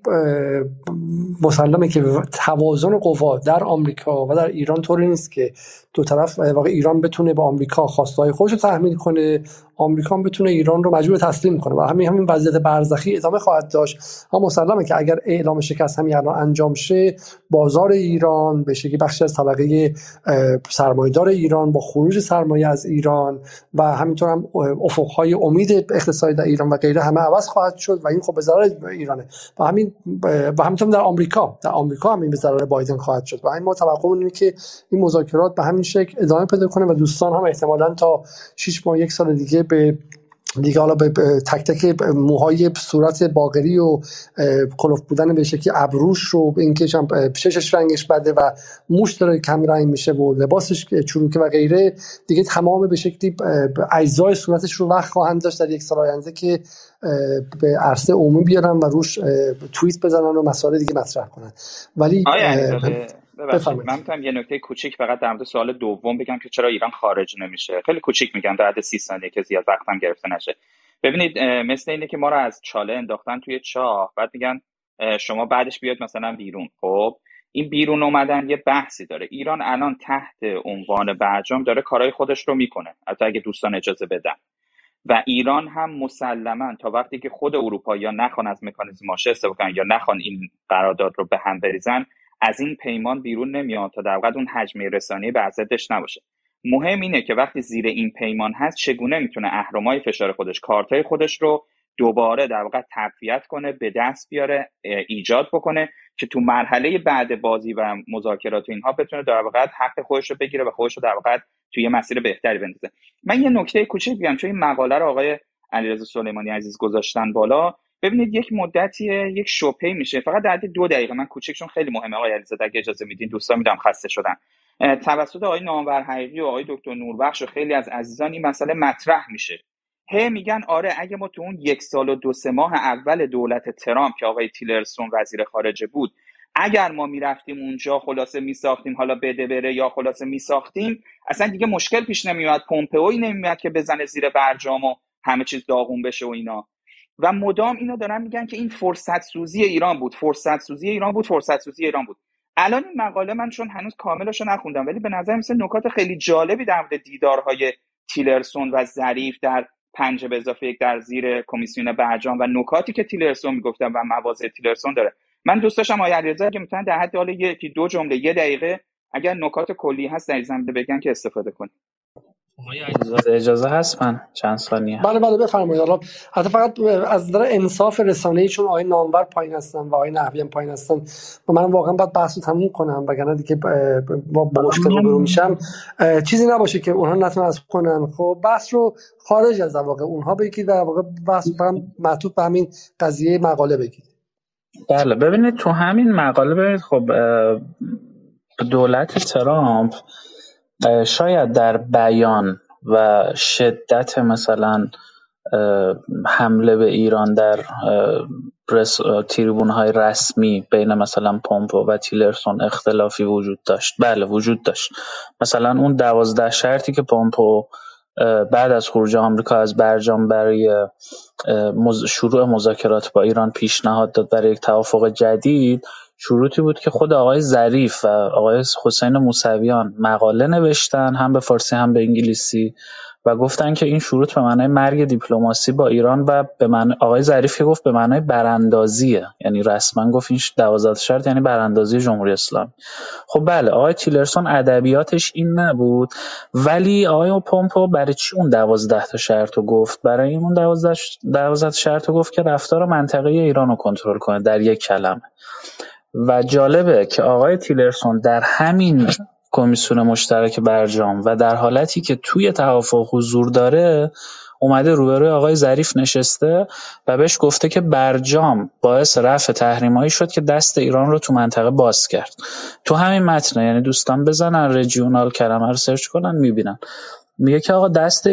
مسلمه که توازن قوا در آمریکا و در ایران طوری نیست که دو طرف واقعا ایران بتونه به آمریکا خواستهای خودش رو تحمیل کنه، آمریکا هم بتونه ایران رو مجبور تسلیم کنه و همین وضعیت برزخی ادامه خواهد داشت. اما مسلمه که اگر اعلام شکست همین الان انجام شه، بازار ایران به شکلی بخشی از طبقه سرمایه‌دار ایران با خروج سرمایه از ایران و همینطور هم افق‌های امید اقتصادی در ایران و غیره همه عوض خواهد شد و این خب به ضرر ایرانه. و همینطور در آمریکا هم این به ضرر بایدن خواهد شد و همین ما توقعمون اینه که این مذاکرات به همین شکل ادامه پیدا کنه و دوستان هم احتمالاً تا 6 ماه 1 سال دیگه حالا به تک تک موهای صورت باقری و کلوف بودن به شکلی ابروش رو، اینکه چشش رنگش بده و موش داره کم رنگ میشه و لباسش چروکه و غیره، دیگه تمام به شکلی اجزای صورتش رو وقت خواهند داشت در 1 سال آینده که به عرصه عمومی بیارن و روش توییت بزنن و مسائل دیگه مطرح کنن. ولی من میتونم یه نکته کوچیک فقط در مورد سوال دوم بگم که چرا ایران خارج نمیشه. خیلی کوچیک میگم در حد 30 ثانیه که زیاد وقتم گرفته نشه. ببینید مثل اینه که ما رو از چاله انداختن توی چاه، بعد میگن شما بعدش بیاید مثلا بیرون. خب این بیرون اومدن یه بحثی داره. ایران الان تحت عنوان برجام داره کارهای خودش رو میکنه، حتی اگه دوستان اجازه بدن، و ایران هم مسلما تا وقتی که خود اروپایی‌ها نخوان از مکانیزماش استفاده کنن یا نخوان این قرارداد رو به هم بریزن، از این پیمان بیرون نمیاد تا در واقع اون حجمه رسانه‌ای بر ضدش نباشه. مهم اینه که وقتی زیر این پیمان هست چگونه میتونه اهرم‌های فشار خودش، کارتای خودش رو دوباره در واقع تقویت کنه، به دست بیاره، ایجاد بکنه که تو مرحله بعد بازی و مذاکرات اینها بتونه در واقع حق خودش رو بگیره و خودش رو در واقع توی یه مسیر بهتری بندازه. من یه نکته کوچیک بگم، چون این مقاله رو آقای علیرضا سلیمانی عزیز گذاشتن بالا. ببینید یک مدتیه یک شبهه میشه، فقط در 2 دقیقه من کوچیک، چون خیلی مهمه آقای علیزاده اگه اجازه میدین، دوستان میدونم خسته شدن، توسط آقای نامور حقیقی و آقای دکتر نوربخش و خیلی از عزیزان این مسئله مطرح میشه. میگن آره اگه ما تو اون 1 سال و 2-3 ماه اول دولت ترامپ که آقای تیلرسون وزیر خارجه بود، اگر ما میرفتیم اونجا خلاصه میساختیم، حالا بده بره یا خلاصه میساختیم، اصلا دیگه مشکل پیش نمیاد، پومپئوی نمیاد که بزنه زیر برجام و همه چیز داغون بشه و اینا. و مدام اینو دارن میگن که این فرصت سوزی ایران بود، فرصت سوزی ایران بود، فرصت سوزی ایران بود. الان این مقاله من چون هنوز کاملشو نخوندم، ولی به نظر میاد نکات خیلی جالبی در مورد دیدارهای تیلرسون و ظریف در 5+1 در زیر کمیسیون برجام و نکاتی که تیلرسون میگفتن و مواضع تیلرسون داره. من دوست داشتم آقای علیرضا که میتونن در حد حالا 1-2 جمله 1 دقیقه اگر نکات کلی هست در این زمینه بگن که استفاده کنیم. آقای علیزاده اجازه هست من چند ثانیه؟ بله بفرمایید. حالا حتی فقط از نظر انصاف رسانه‌ای، چون آقای نامور پایین هستن و آقای نحوی هم پایین هستن و من واقعا باید بحثو تموم کنم وگرنه دیگه با مشکل روبرو میشم، چیزی نباشه که اونها نتونن از کنن. خب بحث رو خارج از واقع اونها بگید و واقع بحث فقط معطوف به همین قضیه مقاله بگید. بله ببینید تو همین مقاله ببینید خب دولت ترامپ شاید در بیان و شدت مثلا حمله به ایران در تریبون‌های رسمی بین مثلا پومپئو و تیلرسون اختلافی وجود داشت. بله وجود داشت. مثلا اون 12 شرطی که پومپئو بعد از خروج آمریکا از برجام برای شروع مذاکرات با ایران پیشنهاد داد برای یک توافق جدید، شروطی بود که خود آقای ظریف و آقای حسین موسویان مقاله نوشتن، هم به فارسی هم به انگلیسی، و گفتن که این شروط به معنای مرگ دیپلماسی با ایران و به معنای آقای ظریف که گفت به معنای براندازیه، یعنی رسما گفت این 12 شرط یعنی براندازی جمهوری اسلامی. خب بله آقای تیلرسون ادبیاتش این نبود، ولی آقای پومپئو برای چی اون 12 تا شرط رو گفت؟ برای اون 12 شرط رو گفت که رفتار منطقه ایران رو کنترل کنه در یک کلمه. و جالبه که آقای تیلرسون در همین کمیسیون مشترک برجام و در حالتی که توی توافق حضور داره اومده روبروی آقای ظریف نشسته و بهش گفته که برجام باعث رفع تحریمایی شد که دست ایران رو تو منطقه باز کرد. تو همین متن، یعنی دوستان بزنن رژیونال کلمه رو سرچ کنن میبینن، میگه که آقا دست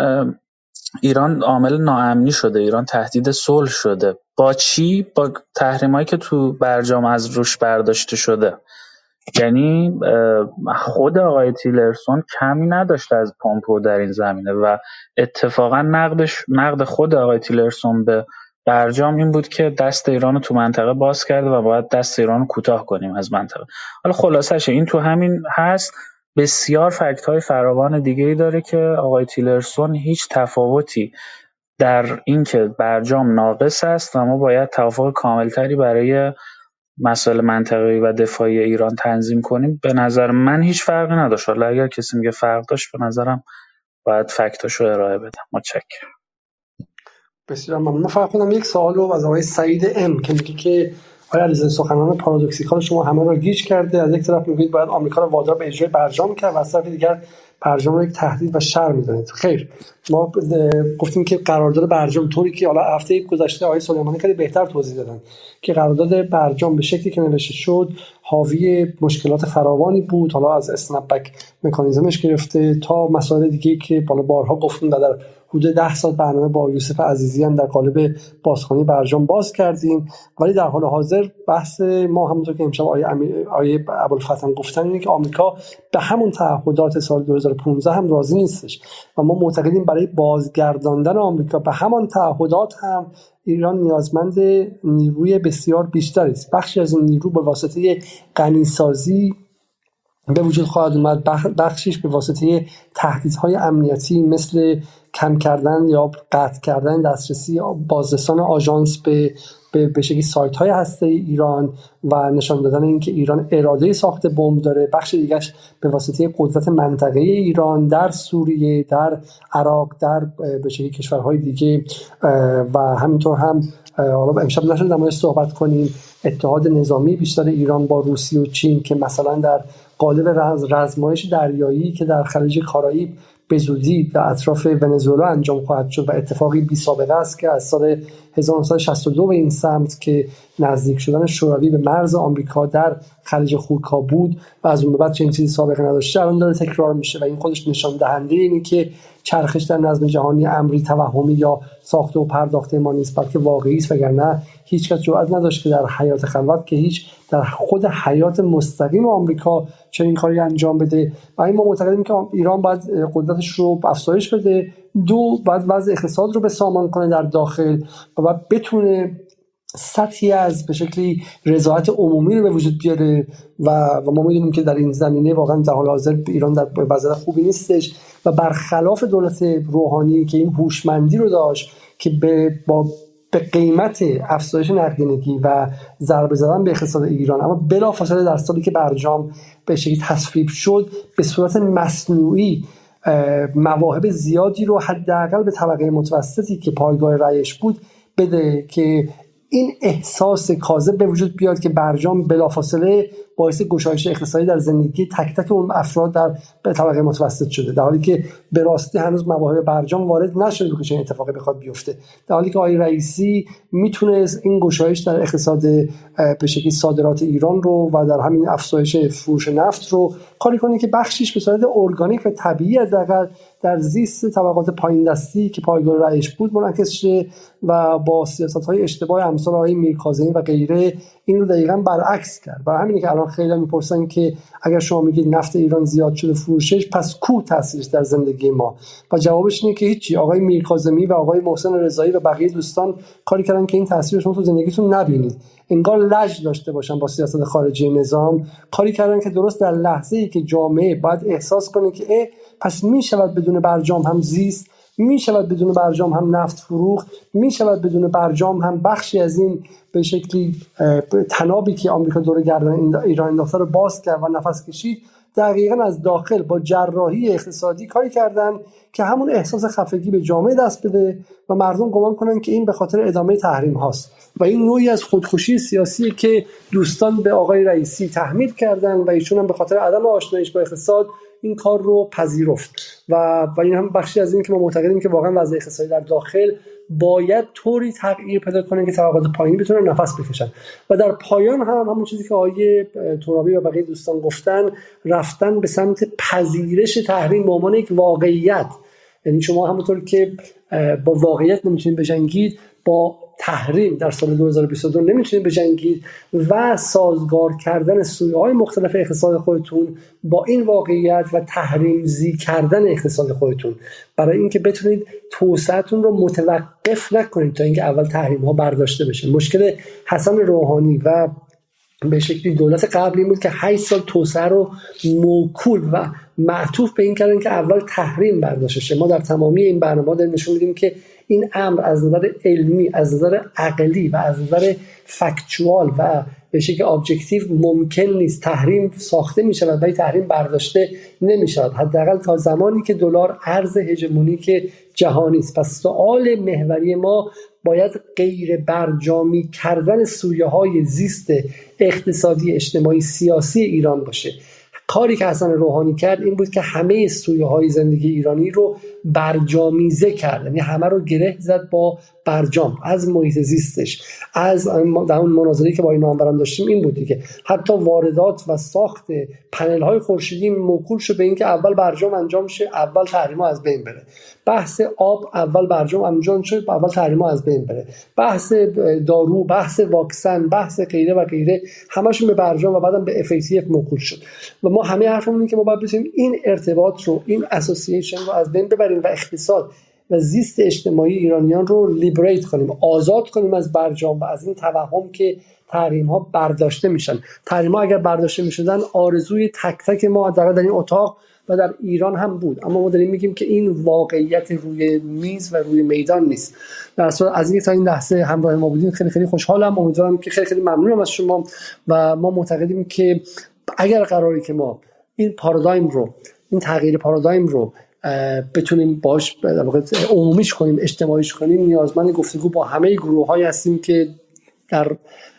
ایران عامل ناامنی شده، ایران تهدید صلح شده. با چی؟ با تحریمایی که تو برجام از روش برداشته شده. یعنی خود آقای تیلرسون کمی نداشته از پومپئو در این زمینه و اتفاقا نقد خود آقای تیلرسون به برجام این بود که دست ایران رو تو منطقه باز کرده و باید دست ایران رو کوتاه کنیم از منطقه. حالا خلاصشه این تو همین هست. بسیار فکت‌های فراوان دیگه‌ای داره که آقای تیلرسون هیچ تفاوتی در این که برجام ناقص است و ما باید توافق کاملتری برای مسائل منطقه‌ای و دفاعی ایران تنظیم کنیم، به نظر من هیچ فرقی نداشت. حالا اگر کسی میگه فرق داشت، به نظرم باید فکتاشو ارائه بدم. متشکرم. بسیار ممنون. من فقط کنم یک سوال رو از آقای سعید ام که میگه که آیا علیزاده سخنان پارادوکسیکال شما همه رو گیج کرده؟ از یک طرف میگید باید آمریکا رو وادار به اجرای برجام کرد و از طرف دیگر برجام رو یک تهدید و شر میدونید. خیر، ما گفتیم که قرارداد برجام طوری که حالا هفته گذشته آقای سلیمانی خیلی بهتر توضیح دادن که قرارداد برجام به شکلی که نوشته شد حاوی مشکلات فراوانی بود، حالا از اسنپ بک مکانیزمش گرفته تا مسائل دیگه که بالا بارها گفتیم در حدود 10 ساعت برنامه با یوسف عزیزی هم در قالب بازخوانی برجام باز کردیم. ولی در حال حاضر بحث ما همونطور که امشب آیه ابوالفتح گفتن اینه که آمریکا به همون تعهدات سال 2015 هم راضی نیستش و ما معتقدیم برای بازگرداندن آمریکا به همان تعهدات هم ایران نیازمند نیروی بسیار بیشتری است. بخشی از این نیرو به واسطه غنیسازی به وجود خواهد اومد، بخشیش به واسطه تهدیدهای امنیتی مثل کم کردن یا قطع کردن دسترسی بازرسان آژانس به شکلی سایت‌های هسته‌ای ایران و نشان دادن اینکه ایران اراده ساخت بمب داره. بخش دیگه‌اش به واسطه قدرت منطقه‌ای ایران در سوریه، در عراق، در به شکلی کشورهای دیگه و همینطور هم حالا امشب نشد در موردش صحبت کنیم اتحاد نظامی بیشتر ایران با روسیه و چین که مثلا در قالب رزمایش دریایی که در خلیج کارائیب به زودی در اطراف ونزوئلا انجام خواهد شد و اتفاقی بی سابقه است که از سال 1962 به این سمت که نزدیک شدن شوروی به مرز آمریکا در خلیج خورکا بود و از اون به بعد چنین چیزی سابقه نداشته الان داره تکرار میشه و این خودش نشان دهنده اینه که چرخش در نظم جهانی امری توهمی یا ساخته و پرداخته ما نیست بلکه واقعی است، وگرنه هیچ کس جرئت نداشت که در حیات خلوت که هیچ در خود حیات مستقیم آمریکا چنین کاری انجام بده. و این ما معتقدیم که ایران باید قدرتش رو افزایش بده، دو باید وضع اقتصاد رو به سامان کنه در داخل و باید بتونه سطحی از به شکلی رضایت عمومی رو به وجود بیاره و ما می‌دونیم که در این زمینه واقعا در حال حاضر ایران در وضعیت خوبی نیستش و برخلاف دولت روحانی که این هوشمندی رو داشت که به قیمت افزایش نقدینگی و ضربه زدن به اقتصاد ایران اما بلافاصله در سالی که برجام به شکلی تصویب شد به صورت مصنوعی مواهب زیادی رو حداقل به طبقه متوسطی که پایگاه رأیش بود بده که این احساس کاذب به وجود بیاد که برجام بلافاصله باعث گشایش اقتصادی در زندگی تک تک اون افراد در طبقه متوسط شده، در حالی که به راستی هنوز مواهب برجام وارد نشده که چنین اتفاقی بخواد بیفته، در حالی که آقای رئیسی میتونه این گشایش در اقتصاد به شکلی صادرات ایران رو و در همین افزایش فروش نفت رو کاری کنه که بخشیش به صورت ارگانیک و طبیعی حداقل در زیست طبقات پایین دستی که پایگاه رأیش بود منعکس شه و با سیاست‌های اشتباه امثال آقای میرکاظمی و غیره این رو دقیقاً برعکس کرد. برای همینه که الان خیلی میپرسن که اگر شما میگید نفت ایران زیاد شده فروشش پس کو تاثیرش در زندگی ما و جوابش اینه که هیچی. آقای میرکاظمی و آقای محسن رضایی و بقیه دوستان کاری کردن که این تاثیر شما تو زندگیتون نبینید، انگار لج داشته باشن با سیاست خارجی نظام، کاری کردن که درست در لحظه‌ای که جامعه باید احساس کنه که پس میشود بدون برجام هم زیست، میشود بدون برجام هم نفت فروخت، میشود بدون برجام هم بخشی از این به شکلی تنابی که آمریکا دور گردن ایران انداخته رو باز کرد و نفس کشید، دقیقاً از داخل با جراحی اقتصادی کاری کردن که همون احساس خفگی به جامعه دست بده و مردم گمان کنن که این به خاطر ادامه تحریم هاست و این نوعی از خودکشی سیاسی که دوستان به آقای رئیسی تحمیل کردن و ایشون هم به خاطر عدم آشناییش با اقتصاد این کار رو پذیرفت و این هم بخشی از این که ما معتقدیم که واقعا وضع اقتصادی در داخل باید طوری تغییر پیدا کنه که طبقات پایینی بتونن نفس بکشن و در پایان هم همون چیزی که آقای ترابی و بقیه دوستان گفتن، رفتن به سمت پذیرش تحریم به عنوان یک واقعیت. یعنی شما همونطور که با واقعیت نمیتونید بجنگید، با تحریم در سال 2022 نمیتونید بجنگید و سازگار کردن سویه‌های مختلف اقتصاد خودتون با این واقعیت و تحریم‌زی کردن اقتصاد خودتون برای اینکه بتونید توسعه‌تون رو متوقف نکنید تا اینکه اول تحریم‌ها برداشته بشه. مشکل حسن روحانی و به شکلی دولت قبلی بود که 8 سال توسعه رو موکول و معطوف به این کردن که اول تحریم برداشته شه. ما در تمامی این برنامه‌ها داریم نشون میدیم که این امر از نظر علمی، از نظر عقلی و از نظر فکتوال و به شکل ابجکتیو ممکن نیست. تحریم ساخته می شود ولی تحریم برداشته نمی شود، حداقل تا زمانی که دلار ارز هژمونیک جهانی است. پس سوال محوری ما باید غیر برجامی کردن سویه‌های زیست اقتصادی، اجتماعی، سیاسی ایران باشه. کاری که حسن روحانی کرد این بود که همه سویه‌های زندگی ایرانی رو برجامیزه کرد، یعنی همه رو گره زد با برجام، از محیط زیستش، از در اون مناظری که با این نامبران داشتیم این بود دیگه، حتی واردات و ساخت پنل‌های خورشیدی موکول شد به اینکه اول برجام انجام شه، اول تحریم‌ها از بین بره. بحث آب اول برجام انجام شد، اول تحریم‌ها از بین بره. بحث دارو، بحث واکسن، بحث غیره و غیره، همشون به برجام و بعدم به FATF موکول شد. و ما همه حرفمون اینه که ما باید بتونیم این ارتباط رو، این اسوسییشن رو از بین ببریم و اقتصاد و زیست اجتماعی ایرانیان رو لیبریت کنیم، آزاد کنیم از برجام و از این توهم که تحریم ها برداشته میشن. تحریم ها اگر برداشته میشدن آرزوی تک تک ما در این اتاق و در ایران هم بود، اما ما داریم میگیم که این واقعیت روی میز و روی میدان نیست. در صورت از اینکه تا این لحظه همراه ما بودین خیلی خیلی خوشحالم، امیدوارم که خیلی ممنونم از شما و ما معتقدیم که اگر قراری که ما این پارادایم رو، این تغییر پارادایم رو بتونیم باش در واقع عمومیش کنیم، اجتماعیش کنیم، نیازمند گفتگو با همه گروه‌هایی هستیم که در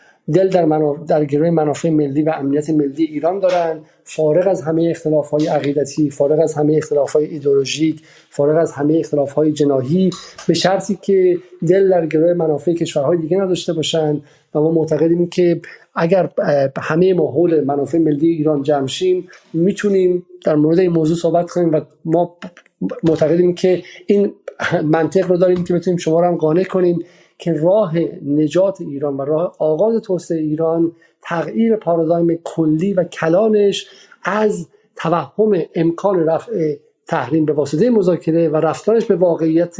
در گروه منافع ملی و امنیت ملی ایران دارن، فارغ از همه اختلاف‌های عقیدتی، فارغ از همه اختلاف‌های ایدئولوژیک، فارغ از همه اختلاف‌های جناحی، به شرطی که در گروه منافع کشورهای دیگه نداشته باشن. و ما معتقدیم که اگر همه ما حول منافع ملی ایران جمع شیم میتونیم در مورد این موضوع صحبت کنیم و ما معتقدیم که این منطق رو داریم که بتونیم شما رو هم قانع کنیم که راه نجات ایران و راه آغاز توسعه ایران تغییر پارادایم کلی و کلانش از توهم امکان رفع تحریم به واسطه مذاکره و رفتارش به واقعیت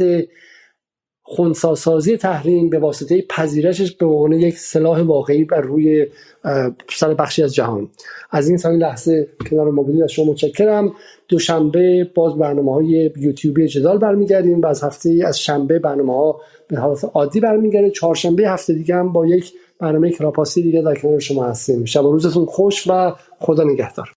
خنثی‌سازی تحریم به واسطه پذیرشش به عنوان یک سلاح واقعی بر روی سر بخشی از جهان. از این تا این لحظه کنار ما بودید از شما متشکرم. دوشنبه باز برنامه‌های یوتیوبی جدال برمیگردیم و از شنبه برنامه‌ها به حالت عادی برمیگرده. چهارشنبه هفته دیگه هم با یک برنامه کلاپاسی دیگه در کنار شما هستیم. شب و روزتون خوش و خدا نگهدار.